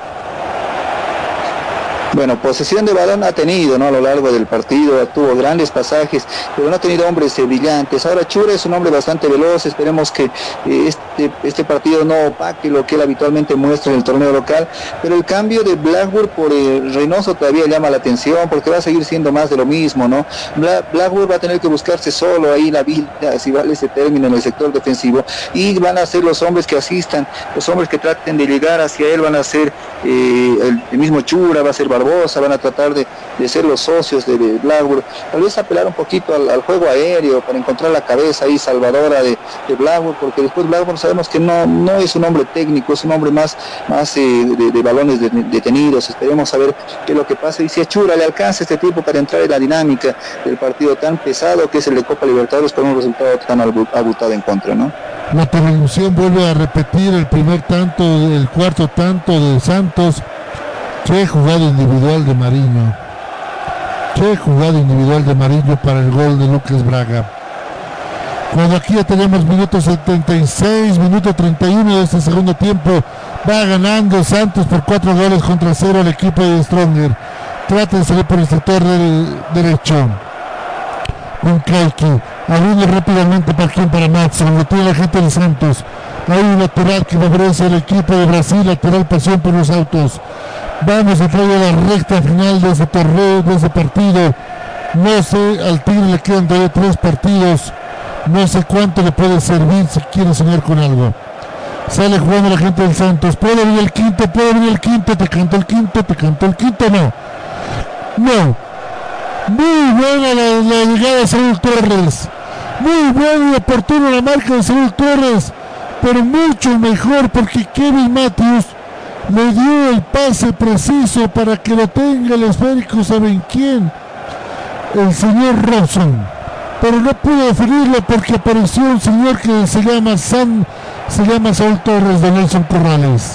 Bueno, posesión de balón ha tenido, ¿no? A lo largo del partido, tuvo grandes pasajes, pero no ha tenido hombres brillantes. Ahora Chura es un hombre bastante veloz, esperemos que este partido no opaque lo que él habitualmente muestra en el torneo local, pero el cambio de Blackburn por Reynoso todavía llama la atención, porque va a seguir siendo más de lo mismo, ¿no? Blackburn va a tener que buscarse solo ahí la vida, si vale ese término, en el sector defensivo, y van a ser los hombres que asistan, los hombres que traten de llegar hacia él, van a ser el mismo Chura, va a ser Barbosa, van a tratar de ser los socios de Blackburn, tal vez apelar un poquito al juego aéreo para encontrar la cabeza ahí salvadora de Blackburn, porque después Blackburn sabemos que no es un hombre técnico, es un hombre más de balones detenidos. Esperemos a ver qué es lo que pasa y si a Chura le alcanza este tiempo para entrar en la dinámica del partido tan pesado que es el de Copa Libertadores con un resultado tan abultado en contra, ¿no? La televisión vuelve a repetir el primer tanto, el cuarto tanto de Santos. Qué jugada individual de Mariño. Qué jugada individual de Mariño para el gol de Lucas Braga. Cuando aquí ya tenemos minuto 76, minuto 31 de este segundo tiempo, va ganando Santos por 4-0 el equipo de Stronger. Trata de salir por el sector derecho. Con Kaiki, abriendo rápidamente para Matson, lo tiene la gente de Santos. Hay un lateral que favorece al equipo de Brasil, lateral pasión por los autos. Vamos a traer a la recta final de ese torneo, de ese partido. No sé, al Tigre le quedan todavía 3 partidos. No sé cuánto le puede servir si quiere soñar con algo. Sale jugando la gente del Santos. Puede venir el quinto, te cantó el quinto, no. No. Muy buena la llegada de Saúl Torres. Muy buena y oportuna la marca de Saúl Torres. Pero mucho mejor porque Kevin Matthews le dio el pase preciso para que lo tenga el esférico, ¿saben quién? El señor Robson. Pero no pudo definirlo porque apareció un señor que se llama Saúl Torres de Nelson Corrales.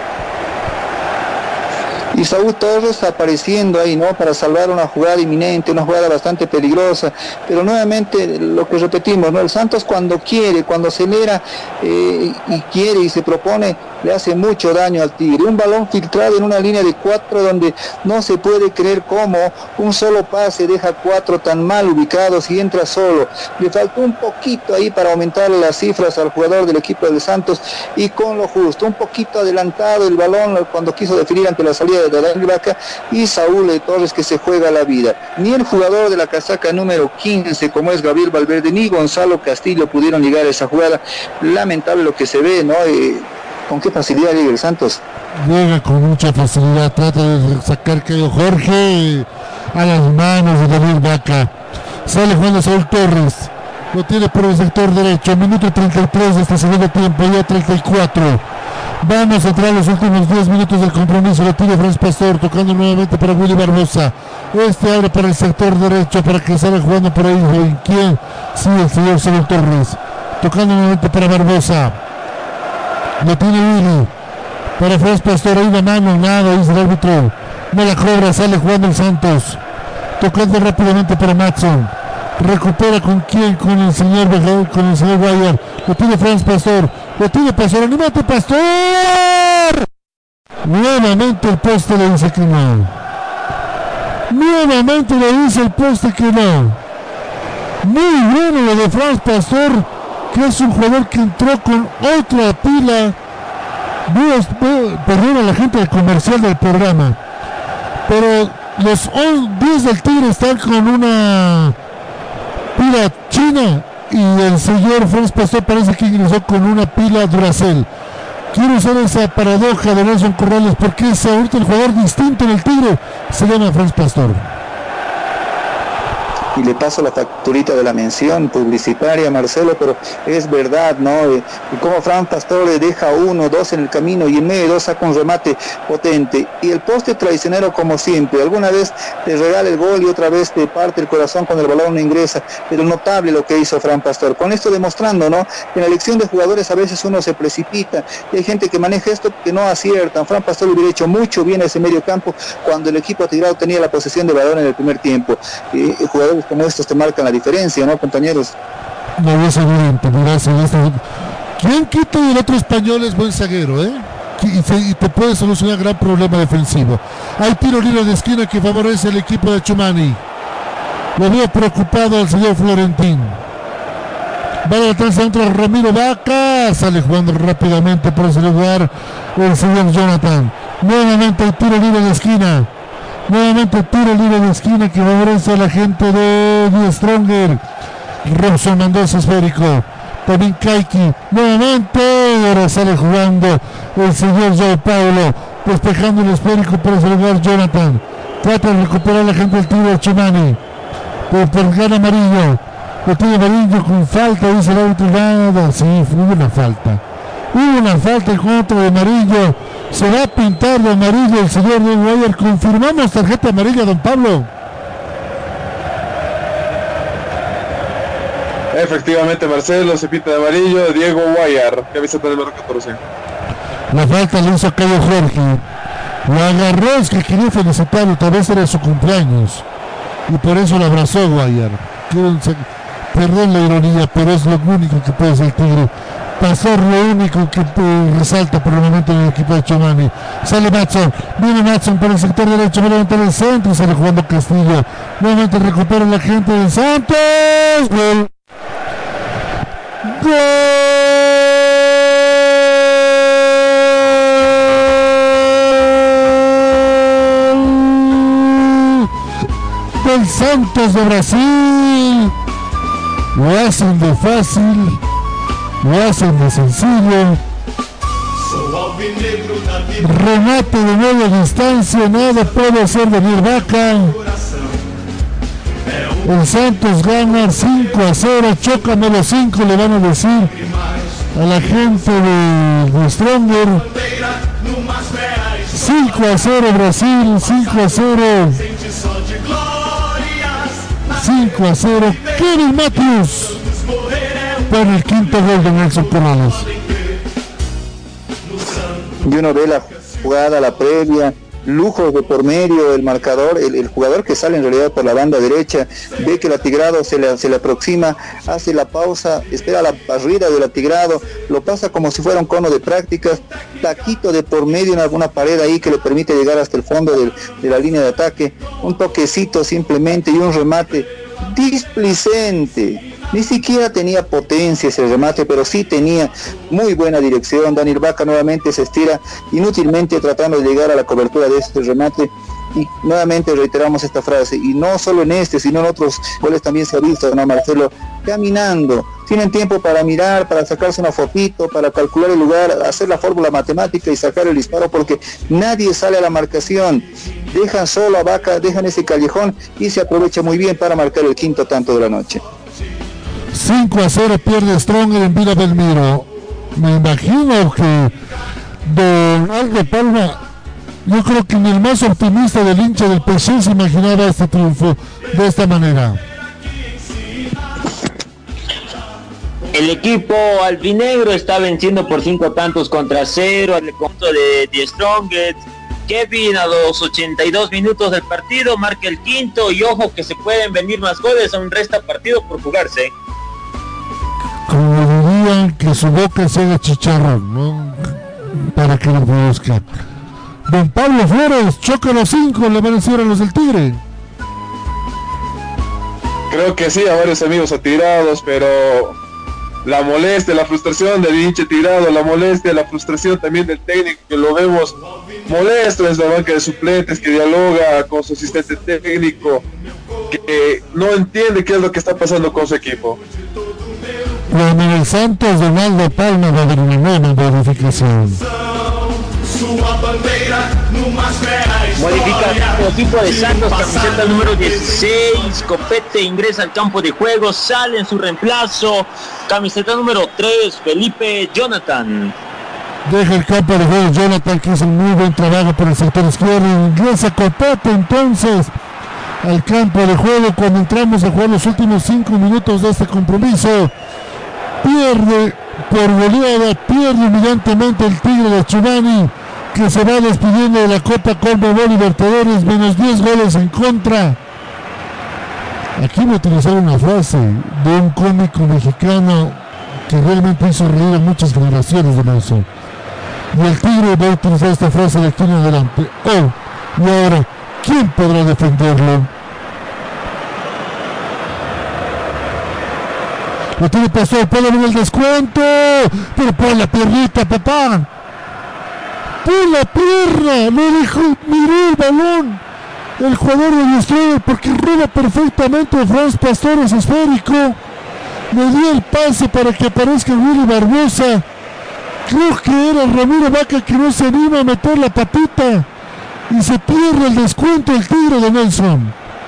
Y Saúl Torres apareciendo ahí, ¿no? Para salvar una jugada inminente, una jugada bastante peligrosa, pero nuevamente lo que repetimos, ¿no? El Santos cuando quiere, cuando acelera y quiere y se propone, le hace mucho daño al Tigre. Un balón filtrado en una línea de 4 donde no se puede creer cómo un solo pase deja 4 tan mal ubicados y entra solo. Le faltó un poquito ahí para aumentar las cifras al jugador del equipo del Santos y con lo justo, un poquito adelantado el balón cuando quiso definir ante la salida de Daniel Vaca y Saúl Torres que se juega la vida. Ni el jugador de la casaca número 15 como es Gabriel Valverde ni Gonzalo Castillo pudieron llegar a esa jugada. Lamentable lo que se ve, ¿no? ¿Con qué facilidad llega el Santos? Llega con mucha facilidad, trata de sacar Cayo Jorge a las manos de Daniel Vaca. Sale jugando Saúl Torres, lo tiene por el sector derecho, minuto 33 de este segundo tiempo, ya 34. Vamos a entrar los últimos 10 minutos del compromiso. Lo tiene Franz Pastor, tocando nuevamente para Willy Barbosa. Este abre para el sector derecho para que salga jugando por ahí. ¿Quién? Sí, el señor Saúl Torres. Tocando nuevamente para Barbosa. Lo tiene Willy. Para Franz Pastor, ahí la mano, nada, dice el árbitro. No la cobra, sale jugando el Santos. Tocando rápidamente para Matson. Recupera con quién, con el señor Guayar. Lo tiene Franz Pastor. Lo tiene Pastor, ¡anímate Pastor! Nuevamente el poste le dice que no. Nuevamente le dice el poste que no. Muy bueno lo de Franz Pastor, que es un jugador que entró con otra pila. Perdón a la gente del comercial del programa. Pero los 10 del Tigre están con una pila china. Y el señor Franz Pastor parece que ingresó con una pila Duracell. quiero usar esa paradoja de Nelson Corrales, porque es ahorita el jugador distinto en el Tigre, se llama Franz Pastor. Y le paso la facturita de la mención publicitaria, Marcelo, pero es verdad, ¿no? Y como Fran Pastor le deja 1, 2 en el camino y en medio de 2 saca un remate potente. Y el poste traicionero como siempre, alguna vez te regala el gol y otra vez te parte el corazón cuando el balón no ingresa, pero notable lo que hizo Fran Pastor. Con esto demostrando, ¿no? Que en la elección de jugadores a veces uno se precipita y hay gente que maneja esto que no aciertan. Fran Pastor hubiera hecho mucho bien ese medio campo cuando el equipo atigrado tenía la posesión de balón en el primer tiempo. Jugadores como estos te marcan la diferencia, ¿no, compañeros? No, es evidente, ¿quién quita y el otro español es buen zaguero, y te puede solucionar gran problema defensivo? Hay tiro libre de esquina que favorece al equipo de Chumani. Lo veo preocupado al señor Florentín. Va a atrás dentro Ramiro Vaca, sale jugando rápidamente por ese lugar el señor Jonathan. Nuevamente el tiro libre de esquina. Nuevamente tiro libre de esquina que favorece a la gente de Die Stronger. Robson Mendoza esférico. También Kaiki. Nuevamente. Ahora sale jugando el señor Joao Paulo. Despejando el esférico por ese lugar Jonathan. Trata de recuperar la gente del tiro de Chumani. Por gana amarillo. Lo tiene amarillo con falta. Dice el árbitro. Nada. Sí, hubo una falta. Hubo una falta en contra de amarillo. Se va a pintar de amarillo el señor Diego Guayer. Confirmamos tarjeta amarilla, don Pablo. Efectivamente, Marcelo, se pinta de amarillo. Diego Guayer, que avisa con el número 14. La falta le hizo a Cayo Jorge. Lo agarró, es que quería felicitarlo. Tal vez era su cumpleaños. Y por eso lo abrazó Guayer. Perdón la ironía, pero es lo único que puede hacer el Tigre. Pastor lo único que resalta por el momento en el equipo de Chumani. Sale Matson, viene Matson por el sector derecho, nuevamente en el centro y sale jugando Castillo. Nuevamente recupera la gente del Santos. Gol. Gol del Santos de Brasil. Lo hacen de fácil. Lo hacen de sencillo. Remate de media distancia, nada puede hacer Daniel Vaca. El Santos gana 5-0, chocan a los 5, le van a decir a la gente de Stronger. 5-0 Brasil, 5-0. 5-0, Kevin Matthews. Por el quinto gol de Nelson Corrales. Y uno ve la jugada, la previa, lujos de por medio, el marcador, el jugador que sale en realidad por la banda derecha, ve que el atigrado se le aproxima, hace la pausa, espera la barrida del atigrado, lo pasa como si fuera un cono de prácticas, taquito de por medio en alguna pared ahí que le permite llegar hasta el fondo de la línea de ataque, un toquecito simplemente y un remate displicente. Ni siquiera tenía potencia ese remate, pero sí tenía muy buena dirección. Daniel Vaca nuevamente se estira inútilmente tratando de llegar a la cobertura de este remate. Y nuevamente reiteramos esta frase, y no solo en este, sino en otros goles también se ha visto, ¿no, Marcelo? Caminando, tienen tiempo para mirar, para sacarse una fotito, para calcular el lugar, hacer la fórmula matemática y sacar el disparo, porque nadie sale a la marcación. Dejan solo a Vaca, dejan ese callejón y se aprovecha muy bien para marcar el quinto tanto de la noche. 5-0 pierde Stronger en Villa Belmiro. Me imagino que don Aldo Palma, yo creo que ni el más optimista del hincha del PC se imaginaba este triunfo de esta manera. El equipo albinegro está venciendo por 5-0 al conjunto de Die Strongest. Kevin a los 82 minutos del partido marca el quinto y ojo que se pueden venir más goles, aún resta partido por jugarse. Como dirían, que su boca se haga chicharrón, ¿no? Para que lo busquen. Don Pablo Flores, choca los 5, le van a decir a los del Tigre. Creo que sí, a varios amigos atirados, pero la molestia, la frustración del hincha tirado, la molestia, la frustración también del técnico, que lo vemos molesto en la banca de suplentes, que dialoga con su asistente técnico, que no entiende qué es lo que está pasando con su equipo. Bueno, en el Santos, Donaldo Palma va a haber una nueva modificación. Modifica el equipo de Santos, camiseta número 16, Copete ingresa al campo de juego, sale en su reemplazo, camiseta número 3, Felipe Jonathan. Deja el campo de juego Jonathan, que hizo un muy buen trabajo por el sector izquierdo, ingresa Copete entonces al campo de juego cuando entramos a jugar los últimos 5 minutos de este compromiso. Pierde por goleada, pierde humillantemente el Tigre de Chumani, que se va despidiendo de la Copa Conmebol Libertadores, menos 10 goles en contra. Aquí me utilizaron una frase de un cómico mexicano que realmente hizo reír a muchas generaciones de marzo. Y el Tigre va a utilizar esta frase de aquí en adelante. Oh, y ahora, ¿quién podrá defenderlo? Lo tiene Pastor, puede venir el descuento, pero pon la piernita, papá. Pon la pierna, no dijo, miró el balón. El jugador de Destroyer, porque roba perfectamente a Franz Pastor, es esférico. Le dio el pase para que aparezca Willy Barbosa. Creo que era Ramiro Vaca que no se anima a meter la patita. Y se pierde el descuento el Tigre de Nelson.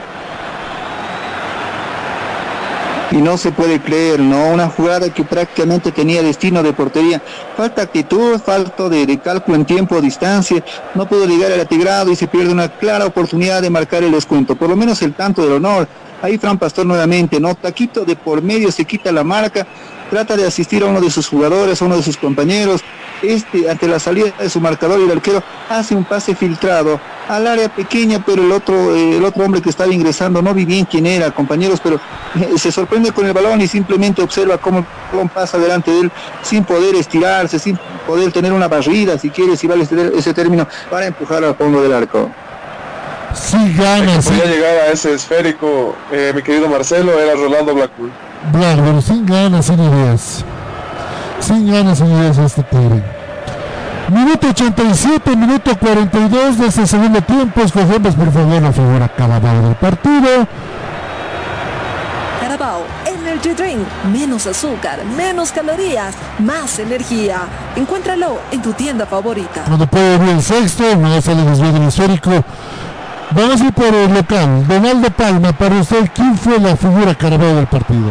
Y no se puede creer, ¿no? Una jugada que prácticamente tenía destino de portería. Falta actitud, falta de cálculo en tiempo, distancia. No pudo llegar al atigrado y se pierde una clara oportunidad de marcar el descuento. Por lo menos el tanto del honor. Ahí Fran Pastor nuevamente, ¿no? Taquito de por medio, se quita la marca. Trata de asistir a uno de sus jugadores, a uno de sus compañeros. Ante la salida de su marcador, y el arquero hace un pase filtrado al área pequeña, pero el otro hombre que estaba ingresando, no vi bien quién era, compañeros, pero se sorprende con el balón y simplemente observa cómo el balón pasa delante de él sin poder estirarse, sin poder tener una barrida, si quiere, si vale ese término, para empujar al fondo del arco. Sí, gana, sí. Podía llegar a ese esférico, mi querido Marcelo, era Rolando Blackpool. Blackpool, sin ganas, sin ideas. Sin ganas, sin ideas este Tigre. Minuto 87, minuto 42 de este segundo tiempo. Escogemos por favor la figura Carabao del partido. Carabao Energy Drink, menos azúcar, menos calorías, más energía. Encuéntralo en tu tienda favorita. Cuando puede ver el sexto, no sale desvío del esférico. Vamos a ir por el local. Donaldo Palma, para usted, ¿quién fue la figura Carabao del partido?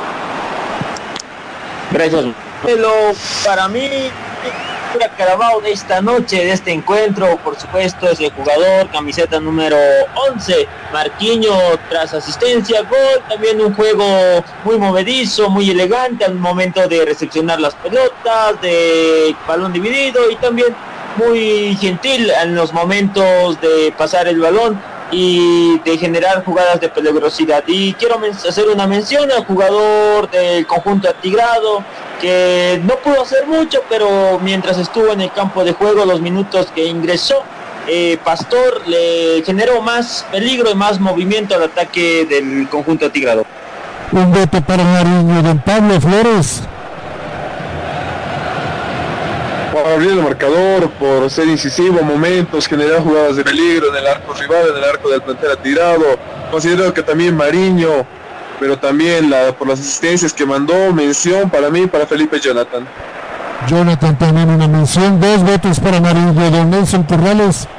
Gracias. Pero para mí, la Carabao de esta noche, de este encuentro, por supuesto, es el jugador, camiseta número 11, Marquinhos, tras asistencia, gol, también un juego muy movedizo, muy elegante al momento de recepcionar las pelotas, de balón dividido, y también muy gentil en los momentos de pasar el balón y de generar jugadas de peligrosidad. Y quiero hacer una mención al jugador del conjunto atigrado, que no pudo hacer mucho, pero mientras estuvo en el campo de juego, los minutos que ingresó, Pastor le generó más peligro y más movimiento al ataque del conjunto atigrado. Un voto para Mariño, don Pablo Flores. Por abrir el marcador, por ser incisivo, momentos, generar jugadas de peligro en el arco rival, en el arco del plantel atigrado. Considero que también Mariño, pero también por las asistencias que mandó, mención para mí, para Felipe Jonathan. Jonathan también una mención, 2 votos para Mariño, don Nelson Corrales.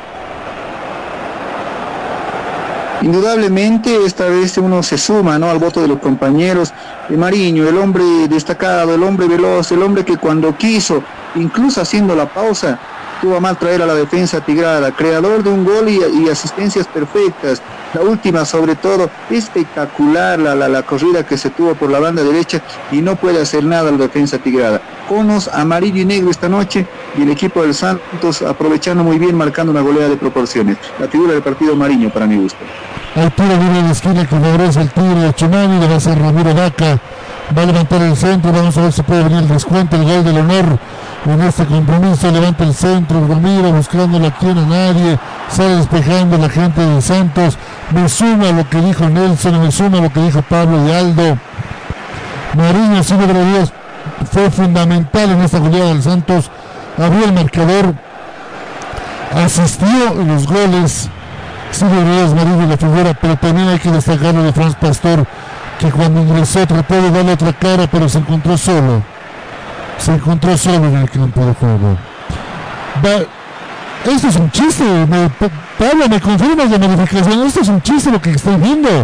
Indudablemente esta vez uno se suma, ¿no?, al voto de los compañeros. De Mariño, el hombre destacado, el hombre veloz, el hombre que cuando quiso, incluso haciendo la pausa, tuvo a mal traer a la defensa tigrada, creador de un gol y asistencias perfectas. La última, sobre todo, espectacular la corrida que se tuvo por la banda derecha, y no puede hacer nada la defensa tigrada. Conos amarillo y negro esta noche, y el equipo del Santos aprovechando muy bien, marcando una goleada de proporciones. La figura del partido, Mariño, para mi gusto. Al tiro libre de esquina que favorece el Tigre de Chumani, le va a hacer Ramiro Vaca. Va a levantar el centro, vamos a ver si puede venir el descuento, el gol del honor en este compromiso. Levanta el centro, Ramiro buscando la tiene a nadie, sale despejando la gente de Santos. Me suma lo que dijo Nelson, me suma lo que dijo Pablo y Aldo. Mariño, sí, Dios, fue fundamental en esta goleada del Santos, abrió el marcador, asistió en los goles. Sí, Dios, Mariño la figura, pero también hay que destacar lo de Franz Pastor, que cuando ingresó trató de darle otra cara, pero se encontró solo en el campo de juego. Esto es un chiste, Pablo, ¿me confirmas la modificación? Esto es un chiste lo que estoy viendo.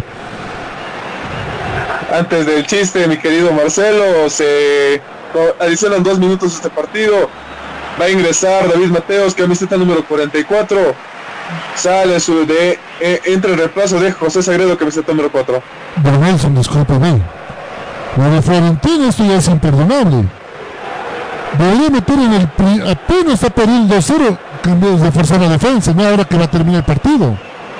Antes del chiste, mi querido Marcelo, se adicionan 2 minutos a este partido. Va a ingresar David Mateos, camiseta número 44. Sale entre el reemplazo de José Sagredo, camiseta número 4. Pero Nelson, discúlpame. Lo de Florentino, esto ya es imperdonable. Debería meter apenas está perdiendo 2-0, cambios de reforzar la defensa, no ahora que va a terminar el partido.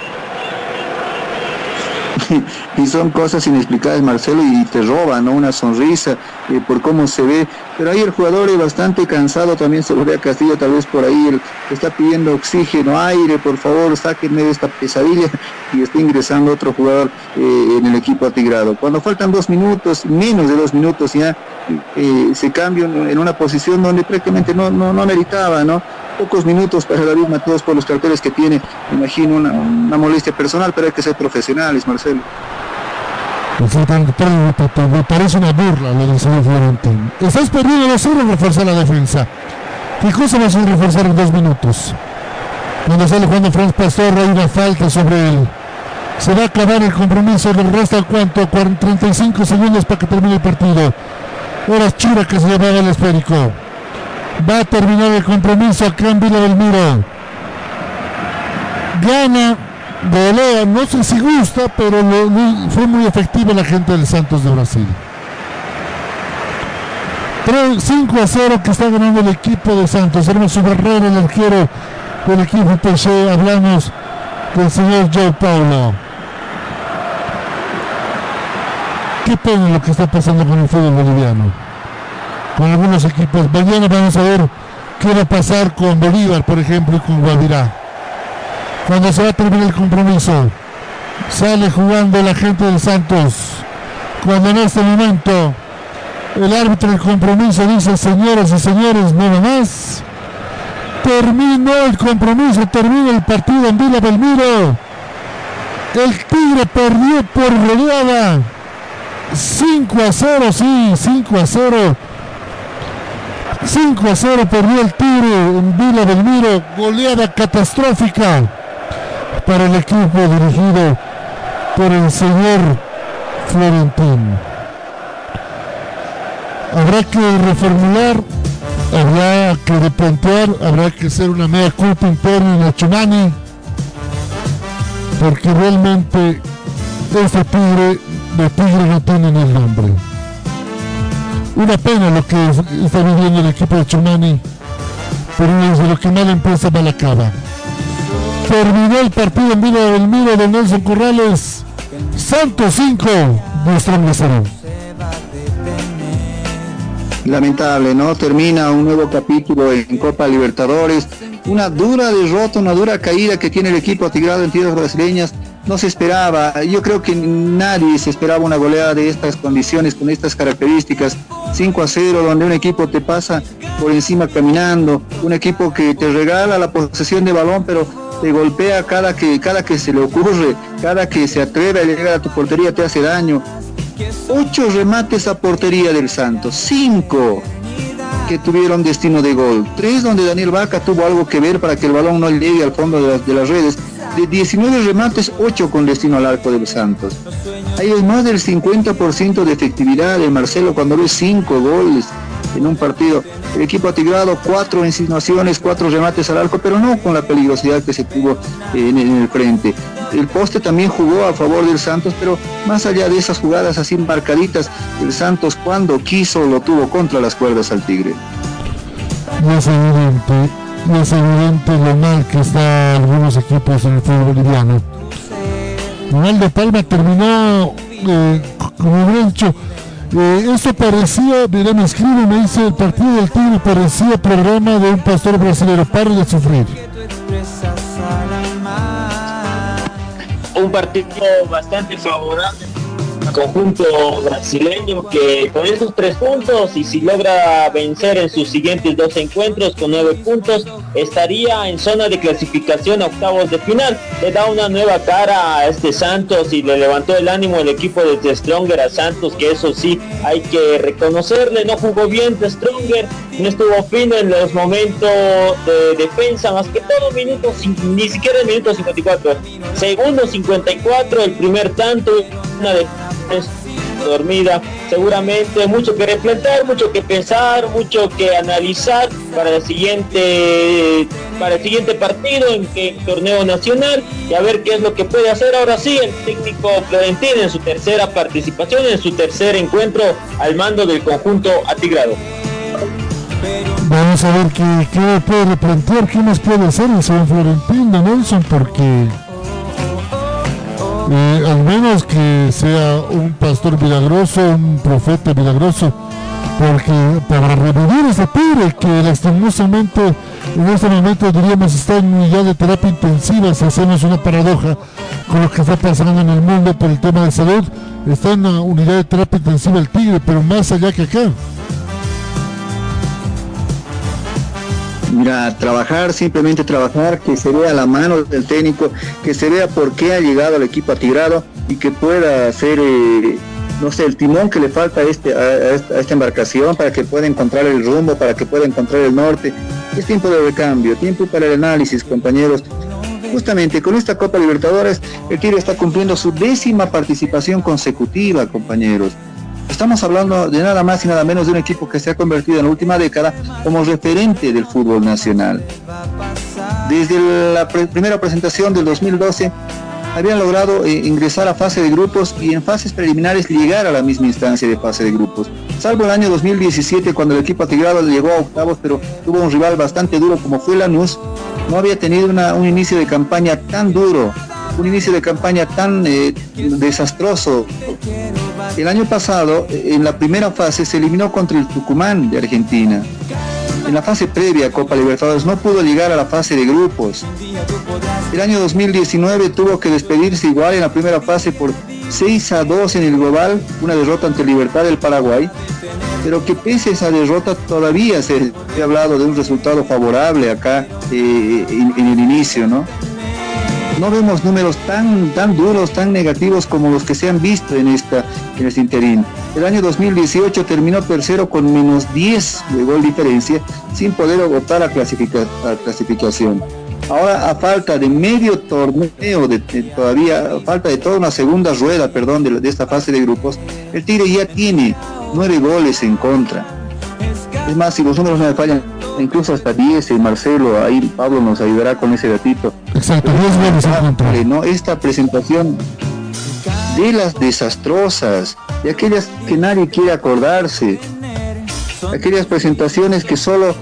Y son cosas inexplicables, Marcelo, y te roban, ¿no? Una sonrisa por cómo se ve, pero ahí el jugador es bastante cansado, también se lo ve a Castillo, tal vez por ahí está pidiendo oxígeno, aire, por favor, sáquenme de esta pesadilla, y está ingresando otro jugador en el equipo atigrado. Cuando faltan 2 minutos, menos de 2 minutos ya, se cambia en una posición donde prácticamente no meritaba, ¿no? Pocos minutos para David Mateos por los carteles que tiene, me imagino una molestia personal, pero hay que ser profesionales, Marcelo. Me parece una burla lo del señor Florentino. Estás perdiendo 2-0, reforzar la defensa. ¿Qué cosa vas a reforzar en 2 minutos? Cuando sale jugando Franz Pastor, hay una falta sobre él. Se va a acabar el compromiso, le resta ¿cuánto? 35 segundos para que termine el partido. Ahora Chura que se llevaba el esférico. Va a terminar el compromiso acá en Villa Belmiro. Gana, golea, no sé si gusta, pero fue muy efectiva la gente del Santos de Brasil. 5-0 que está ganando el equipo de Santos. Hermoso Barrera, el arquero del equipo PC. Hablamos del señor Joe Paulo. Qué pena lo que está pasando con el fútbol boliviano, con algunos equipos. Mañana vamos a ver qué va a pasar con Bolívar, por ejemplo, y con Guavirá. Cuando se va a terminar el compromiso, sale jugando la gente del Santos. Cuando en este momento el árbitro del compromiso dice: señoras y señores, nada más. Terminó el compromiso, termina el partido en Villa Belmiro. El Tigre perdió por goleada 5-0, sí, 5-0. 5-0 perdió el Tigre en Villa Belmiro, goleada catastrófica para el equipo dirigido por el señor Florentino. Habrá que reformular, habrá que replantear, habrá que hacer una mea culpa interna en la Chumani, porque realmente este Tigre no tiene ni el nombre. Una pena lo que está viviendo el equipo de Chumani, pero desde lo que mal empieza mal acaba. Terminó el partido en Villa Belmiro de Nelson Corrales. Santos 5, Strongest 0. Lamentable, ¿no? Termina un nuevo capítulo en Copa Libertadores. Una dura derrota, una dura caída que tiene el equipo atigrado en tierras brasileñas. No se esperaba, yo creo que nadie se esperaba una goleada de estas condiciones, con estas características. 5-0, donde un equipo te pasa por encima caminando, un equipo que te regala la posesión de balón, pero te golpea cada que se le ocurre, cada que se atreve a llegar a tu portería te hace daño. 8 remates a portería del Santos, 5 que tuvieron destino de gol, 3 donde Daniel Vaca tuvo algo que ver para que el balón no llegue al fondo de las redes. De 19 remates, 8 con destino al arco del Santos. Ahí es más del 50% de efectividad de Marcelo cuando ves 5 goles en un partido. El equipo atigrado, 4 insinuaciones, 4 remates al arco, pero no con la peligrosidad que se tuvo en el frente. El poste también jugó a favor del Santos, pero más allá de esas jugadas así marcaditas, el Santos cuando quiso lo tuvo contra las cuerdas al Tigre. No es evidente lo mal que están algunos equipos en el fútbol boliviano. Manuel de Palma terminó, como habré dicho, esto parecía, mira, me escribe, me dice: el partido del Tigre parecía programa de un pastor brasileño, pare de sufrir. Un partido bastante favorable conjunto brasileño, que con esos 3 puntos, y si logra vencer en sus siguientes 2 encuentros con 9 puntos, estaría en zona de clasificación a octavos de final. Le da una nueva cara a este Santos y le levantó el ánimo el equipo de The Stronger a Santos, que eso sí hay que reconocerle, no jugó bien The Stronger, no estuvo fino en los momentos de defensa, más que todo ni siquiera el minuto 54, segundo 54, el primer tanto, una defensa dormida. Seguramente mucho que replantear, mucho que pensar, mucho que analizar para el siguiente partido en torneo nacional, y a ver qué es lo que puede hacer ahora sí el técnico florentino en su tercera participación, en su tercer encuentro al mando del conjunto atigrado. Vamos a ver qué puede replantear, qué más puede hacer el señor Florentino, Nelson, porque al menos que sea un pastor milagroso, un profeta milagroso, porque para revivir ese Tigre que lastimosamente en este momento diríamos está en unidad de terapia intensiva, si hacemos una paradoja con lo que está pasando en el mundo por el tema de salud, está en una unidad de terapia intensiva el Tigre, pero más allá que acá. Mira, simplemente trabajar, que se vea la mano del técnico, que se vea por qué ha llegado al equipo atigrado y que pueda hacer, el timón que le falta a esta embarcación para que pueda encontrar el rumbo, para que pueda encontrar el norte. Es tiempo de recambio, tiempo para el análisis, compañeros. Justamente con esta Copa Libertadores, el Tigre está cumpliendo su 10ª participación consecutiva, compañeros. Estamos hablando de nada más y nada menos de un equipo que se ha convertido en la última década como referente del fútbol nacional. Desde la primera presentación del 2012 habían logrado ingresar a fase de grupos y en fases preliminares llegar a la misma instancia de fase de grupos. Salvo el año 2017 cuando el equipo atigrado llegó a octavos, pero tuvo un rival bastante duro como fue Lanús, no había tenido un inicio de campaña tan duro, un inicio de campaña tan desastroso. El año pasado, en la primera fase, se eliminó contra el Tucumán de Argentina. En la fase previa a Copa Libertadores no pudo llegar a la fase de grupos. El año 2019 tuvo que despedirse igual en la primera fase por 6-2 en el global, una derrota ante Libertad del Paraguay, pero que pese a esa derrota todavía se ha hablado de un resultado favorable acá en el inicio, ¿no? No vemos números tan duros, tan negativos como los que se han visto en este interín. El año 2018 terminó tercero con -10 de gol diferencia, sin poder optar a clasificación. Ahora, a falta de medio torneo, todavía falta de toda una segunda rueda, de esta fase de grupos, el Tigre ya tiene 9 goles en contra. Es más, si los números no me fallan, incluso hasta 10, Marcelo, ahí Pablo nos ayudará con ese datito. Exacto, 10 goles en contra. ¿No? Esta presentación de las desastrosas, de aquellas que nadie quiere acordarse, aquellas presentaciones que solo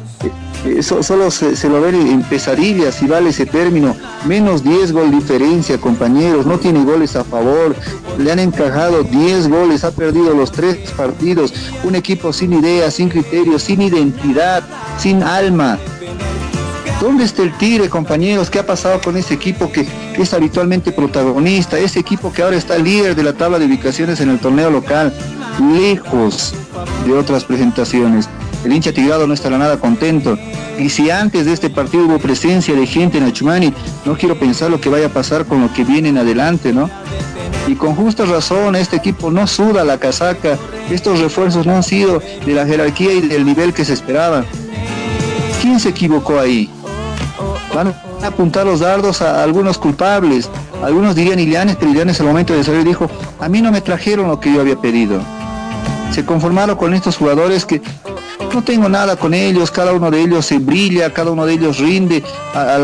se lo ven en pesadillas, si vale ese término, -10 gol diferencia, compañeros, no tiene goles a favor, le han encajado 10 goles, ha perdido los 3 partidos, un equipo sin ideas, sin criterios, sin identidad, sin alma. ¿Dónde está el Tigre, compañeros? ¿Qué ha pasado con ese equipo que es habitualmente protagonista? Ese equipo que ahora está líder de la tabla de ubicaciones en el torneo local, lejos de otras presentaciones. El hincha tigrado no estará nada contento. Y si antes de este partido hubo presencia de gente en Achumani, no quiero pensar lo que vaya a pasar con lo que viene en adelante, ¿no? Y con justa razón, este equipo no suda la casaca. Estos refuerzos no han sido de la jerarquía y del nivel que se esperaba. ¿Quién se equivocó ahí? Van a apuntar los dardos a algunos culpables. Algunos dirían Illanes, pero Illanes al momento de salir dijo: a mí no me trajeron lo que yo había pedido. Se conformaron con estos jugadores que no tengo nada con ellos, cada uno de ellos se brilla, cada uno de ellos rinde a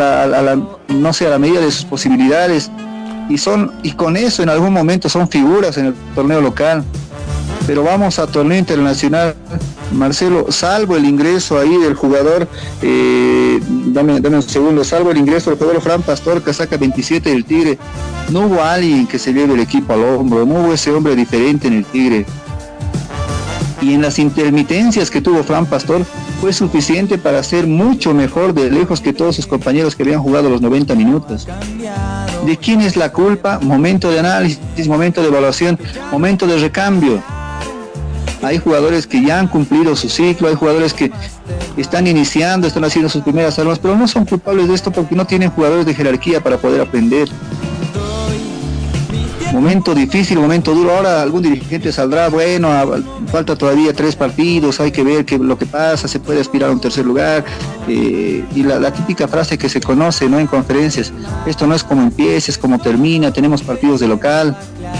la medida de sus posibilidades y con eso en algún momento son figuras en el torneo local. Pero vamos a torneo internacional, Marcelo, salvo el ingreso ahí del jugador, dame un segundo, salvo el ingreso del jugador Fran Pastor, que saca 27 del Tigre, no hubo alguien que se lleve el equipo al hombro, no hubo ese hombre diferente en el Tigre. Y en las intermitencias que tuvo Fran Pastor fue suficiente para ser mucho mejor de lejos que todos sus compañeros que habían jugado los 90 minutos. ¿De quién es la culpa? Momento de análisis, momento de evaluación, momento de recambio. Hay jugadores que ya han cumplido su ciclo, hay jugadores que están iniciando, están haciendo sus primeras armas, pero no son culpables de esto porque no tienen jugadores de jerarquía para poder aprender. Momento difícil, momento duro. Ahora algún dirigente saldrá, bueno, falta todavía 3 partidos, hay que ver lo que pasa, se puede aspirar a un tercer lugar, y la típica frase que se conoce, ¿no?, en conferencias: esto no es como empieza, es como termina, tenemos partidos de local.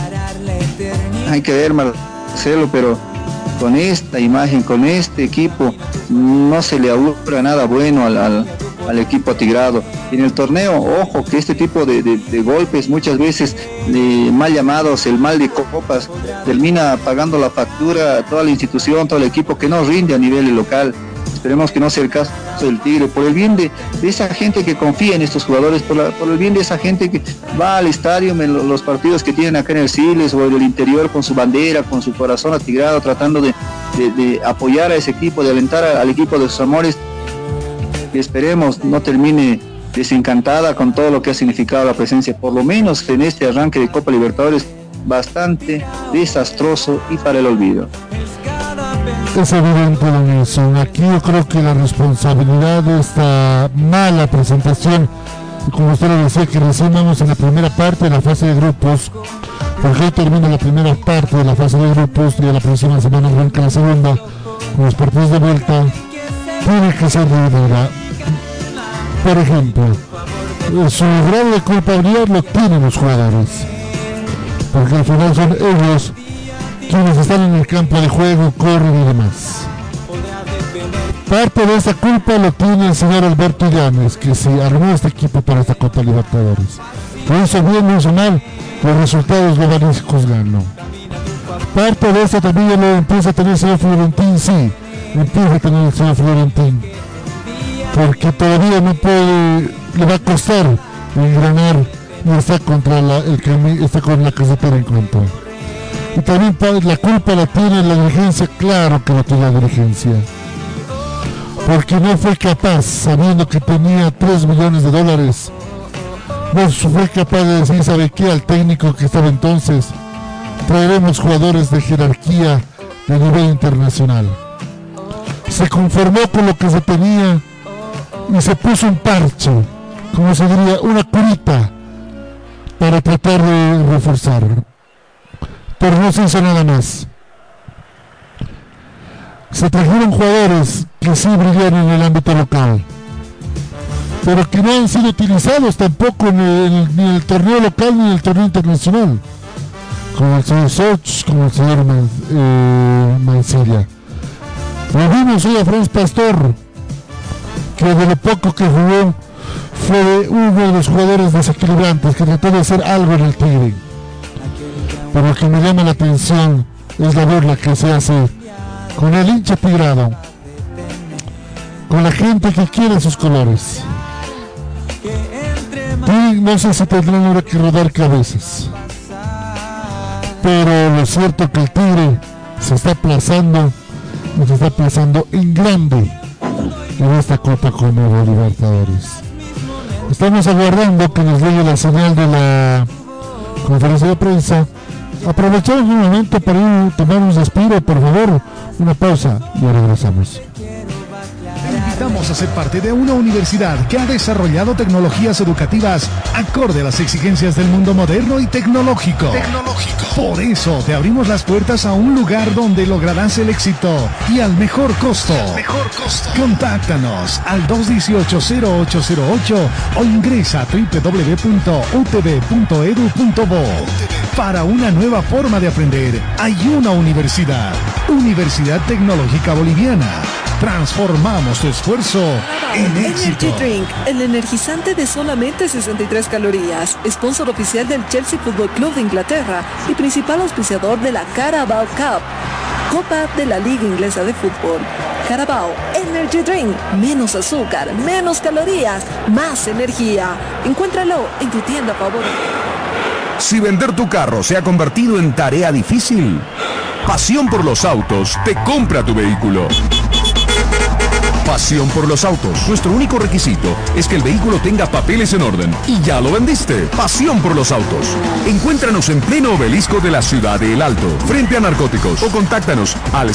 Hay que ver, Marcelo, pero con esta imagen, con este equipo, no se le augura nada bueno al equipo atigrado. En el torneo, ojo, que este tipo de golpes, muchas veces mal llamados el mal de copas, termina pagando la factura a toda la institución, todo el equipo que no rinde a nivel local. Esperemos que no sea el caso del Tigre, por el bien de esa gente que confía en estos jugadores, por el bien de esa gente que va al estadio en los partidos que tienen acá en el Siles o en el interior, con su bandera, con su corazón atigrado, tratando de apoyar a ese equipo, de alentar al equipo de sus amores. Que esperemos no termine desencantada con todo lo que ha significado la presencia, por lo menos en este arranque de Copa Libertadores, bastante desastroso y para el olvido. Es evidente, don Nelson. Aquí yo creo que la responsabilidad de esta mala presentación, como usted lo decía, que recién vamos en la primera parte de la fase de grupos, porque hoy termina la primera parte de la fase de grupos y la próxima semana arranca la segunda con los partidos de vuelta. Tiene que ser revirada. Por ejemplo, su grado de culpabilidad lo tienen los jugadores, porque al final son ellos quienes están en el campo de juego, corren y demás. Parte de esa culpa lo tiene el señor Alberto Llanes, que se armó este equipo para esta Copa Libertadores. Lo hizo bien, lo hizo mal, los resultados lo van a ir juzgando. Parte de eso también lo empieza a tener el señor Florentín, sí, empieza a tener el señor Florentín, porque todavía no puede, le va a costar engranar y está contra está con la casetera en contra. Y también la culpa la tiene la dirigencia, claro que la tiene la dirigencia, porque no fue capaz, sabiendo que tenía $3 millones, no fue capaz de decir, ¿sabe qué?, al técnico que estaba entonces: traeremos jugadores de jerarquía de nivel internacional. Se conformó con lo que se tenía y se puso un parche, como se diría, una curita, para tratar de reforzar. Pero no se hizo nada más. Se trajeron jugadores que sí brillaron en el ámbito local, pero que no han sido utilizados tampoco ni en el torneo local ni en el torneo internacional, como el señor Soch, como el señor Mancilla. Lo vimos hoy a Franz Pastor, que de lo poco que jugó fue uno de los jugadores desequilibrantes que trató de hacer algo en el Tigre. Pero lo que me llama la atención es la burla que se hace con el hincha tigrado, con la gente que quiere sus colores. Y no sé si tendrán ahora que rodar cabezas, pero lo cierto es que el Tigre se está aplazando en grande en esta Copa como Libertadores. Estamos aguardando que nos llegue la señal de la conferencia de prensa. Aprovechamos un momento para ir a tomar un respiro, por favor, una pausa y regresamos. Te invitamos a ser parte de una universidad que ha desarrollado tecnologías educativas acorde a las exigencias del mundo moderno y tecnológico. Por eso te abrimos las puertas a un lugar donde lograrás el éxito y al mejor costo. Contáctanos al 218-0808 o ingresa a www.utb.edu.bo. Para una nueva forma de aprender hay una universidad. Universidad Tecnológica Boliviana. Transformamos tu esfuerzo en éxito. Energy Drink, el energizante de solamente 63 calorías, sponsor oficial del Chelsea Football Club de Inglaterra y principal auspiciador de la Carabao Cup, Copa de la Liga Inglesa de Fútbol. Carabao Energy Drink, menos azúcar, menos calorías, más energía. Encuéntralo en tu tienda favorita. Si vender tu carro se ha convertido en tarea difícil, Pasión por los Autos te compra tu vehículo. Pasión por los autos. Nuestro único requisito es que el vehículo tenga papeles en orden. Y ya lo vendiste. Pasión por los autos. Encuéntranos en pleno obelisco de la ciudad de El Alto, frente a Narcóticos, o contáctanos al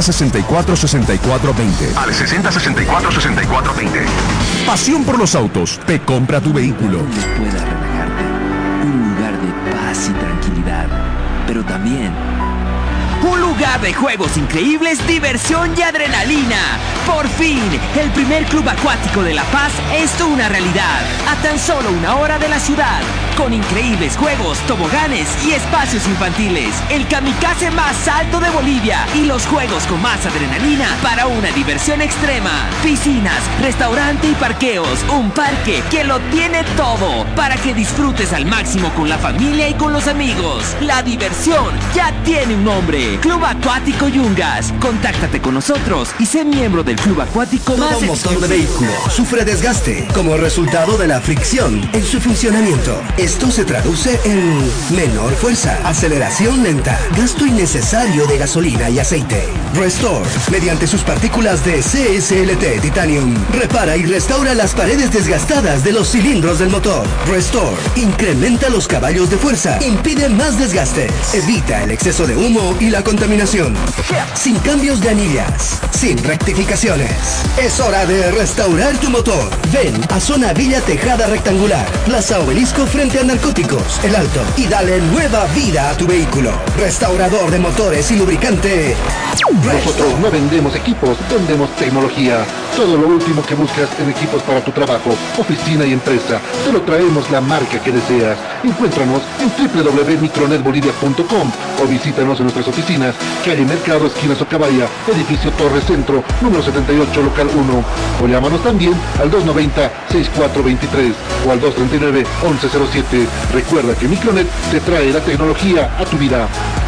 6064-6420. Al 6064-6420. Pasión por los autos. Te compra tu vehículo. Donde puedas relajarte. Un lugar de paz y tranquilidad. Pero también un lugar de juegos increíbles, diversión y adrenalina. Por fin, el primer club acuático de La Paz es una realidad. A tan solo 1 hora de la ciudad. Con increíbles juegos, toboganes y espacios infantiles. El kamikaze más alto de Bolivia. Y los juegos con más adrenalina para una diversión extrema. Piscinas, restaurante y parqueos. Un parque que lo tiene todo. Para que disfrutes al máximo con la familia y con los amigos. La diversión ya tiene un nombre. Club Acuático Yungas. Contáctate con nosotros y sé miembro del Club Acuático más Todo motor de vehículo sufre desgaste como resultado de la fricción en su funcionamiento. Esto se traduce en menor fuerza, aceleración lenta, gasto innecesario de gasolina y aceite. Restore, mediante sus partículas de CSLT Titanium, repara y restaura las paredes desgastadas de los cilindros del motor. Restore incrementa los caballos de fuerza, impide más desgastes, evita el exceso de humo y la contaminación. Sin cambios de anillas, sin rectificaciones. Es hora de restaurar tu motor. Ven a Zona Villa Tejada Rectangular, Plaza Obelisco frente a Narcóticos, El Alto, y dale nueva vida a tu vehículo. Restaurador de motores y lubricante. Nosotros no vendemos equipos, vendemos tecnología. Todo lo último que buscas en equipos para tu trabajo, oficina y empresa, te lo traemos la marca que deseas. Encuéntranos en www.micronetbolivia.com o visítanos en nuestras oficinas, calle Mercado, esquina Socabaya, edificio Torre Centro, número 78, local 1. O llámanos también al 290-6423 o al 239-1107. Recuerda que Micronet te trae la tecnología a tu vida.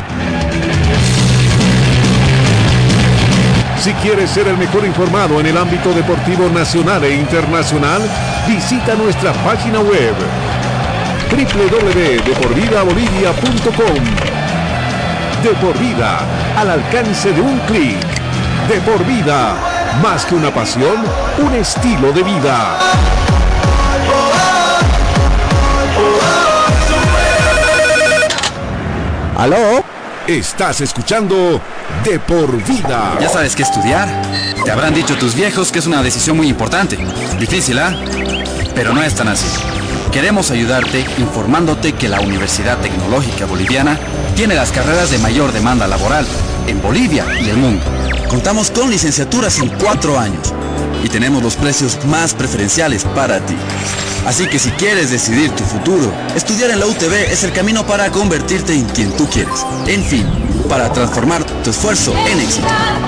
Si quieres ser el mejor informado en el ámbito deportivo nacional e internacional, visita nuestra página web www.deporvidabolivia.com. De por vida, al alcance de un clic. De por vida, más que una pasión, un estilo de vida. ¿Aló? Estás escuchando De por vida. ¿Ya sabes qué estudiar? Te habrán dicho tus viejos que es una decisión muy importante. Difícil, ¿ah? Pero no es tan así. Queremos ayudarte informándote que la Universidad Tecnológica Boliviana tiene las carreras de mayor demanda laboral en Bolivia y el mundo. Contamos con licenciaturas en 4 años y tenemos los precios más preferenciales para ti. Así que si quieres decidir tu futuro, estudiar en la UTB es el camino para convertirte en quien tú quieres. En fin, para transformar tu esfuerzo en éxito.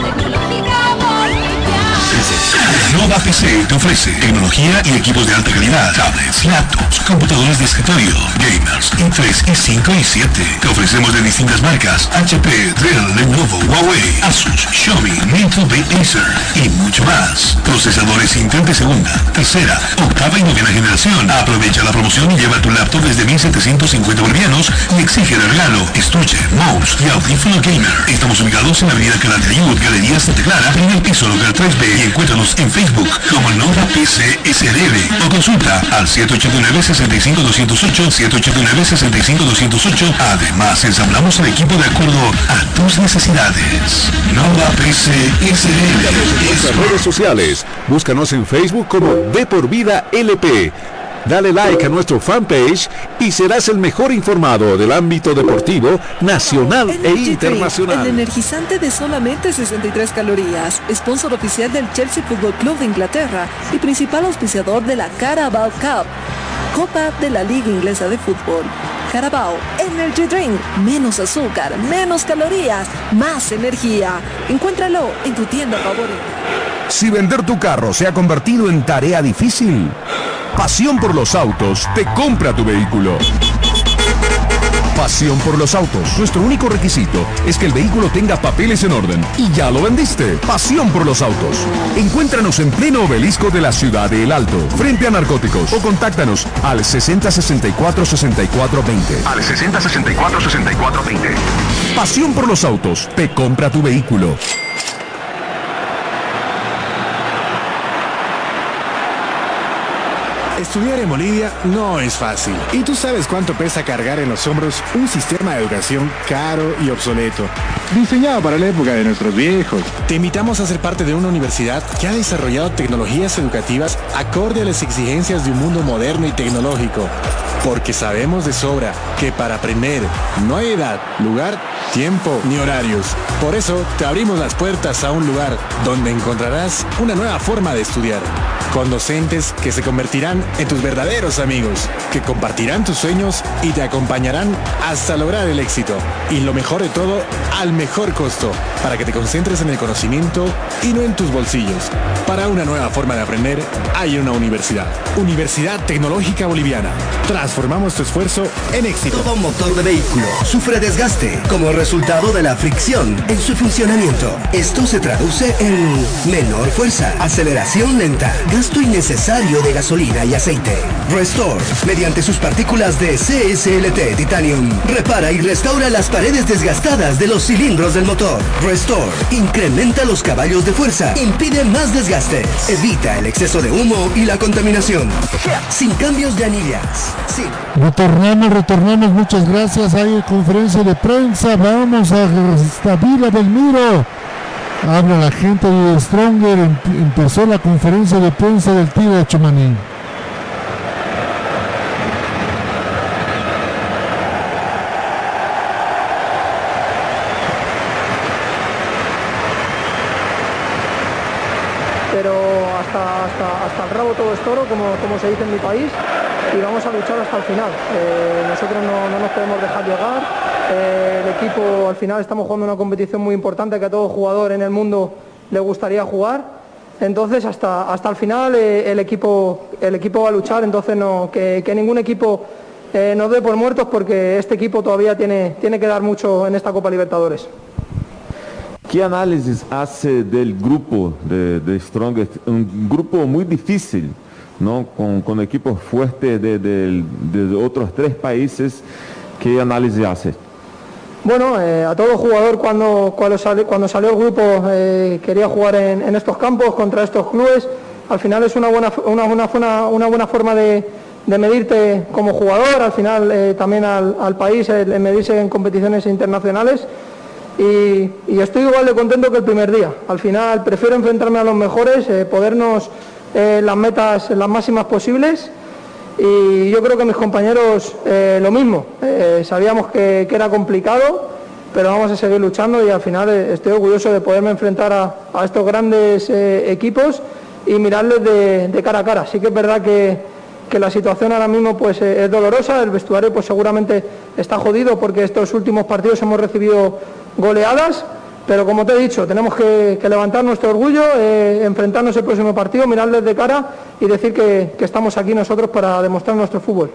Nova PC te ofrece tecnología y equipos de alta calidad, tablets, laptops, computadores de escritorio, gamers, i3, i5 y 7. Te ofrecemos de distintas marcas: HP, Dell, Lenovo, Huawei, Asus, Xiaomi, Meitu, Acer y mucho más. Procesadores Intel de segunda, tercera, octava y novena generación. Aprovecha la promoción y lleva tu laptop desde 1.750 bolivianos y exige de regalo estuche, mouse y audífono gamer. Estamos ubicados en la avenida Canal de Ayud, Galería Santa Clara, en el piso local 3B, y encuéntranos en Facebook como Nova PC SRL o consulta al 789-65208, 789-65208. Además, ensamblamos el equipo de acuerdo a tus necesidades. Nova PC SRL. En nuestras redes sociales, búscanos en Facebook como De por Vida LP. Dale like a nuestro fanpage y serás el mejor informado del ámbito deportivo nacional e internacional. El energizante de solamente 63 calorías, sponsor oficial del Chelsea Football Club de Inglaterra y principal auspiciador de la Carabao Cup, Copa de la Liga Inglesa de Fútbol. Carabao Energy Drink, menos azúcar, menos calorías, más energía. Encuéntralo en tu tienda favorita. Si vender tu carro se ha convertido en tarea difícil, Pasión por los autos te compra tu vehículo. Pasión por los autos. Nuestro único requisito es que el vehículo tenga papeles en orden. Y ya lo vendiste. Pasión por los autos. Encuéntranos en pleno obelisco de la ciudad de El Alto, frente a Narcóticos, o contáctanos al 6064-6420. Al 6064-6420. Pasión por los autos te compra tu vehículo. Estudiar en Bolivia no es fácil. Y tú sabes cuánto pesa cargar en los hombros un sistema de educación caro y obsoleto, diseñado para la época de nuestros viejos. Te invitamos a ser parte de una universidad que ha desarrollado tecnologías educativas acorde a las exigencias de un mundo moderno y tecnológico. Porque sabemos de sobra que para aprender no hay edad, lugar, tiempo ni horarios. Por eso te abrimos las puertas a un lugar donde encontrarás una nueva forma de estudiar. Con docentes que se convertirán en tus verdaderos amigos, que compartirán tus sueños y te acompañarán hasta lograr el éxito. Y lo mejor de todo, al mejor costo, para que te concentres en el conocimiento y no en tus bolsillos. Para una nueva forma de aprender, hay una universidad. Universidad Tecnológica Boliviana. Transformamos tu esfuerzo en éxito. Todo motor de vehículo sufre desgaste como resultado de la fricción en su funcionamiento. Esto se traduce en menor fuerza, aceleración lenta, gasto innecesario de gasolina y aceite. Restore, mediante sus partículas de CSLT Titanium, repara y restaura las paredes desgastadas de los cilindros del motor. Restore incrementa los caballos de fuerza, impide más desgastes, evita el exceso de humo y la contaminación. Sin cambios de anillas. Sí. Retornamos, muchas gracias. Hay conferencia de prensa, vamos hasta Vila Belmiro. Habla la gente de Stronger, empezó la conferencia de prensa del Tigre de Chumaní. Pero hasta el rabo todo es toro, como se dice en mi país, y vamos a luchar hasta el final. Nosotros no nos podemos dejar llegar. El equipo, al final estamos jugando una competición muy importante que a todo jugador en el mundo le gustaría jugar. Entonces hasta el final el equipo va a luchar. Entonces que ningún equipo nos dé por muertos, porque este equipo todavía tiene que dar mucho en esta Copa Libertadores. ¿Qué análisis hace del grupo de Strongest? Un grupo muy difícil, ¿no? Con equipos fuertes de otros 3 países. ¿Qué análisis hace? Bueno, a todo jugador cuando salió el grupo quería jugar en estos campos contra estos clubes. Al final es una buena forma de medirte como jugador, al final también al país, el medirse en competiciones internacionales. Y estoy igual de contento que el primer día. Al final prefiero enfrentarme a los mejores, podernos las metas las máximas posibles. Y yo creo que mis compañeros lo mismo. Sabíamos que era complicado, pero vamos a seguir luchando, y al final estoy orgulloso de poderme enfrentar a estos grandes equipos y mirarles de cara a cara. Sí que es verdad que la situación ahora mismo pues es dolorosa, el vestuario pues seguramente está jodido porque estos últimos partidos hemos recibido goleadas, pero como te he dicho, tenemos que levantar nuestro orgullo, enfrentarnos el próximo partido, mirarles de cara y decir que estamos aquí nosotros para demostrar nuestro fútbol.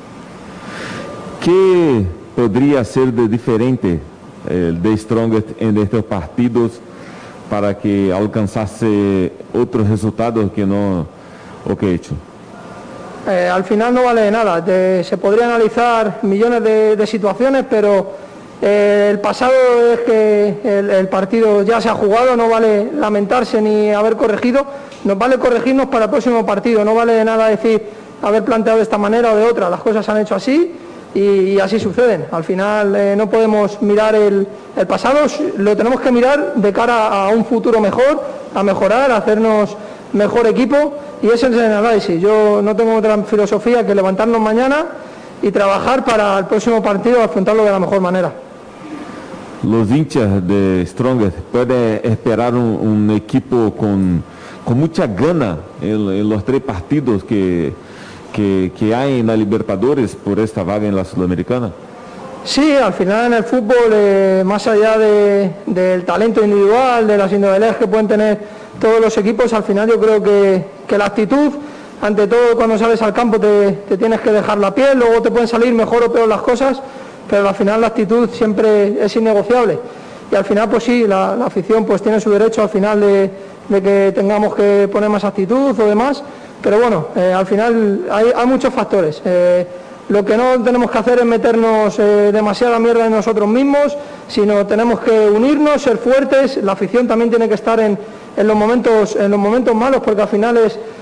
¿Qué podría ser de diferente de Strongest en estos partidos para que alcanzase otros resultados que no o que he hecho? Al final no vale de nada, se podría analizar millones de situaciones, pero el pasado es que el partido ya se ha jugado, no vale lamentarse ni haber corregido, nos vale corregirnos para el próximo partido, no vale de nada decir haber planteado de esta manera o de otra, las cosas se han hecho así y así suceden. Al final no podemos mirar el pasado, lo tenemos que mirar de cara a un futuro mejor, a mejorar, a hacernos mejor equipo, y ese es el análisis. Yo no tengo otra filosofía que levantarnos mañana y trabajar para el próximo partido, afrontarlo de la mejor manera. Los hinchas de Strongest pueden esperar un equipo con mucha gana en los 3 partidos que hay en la Libertadores por esta vaga en la Sudamericana. Sí, al final en el fútbol, más allá del talento individual, de las individualidades que pueden tener todos los equipos, al final yo creo que la actitud, ante todo cuando sales al campo te tienes que dejar la piel, luego te pueden salir mejor o peor las cosas, pero al final la actitud siempre es innegociable. Y al final pues sí, la afición pues tiene su derecho al final de que tengamos que poner más actitud o demás, pero bueno, al final hay muchos factores. Lo que no tenemos que hacer es meternos demasiada mierda en nosotros mismos, sino tenemos que unirnos, ser fuertes. La afición también tiene que estar en los momentos malos, porque al final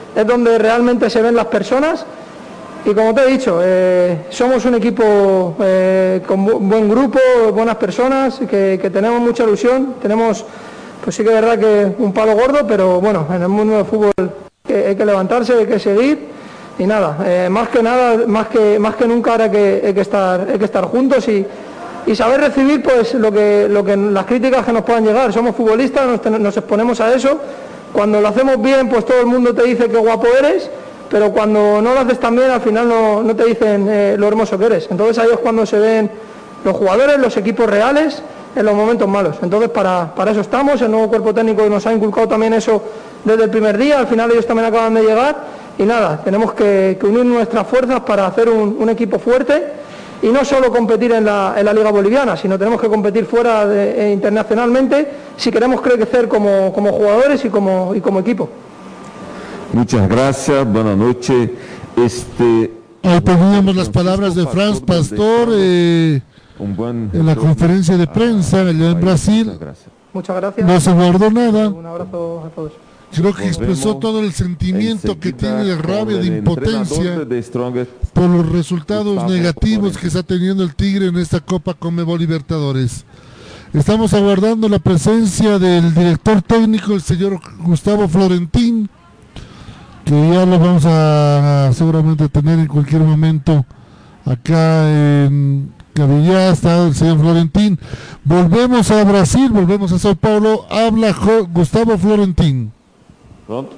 es donde realmente se ven las personas. Y como te he dicho, somos un equipo con buen grupo, buenas personas, que tenemos mucha ilusión. Tenemos, pues sí que es verdad que un palo gordo, pero bueno, en el mundo del fútbol hay que levantarse, hay que seguir. Y nada, más que nunca ahora hay que estar juntos y saber recibir pues lo que las críticas que nos puedan llegar. Somos futbolistas, nos exponemos a eso. Cuando lo hacemos bien, pues todo el mundo te dice qué guapo eres, pero cuando no lo haces tan bien, al final no te dicen lo hermoso que eres. Entonces ahí es cuando se ven los jugadores, los equipos reales, en los momentos malos. Entonces para eso estamos. El nuevo cuerpo técnico nos ha inculcado también eso desde el primer día. Al final ellos también acaban de llegar y nada, tenemos que unir nuestras fuerzas para hacer un equipo fuerte y no solo competir en la Liga Boliviana, sino tenemos que competir fuera internacionalmente si queremos crecer como jugadores y como equipo. Muchas gracias, buenas noches. Ahí teníamos las palabras de Franz Pastor en la conferencia de prensa allá en Brasil. Muchas gracias. No se guardó nada. Un abrazo a todos. Creo que expresó todo el sentimiento que tiene de rabia, de impotencia por los resultados negativos que está teniendo el Tigre en esta Copa Conmebol Libertadores. Estamos aguardando la presencia del director técnico, el señor Gustavo Florentín, que ya lo vamos a seguramente tener en cualquier momento acá en Cabellá. Está el señor Florentín. Volvemos a Brasil, volvemos a Sao Paulo. Habla Gustavo Florentín. Pronto?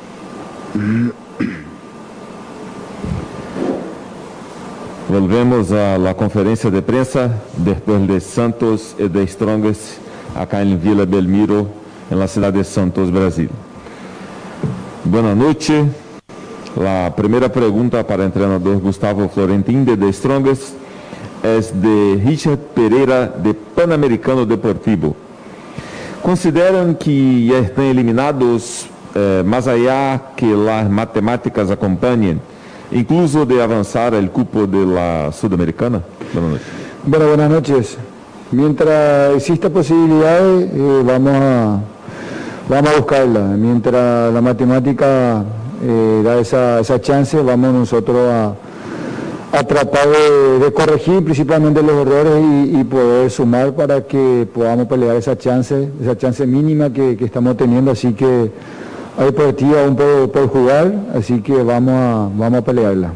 Volvemos a la conferencia de prensa después de Santos y de Strongest acá en Vila Belmiro, en la ciudad de Santos, Brasil. Buenas noches. La primera pregunta para el entrenador Gustavo Florentín de The Strongest es de Richard Pereira de Panamericano Deportivo. ¿Consideran que ya están eliminados más allá que las matemáticas acompañen, incluso de avanzar el cupo de la Sudamericana? Buenas noches. Bueno, buenas noches. Mientras exista posibilidades, vamos a buscarla. Mientras la matemática da esa chance, vamos nosotros a tratar de corregir principalmente los errores y poder sumar para que podamos pelear esa chance mínima que estamos teniendo. Así que hay partido aún por jugar, así que vamos a pelearla.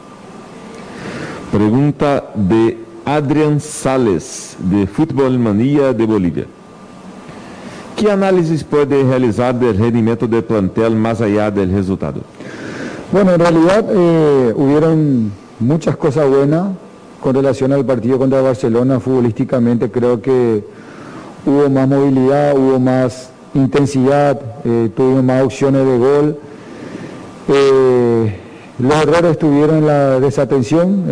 Pregunta de Adrián Sales, de Fútbol Manía de Bolivia. ¿Qué análisis puede realizar del rendimiento del plantel más allá del resultado? Bueno, en realidad hubieron muchas cosas buenas con relación al partido contra Barcelona. Futbolísticamente creo que hubo más movilidad, hubo más intensidad, tuvimos más opciones de gol. Los errores estuvieron en la desatención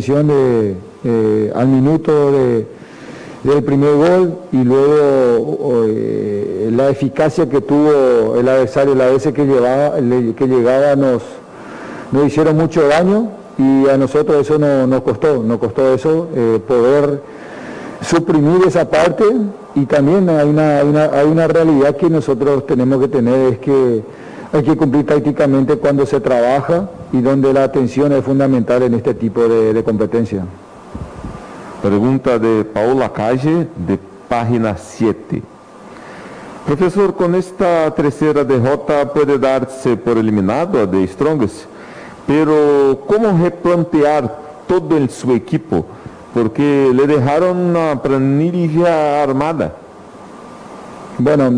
al minuto del primer gol y luego la eficacia que tuvo el adversario las veces que llegaba nos hicieron mucho daño y a nosotros eso nos costó eso, poder suprimir esa parte. Y también hay una realidad que nosotros tenemos que tener, es que hay que cumplir tácticamente cuando se trabaja y donde la atención es fundamental en este tipo de competencia. Pregunta de Paola Calle, de página 7. Profesor, con esta tercera derrota puede darse por eliminado a The Strongest, pero ¿cómo replantear todo en su equipo? Porque le dejaron una planilla armada. Bueno,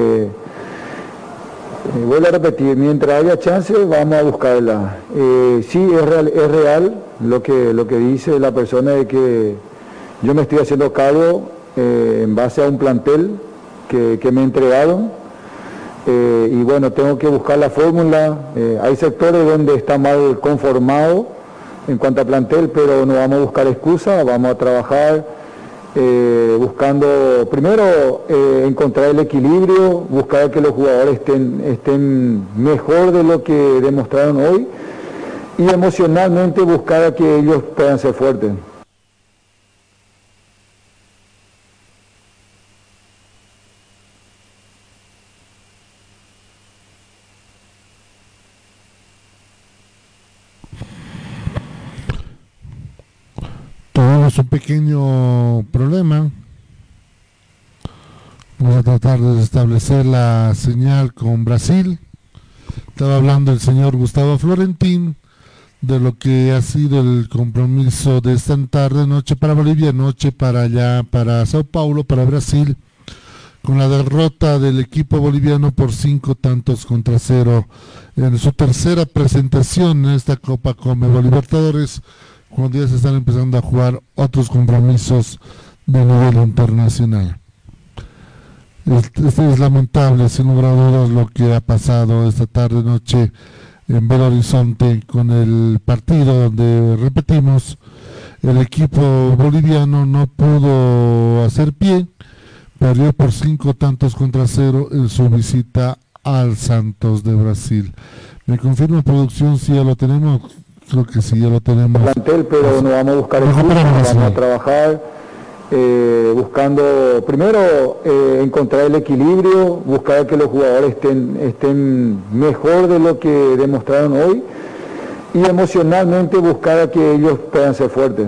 vuelvo a repetir, mientras haya chance vamos a buscarla. Sí, es real lo que dice la persona, de que yo me estoy haciendo cargo en base a un plantel que me entregaron. Y bueno, tengo que buscar la fórmula. Hay sectores donde está mal conformado en cuanto a plantel, pero no vamos a buscar excusas, vamos a trabajar buscando primero encontrar el equilibrio, buscar que los jugadores estén mejor de lo que demostraron hoy y emocionalmente buscar a que ellos puedan ser fuertes. tenemos un pequeño problema. Vamos a tratar de restablecer la señal con Brasil. Estaba hablando el señor Gustavo Florentín de lo que ha sido el compromiso de esta tarde, noche para Bolivia, noche para allá, para Sao Paulo, para Brasil, con la derrota del equipo boliviano por 5-0 en su tercera presentación en esta Copa Conmebol Libertadores, cuando ya se están empezando a jugar otros compromisos de nivel internacional. Este es lamentable, sin lugar a dudas, lo que ha pasado esta tarde noche en Belo Horizonte con el partido donde, repetimos, el equipo boliviano no pudo hacer pie, perdió por 5-0 en su visita al Santos de Brasil. ¿Me confirma producción si ya lo tenemos? Creo que sí, ya lo tenemos. Plantel, pero no vamos a buscar el club, vamos a trabajar buscando primero encontrar el equilibrio, buscar que los jugadores estén mejor de lo que demostraron hoy y emocionalmente buscar a que ellos puedan ser fuertes.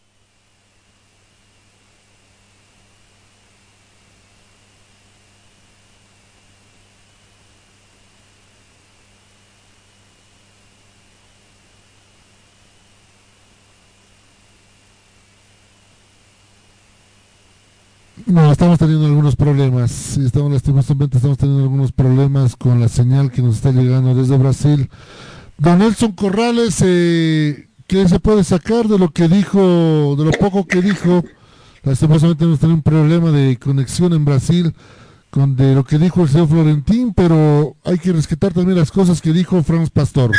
No, estamos teniendo algunos problemas, lastimosamente estamos teniendo algunos problemas con la señal que nos está llegando desde Brasil. Don Nelson Corrales, ¿qué se puede sacar de lo que dijo, de lo poco que dijo? Lastimosamente hemos tenido un problema de conexión en Brasil de lo que dijo el señor Florentín, pero hay que rescatar también las cosas que dijo Franz Pastor.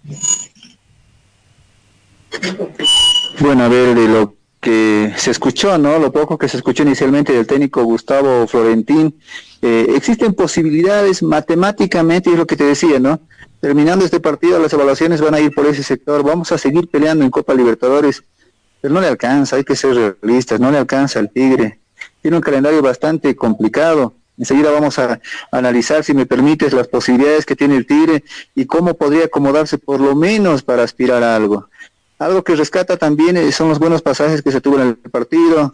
Bueno, a ver, de lo que se escuchó, ¿no? Lo poco que se escuchó inicialmente del técnico Gustavo Florentín, existen posibilidades matemáticamente, y es lo que te decía, ¿no? Terminando este partido, las evaluaciones van a ir por ese sector, vamos a seguir peleando en Copa Libertadores, pero no le alcanza, hay que ser realistas, no le alcanza al Tigre, tiene un calendario bastante complicado. Enseguida vamos a analizar, si me permites, las posibilidades que tiene el Tigre y cómo podría acomodarse por lo menos para aspirar a algo. Algo que rescata también son los buenos pasajes que se tuvo en el partido,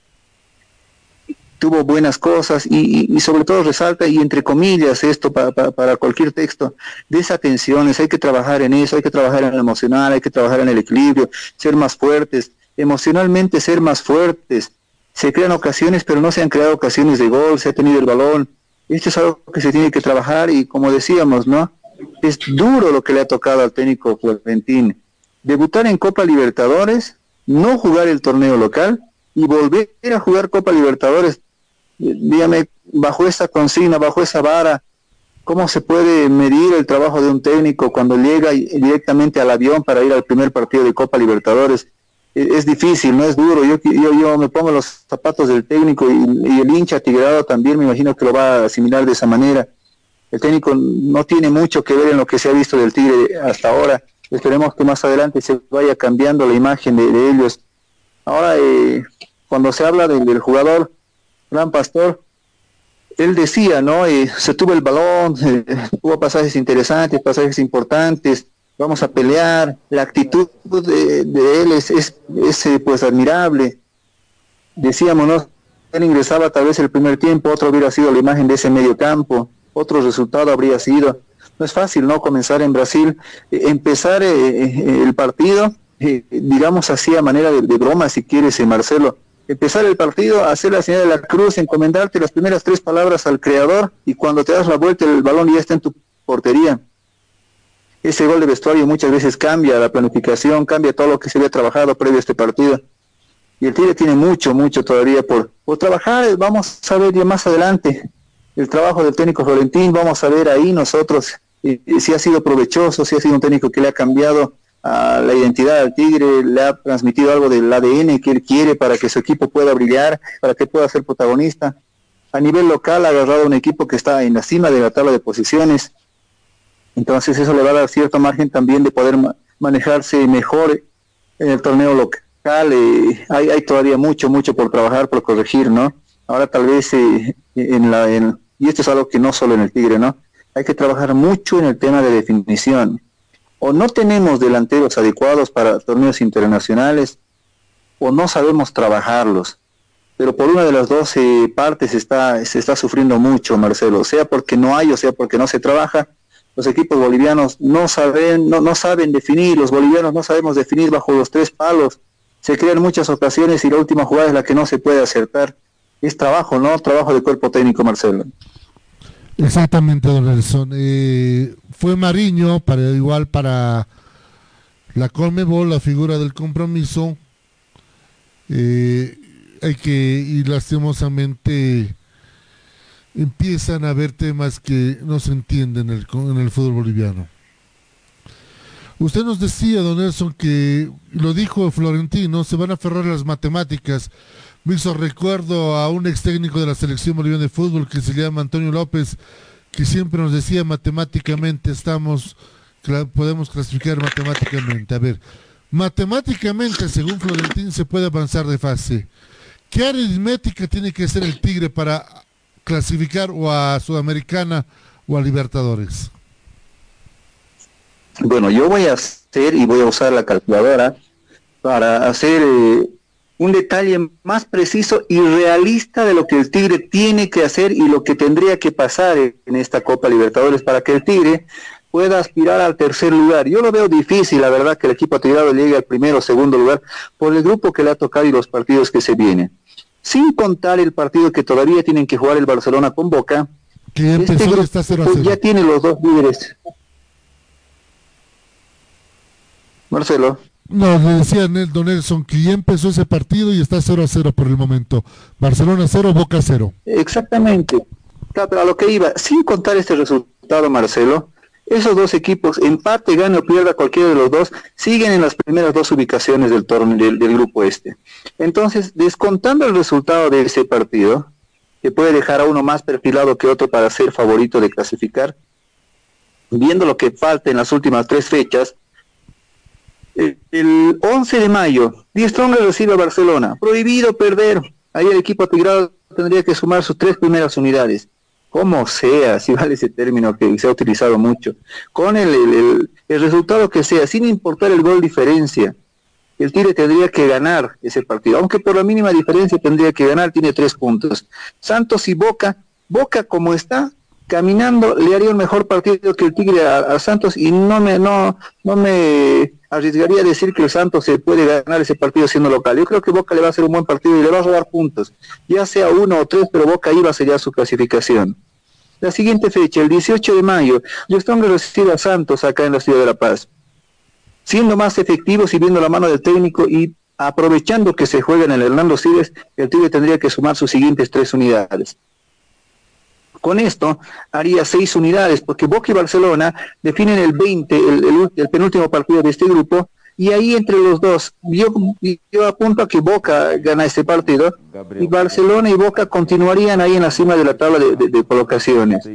tuvo buenas cosas y sobre todo resalta, y entre comillas esto para cualquier texto, desatenciones, hay que trabajar en eso, hay que trabajar en lo emocional, hay que trabajar en el equilibrio, ser más fuertes, emocionalmente ser más fuertes. Se crean ocasiones, pero no se han creado ocasiones de gol, se ha tenido el balón. Esto es algo que se tiene que trabajar y como decíamos, ¿no? Es duro lo que le ha tocado al técnico Florentín. Debutar en Copa Libertadores, no jugar el torneo local y volver a jugar Copa Libertadores. Dígame, bajo esa consigna, bajo esa vara, ¿cómo se puede medir el trabajo de un técnico cuando llega directamente al avión para ir al primer partido de Copa Libertadores? Es difícil, no es duro. Yo me pongo los zapatos del técnico y el hincha tigreado también me imagino que lo va a asimilar de esa manera. El técnico no tiene mucho que ver en lo que se ha visto del Tigre hasta ahora. Esperemos que más adelante se vaya cambiando la imagen de ellos. Ahora, cuando se habla del jugador Gran Pastor, él decía, ¿no? Se tuvo el balón, hubo pasajes interesantes, pasajes importantes, vamos a pelear, la actitud de él es pues admirable. Decíamos, ¿no? Él ingresaba tal vez el primer tiempo, otro hubiera sido la imagen de ese medio campo, otro resultado habría sido. No es fácil, ¿no? Comenzar en Brasil, empezar el partido, digamos así a manera de broma, si quieres, Marcelo. Empezar el partido, hacer la señal de la cruz, encomendarte las primeras 3 palabras al Creador, y cuando te das la vuelta el balón ya está en tu portería. Ese gol de vestuario muchas veces cambia la planificación, cambia todo lo que se había trabajado previo a este partido. Y el Tigre tiene mucho todavía por trabajar. Vamos a ver ya más adelante el trabajo del técnico Florentín, vamos a ver ahí nosotros si ha sido provechoso, si ha sido un técnico que le ha cambiado a la identidad al Tigre, le ha transmitido algo del ADN que él quiere para que su equipo pueda brillar, para que pueda ser protagonista. A nivel local ha agarrado un equipo que está en la cima de la tabla de posiciones, entonces eso le va a dar cierto margen también de poder manejarse mejor en el torneo local. Hay todavía mucho por trabajar, por corregir, ¿no? Ahora tal vez y esto es algo que no solo en el Tigre, ¿no? Hay que trabajar mucho en el tema de definición. O no tenemos delanteros adecuados para torneos internacionales, o no sabemos trabajarlos. Pero por una de las dos partes se está sufriendo mucho, Marcelo, sea porque no hay o sea porque no se trabaja. Los equipos bolivianos no saben definir, los bolivianos no sabemos definir bajo los tres palos. Se crean muchas ocasiones y la última jugada es la que no se puede acertar. Es trabajo, ¿no? Trabajo de cuerpo técnico, Marcelo. Exactamente, don Nelson. Fue Mariño, para la Conmebol, la figura del compromiso. Y lastimosamente empiezan a haber temas que no se entienden en el fútbol boliviano. Usted nos decía, don Nelson, que lo dijo Florentino, se van a aferrar a las matemáticas. Me hizo recuerdo a un ex técnico de la selección boliviana de fútbol que se llama Antonio López, que siempre nos decía matemáticamente podemos clasificar matemáticamente. A ver, matemáticamente, según Florentino, se puede avanzar de fase. ¿Qué aritmética tiene que hacer el Tigre para clasificar o a Sudamericana o a Libertadores? Bueno, yo voy a usar la calculadora para hacer un detalle más preciso y realista de lo que el Tigre tiene que hacer y lo que tendría que pasar en esta Copa Libertadores para que el Tigre pueda aspirar al tercer lugar. Yo lo veo difícil, la verdad, que el equipo atigrado llegue al primero o segundo lugar por el grupo que le ha tocado y los partidos que se vienen. Sin contar el partido que todavía tienen que jugar el Barcelona con Boca, que este grupo está 0-0. Ya tiene los dos líderes. Marcelo. No, le decía don Nelson que ya empezó ese partido y está 0-0 por el momento. Barcelona 0, Boca 0. Exactamente. Claro, pero a lo que iba, sin contar este resultado, Marcelo, esos dos equipos, empate, gane o pierda cualquiera de los dos, siguen en las primeras dos ubicaciones del torneo del grupo este. Entonces, descontando el resultado de ese partido, que puede dejar a uno más perfilado que otro para ser favorito de clasificar, viendo lo que falta en las últimas 3 fechas, el 11 de mayo, Die Strongest recibe a Barcelona, prohibido perder. Ahí el equipo atigrado tendría que sumar sus 3 primeras unidades. Como sea, si vale ese término que se ha utilizado mucho, con el resultado que sea, sin importar el gol diferencia, el Tigre tendría que ganar ese partido, aunque por la mínima diferencia tendría que ganar, tiene 3 puntos. Santos y Boca como está caminando, le haría un mejor partido que el Tigre a Santos, y no me arriesgaría a decir que el Santos se puede ganar ese partido siendo local. Yo creo que Boca le va a hacer un buen partido y le va a robar puntos, ya sea 1 o 3, pero Boca iba a sellar su clasificación. La siguiente fecha, el 18 de mayo, Die Strongest recibe a Santos acá en la ciudad de La Paz. Siendo más efectivos y viendo la mano del técnico y aprovechando que se juega en el Hernando Siles, el Tigre tendría que sumar sus siguientes 3 unidades. Con esto haría 6 unidades, porque Boca y Barcelona definen el 20, el penúltimo partido de este grupo, y ahí entre los dos, yo apunto a que Boca gana este partido, y Barcelona y Boca continuarían ahí en la cima de la tabla de colocaciones.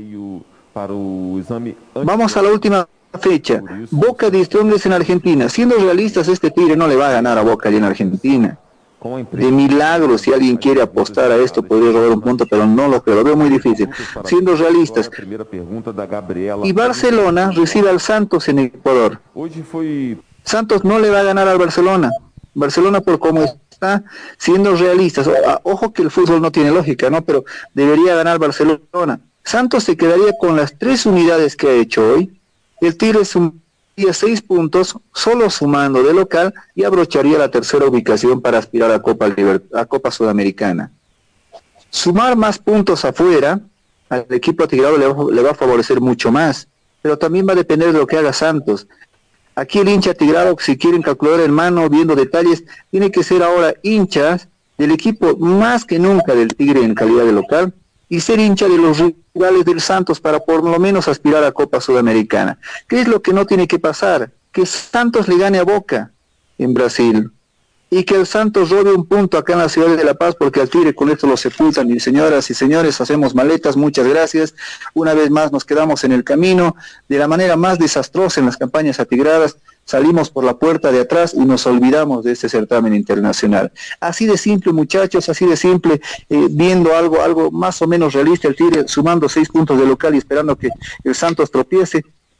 Vamos a la última fecha, Boca Die Strongest en Argentina. Siendo realistas, este Tigre no le va a ganar a Boca allí en Argentina. De milagro, si alguien quiere apostar a esto, podría robar un punto, pero no lo creo, lo veo muy difícil. Siendo realistas. Y Barcelona recibe al Santos en Ecuador. Santos no le va a ganar al Barcelona. Barcelona, por cómo está, siendo realistas, ojo que el fútbol no tiene lógica, ¿no? Pero debería ganar Barcelona. Santos se quedaría con las 3 unidades que ha hecho hoy. El Tigre sumaría 6 puntos, solo sumando de local, y abrocharía la tercera ubicación para aspirar a Copa Sudamericana. Sumar más puntos afuera al equipo atigrado le va a favorecer mucho más, pero también va a depender de lo que haga Santos. Aquí el hincha atigrado, si quieren calcular en mano, viendo detalles, tiene que ser ahora hinchas del equipo más que nunca del Tigre en calidad de local, y ser hincha de los rivales del Santos para por lo menos aspirar a Copa Sudamericana. ¿Qué es lo que no tiene que pasar? Que Santos le gane a Boca en Brasil, y que el Santos robe un punto acá en la ciudad de La Paz, porque al Tigre con esto lo sepultan. Y señoras y señores, hacemos maletas, muchas gracias. Una vez más nos quedamos en el camino, de la manera más desastrosa en las campañas atigradas, salimos por la puerta de atrás y nos olvidamos de este certamen internacional. Así de simple, muchachos, así de simple, viendo algo más o menos realista, el Tigre sumando 6 puntos de local y esperando que el Santos tropiece.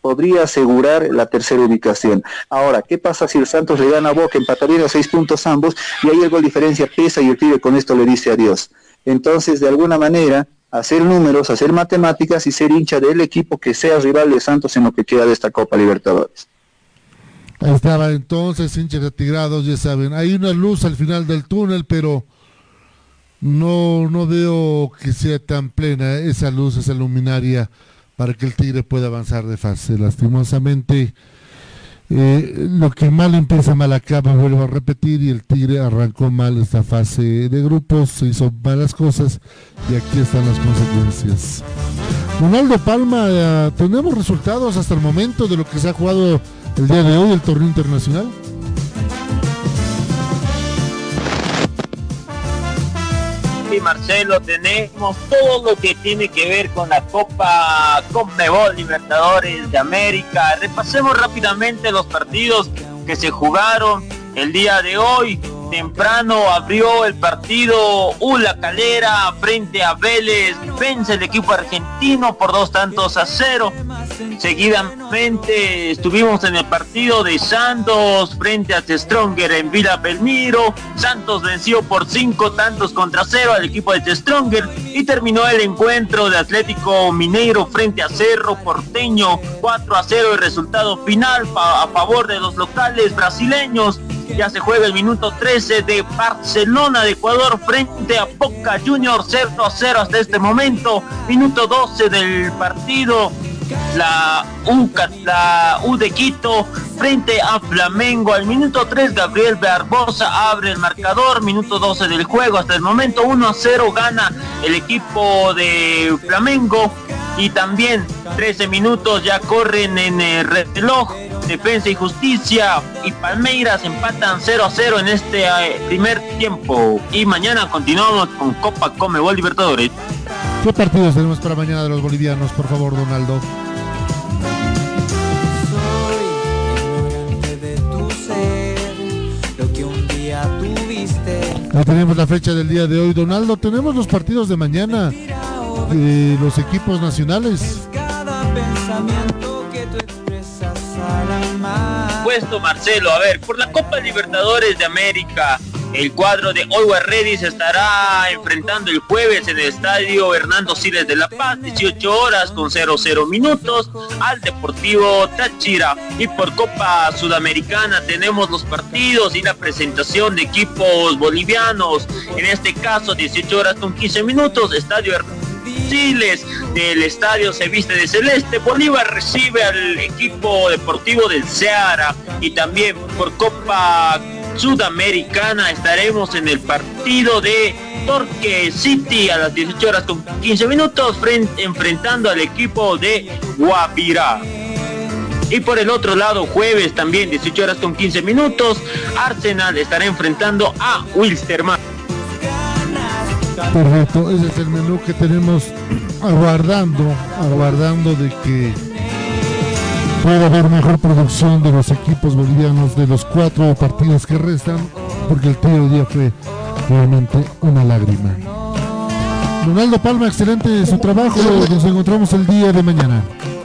podría asegurar la tercera ubicación. Ahora, ¿qué pasa si el Santos le gana a Boca? Empatarían a 6 puntos ambos, y ahí el gol diferencia pesa y el Tigre con esto le dice adiós. Entonces, de alguna manera, hacer números, hacer matemáticas y ser hincha del equipo que sea rival de Santos en lo que queda de esta Copa Libertadores. Ahí estaba entonces, hinchas atigrados, ya saben, hay una luz al final del túnel, pero no veo que sea tan plena esa luz, esa luminaria, para que el Tigre pueda avanzar de fase. Lastimosamente, lo que mal empieza, mal acaba, vuelvo a repetir, y el Tigre arrancó mal esta fase de grupos, hizo malas cosas, y aquí están las consecuencias. Ronaldo Palma, ¿tenemos resultados hasta el momento de lo que se ha jugado el día de hoy, el torneo internacional? Sí, Marcelo, tenemos todo lo que tiene que ver con la Copa Conmebol Libertadores de América. Repasemos rápidamente los partidos que se jugaron el día de hoy. Temprano abrió el partido La Calera frente a Vélez, vence el equipo argentino por 2-0. Seguidamente estuvimos en el partido de Santos frente a Stronger en Villa Belmiro. Santos venció por 5-0 al equipo de Stronger, y terminó el encuentro de Atlético Mineiro frente a Cerro Porteño 4-0, el resultado final a favor de los locales brasileños. Ya se juega el minuto 13 de Barcelona de Ecuador frente a Boca Juniors, 0-0 hasta este momento. Minuto 12 del partido, la U de Quito frente a Flamengo. Al minuto 3, Gabriel Barbosa abre el marcador. Minuto 12 del juego, hasta el momento 1-0 gana el equipo de Flamengo. Y también 13 minutos ya corren en el reloj. Defensa y Justicia y Palmeiras empatan 0-0 en este primer tiempo. Y mañana continuamos con Copa Conmebol Libertadores. ¿Qué partidos tenemos para mañana de los bolivianos, por favor, Donaldo? Ahí tenemos la fecha del día de hoy, Donaldo. Tenemos los partidos de mañana de los equipos nacionales. Puesto, Marcelo, a ver, por la Copa Libertadores de América, el cuadro de Always Ready se estará enfrentando el jueves en el estadio Hernando Siles de La Paz, 18 horas con 00 minutos, al Deportivo Táchira. Y por Copa Sudamericana tenemos los partidos y la presentación de equipos bolivianos, en este caso 18 horas con 15 minutos, estadio Siles del estadio se viste de celeste. Bolívar recibe al equipo deportivo del Ceará. Y también por Copa Sudamericana estaremos en el partido de Torque City a las 18 horas con 15 minutos enfrentando al equipo de Guavirá. Y por el otro lado, jueves también 18 horas con 15 minutos, Arsenal estará enfrentando a Wilstermann. Correcto, ese es el menú que tenemos aguardando de que pueda haber mejor producción de los equipos bolivianos de los 4 partidos que restan, porque el tiro de día fue realmente una lágrima. Ronaldo Palma, excelente su trabajo, nos encontramos el día de mañana.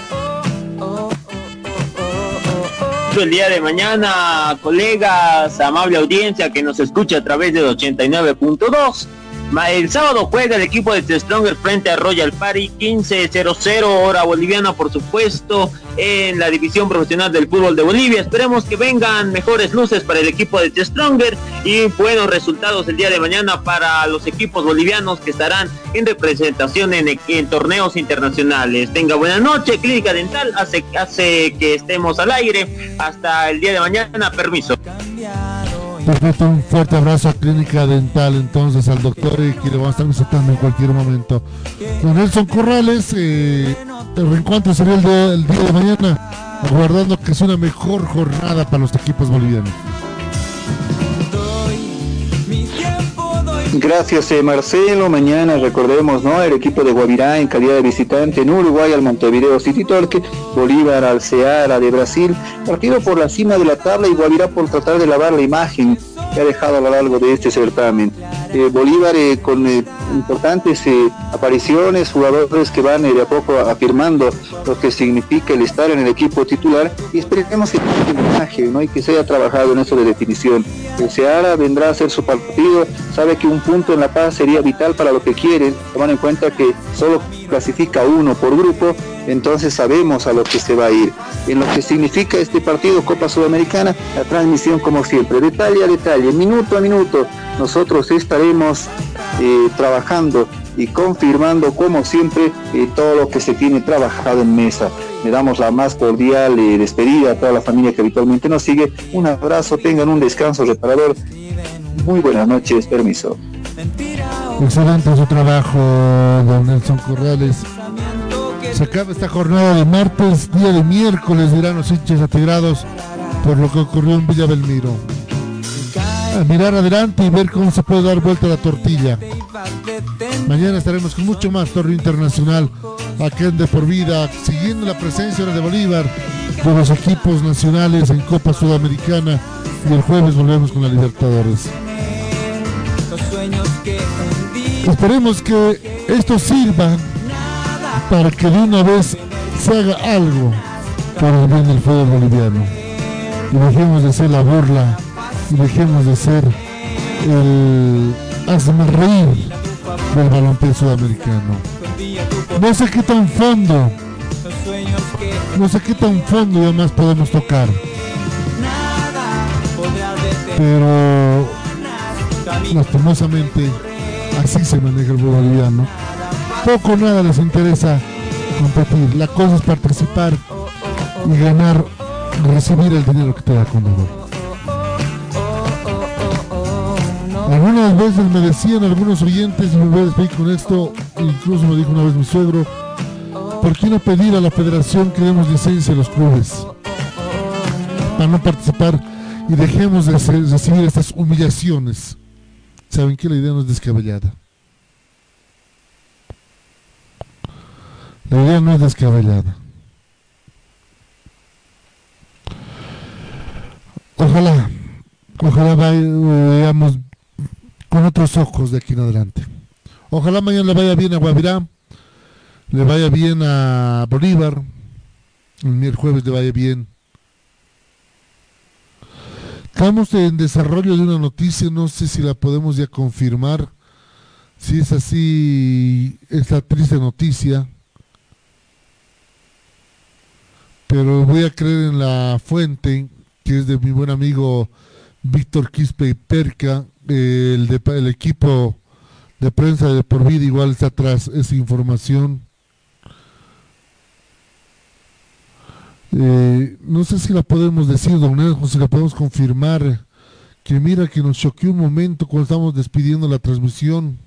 El día de mañana, colegas, amable audiencia que nos escucha a través del 89.2. El sábado juega el equipo de Stronger frente a Royal Party, 15:00 hora boliviana, por supuesto, en la división profesional del fútbol de Bolivia. Esperemos que vengan mejores luces para el equipo de Stronger y buenos resultados el día de mañana para los equipos bolivianos que estarán en representación en torneos internacionales. Tenga buena noche. Clínica Dental hace que estemos al aire. Hasta el día de mañana. Permiso. Perfecto, un fuerte abrazo a Clínica Dental, entonces al doctor, que le vamos a estar visitando en cualquier momento. Don Nelson Corrales, el reencuentro sería el día de mañana, aguardando que sea una mejor jornada para los equipos bolivianos. Gracias, Marcelo. Mañana recordemos, ¿no? El equipo de Guavirá en calidad de visitante en Uruguay al Montevideo City Torque, Bolívar al Ceará de Brasil, partido por la cima de la tabla y Guavirá por tratar de lavar la imagen que ha dejado a lo largo de este certamen. Bolívar con importantes apariciones, jugadores que van de a poco afirmando lo que significa el estar en el equipo titular, y esperemos que tenga un mensaje, ¿no? Y que se haya trabajado en eso de definición. El Seara vendrá a hacer su partido, sabe que un punto en La Paz sería vital para lo que quieren, tomando en cuenta que solo clasifica uno por grupo, entonces sabemos a lo que se va a ir. En lo que significa este partido Copa Sudamericana, la transmisión como siempre, detalle a detalle, minuto a minuto, nosotros estaremos trabajando y confirmando como siempre todo lo que se tiene trabajado en mesa. Le damos la más cordial despedida a toda la familia que habitualmente nos sigue. Un abrazo, tengan un descanso reparador. Muy buenas noches, permiso. Excelente su trabajo, don Nelson Corrales. Se acaba esta jornada de martes, día de miércoles dirán los hinchas atigrados por lo que ocurrió en Villa Belmiro. A mirar adelante y ver cómo se puede dar vuelta la tortilla. Mañana estaremos con mucho más Torneo Internacional aquí en De Por Vida, siguiendo la presencia de Bolívar, de los equipos nacionales en Copa Sudamericana, y el jueves volvemos con la Libertadores. Esperemos que esto sirva para que de una vez se haga algo por el bien del fútbol boliviano y dejemos de ser la burla y dejemos de ser el hazme reír del balompié sudamericano. No sé qué tan fondo y además podemos tocar, pero lastimosamente así se maneja el fútbol boliviano. Poco o nada les interesa competir, la cosa es participar y ganar, recibir el dinero que te da Conmebol. Algunas veces me decían algunos oyentes, y me voy a despedir con esto, incluso me dijo una vez mi suegro, ¿por qué no pedir a la federación que demos licencia a los clubes para no participar y dejemos de recibir estas humillaciones? ¿Saben qué? La idea no es descabellada. La idea no es descabellada. Ojalá veamos con otros ojos de aquí en adelante. Ojalá mañana le vaya bien a Guavirá, le vaya bien a Bolívar, el jueves le vaya bien. Estamos en desarrollo de una noticia, no sé si la podemos ya confirmar. Si es así, esta triste noticia, pero voy a creer en la fuente, que es de mi buen amigo Víctor Quispe y Perca, el equipo de prensa de Por Vida igual está atrás esa información. No sé si la podemos decir, don Nelson, si la podemos confirmar, que mira que nos choqueó un momento cuando estamos despidiendo la transmisión.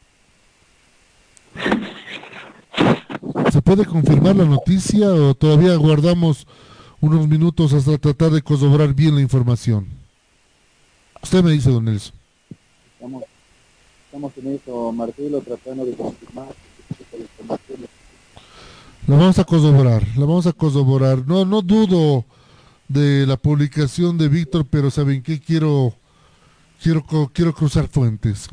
¿Se puede confirmar la noticia o todavía guardamos unos minutos hasta tratar de corroborar bien la información? Usted me dice, don Nelson. Estamos en eso, Marcelo, tratando de confirmar la información. La vamos a corroborar. No dudo de la publicación de Víctor, pero ¿saben qué? Quiero cruzar fuentes.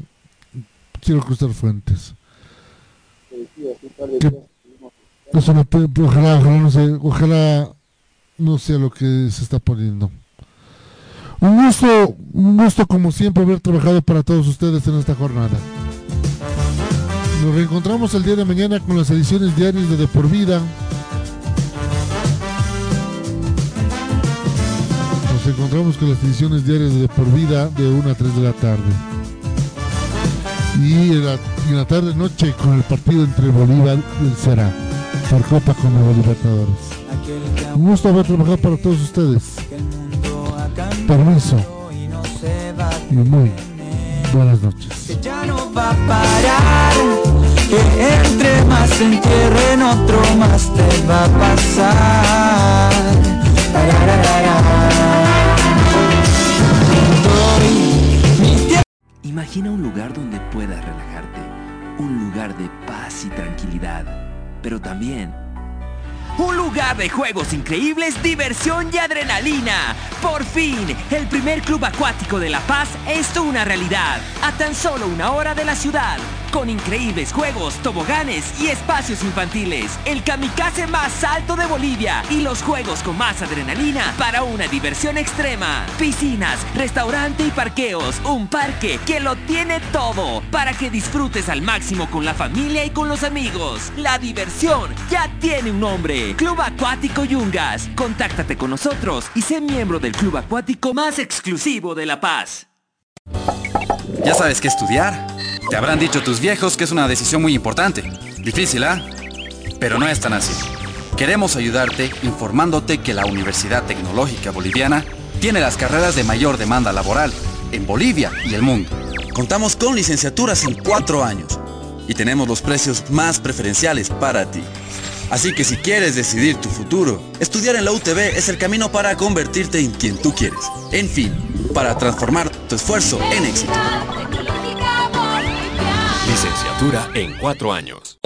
Ojalá no sea lo que se está poniendo. Un gusto como siempre haber trabajado para todos ustedes en esta jornada. Nos reencontramos el día de mañana con las ediciones diarias de Por Vida. Nos encontramos con las ediciones diarias de Por Vida de 1 a 3 de la tarde. Y en la tarde noche con el partido entre Bolívar y el Ceará por Copa Conmebol Libertadores. Un gusto haber trabajado para todos ustedes. Permiso y muy buenas noches. Que ya no va a parar, que entre más se entierren otro más te va a pasar. Imagina un lugar donde puedas relajarte, un lugar de paz y tranquilidad, pero también Un lugar de juegos increíbles, diversión y adrenalina. Por fin, el primer club acuático de La Paz es una realidad. A tan solo 1 hora de la ciudad. Con increíbles juegos, toboganes y espacios infantiles. El kamikaze más alto de Bolivia. Y los juegos con más adrenalina para una diversión extrema. Piscinas, restaurante y parqueos. Un parque que lo tiene todo. Para que disfrutes al máximo con la familia y con los amigos. La diversión ya tiene un nombre. Club Acuático Yungas. Contáctate con nosotros y sé miembro del club acuático más exclusivo de La Paz. ¿Ya sabes qué estudiar? Te habrán dicho tus viejos que es una decisión muy importante. Difícil, ¿ah? Pero no es tan así. Queremos ayudarte informándote que la Universidad Tecnológica Boliviana tiene las carreras de mayor demanda laboral en Bolivia y el mundo. Contamos con licenciaturas en 4 años y tenemos los precios más preferenciales para ti. Así que si quieres decidir tu futuro, estudiar en la UTB es el camino para convertirte en quien tú quieres. En fin, para transformar tu esfuerzo en éxito. Licenciatura en 4 años.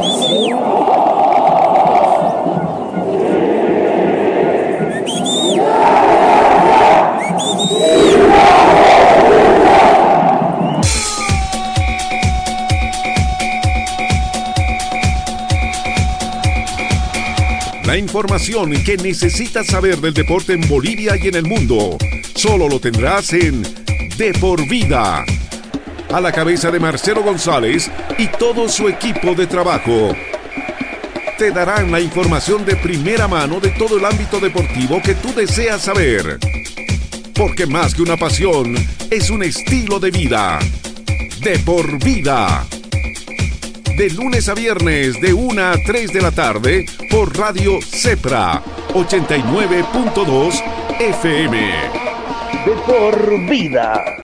La información que necesitas saber del deporte en Bolivia y en el mundo, solo lo tendrás en De Por Vida. A la cabeza de Marcelo González y todo su equipo de trabajo. Te darán la información de primera mano de todo el ámbito deportivo que tú deseas saber. Porque más que una pasión, es un estilo de vida. De Por Vida. De lunes a viernes, de 1 a 3 de la tarde, por Radio Cepra, 89.2 FM. De Por Vida.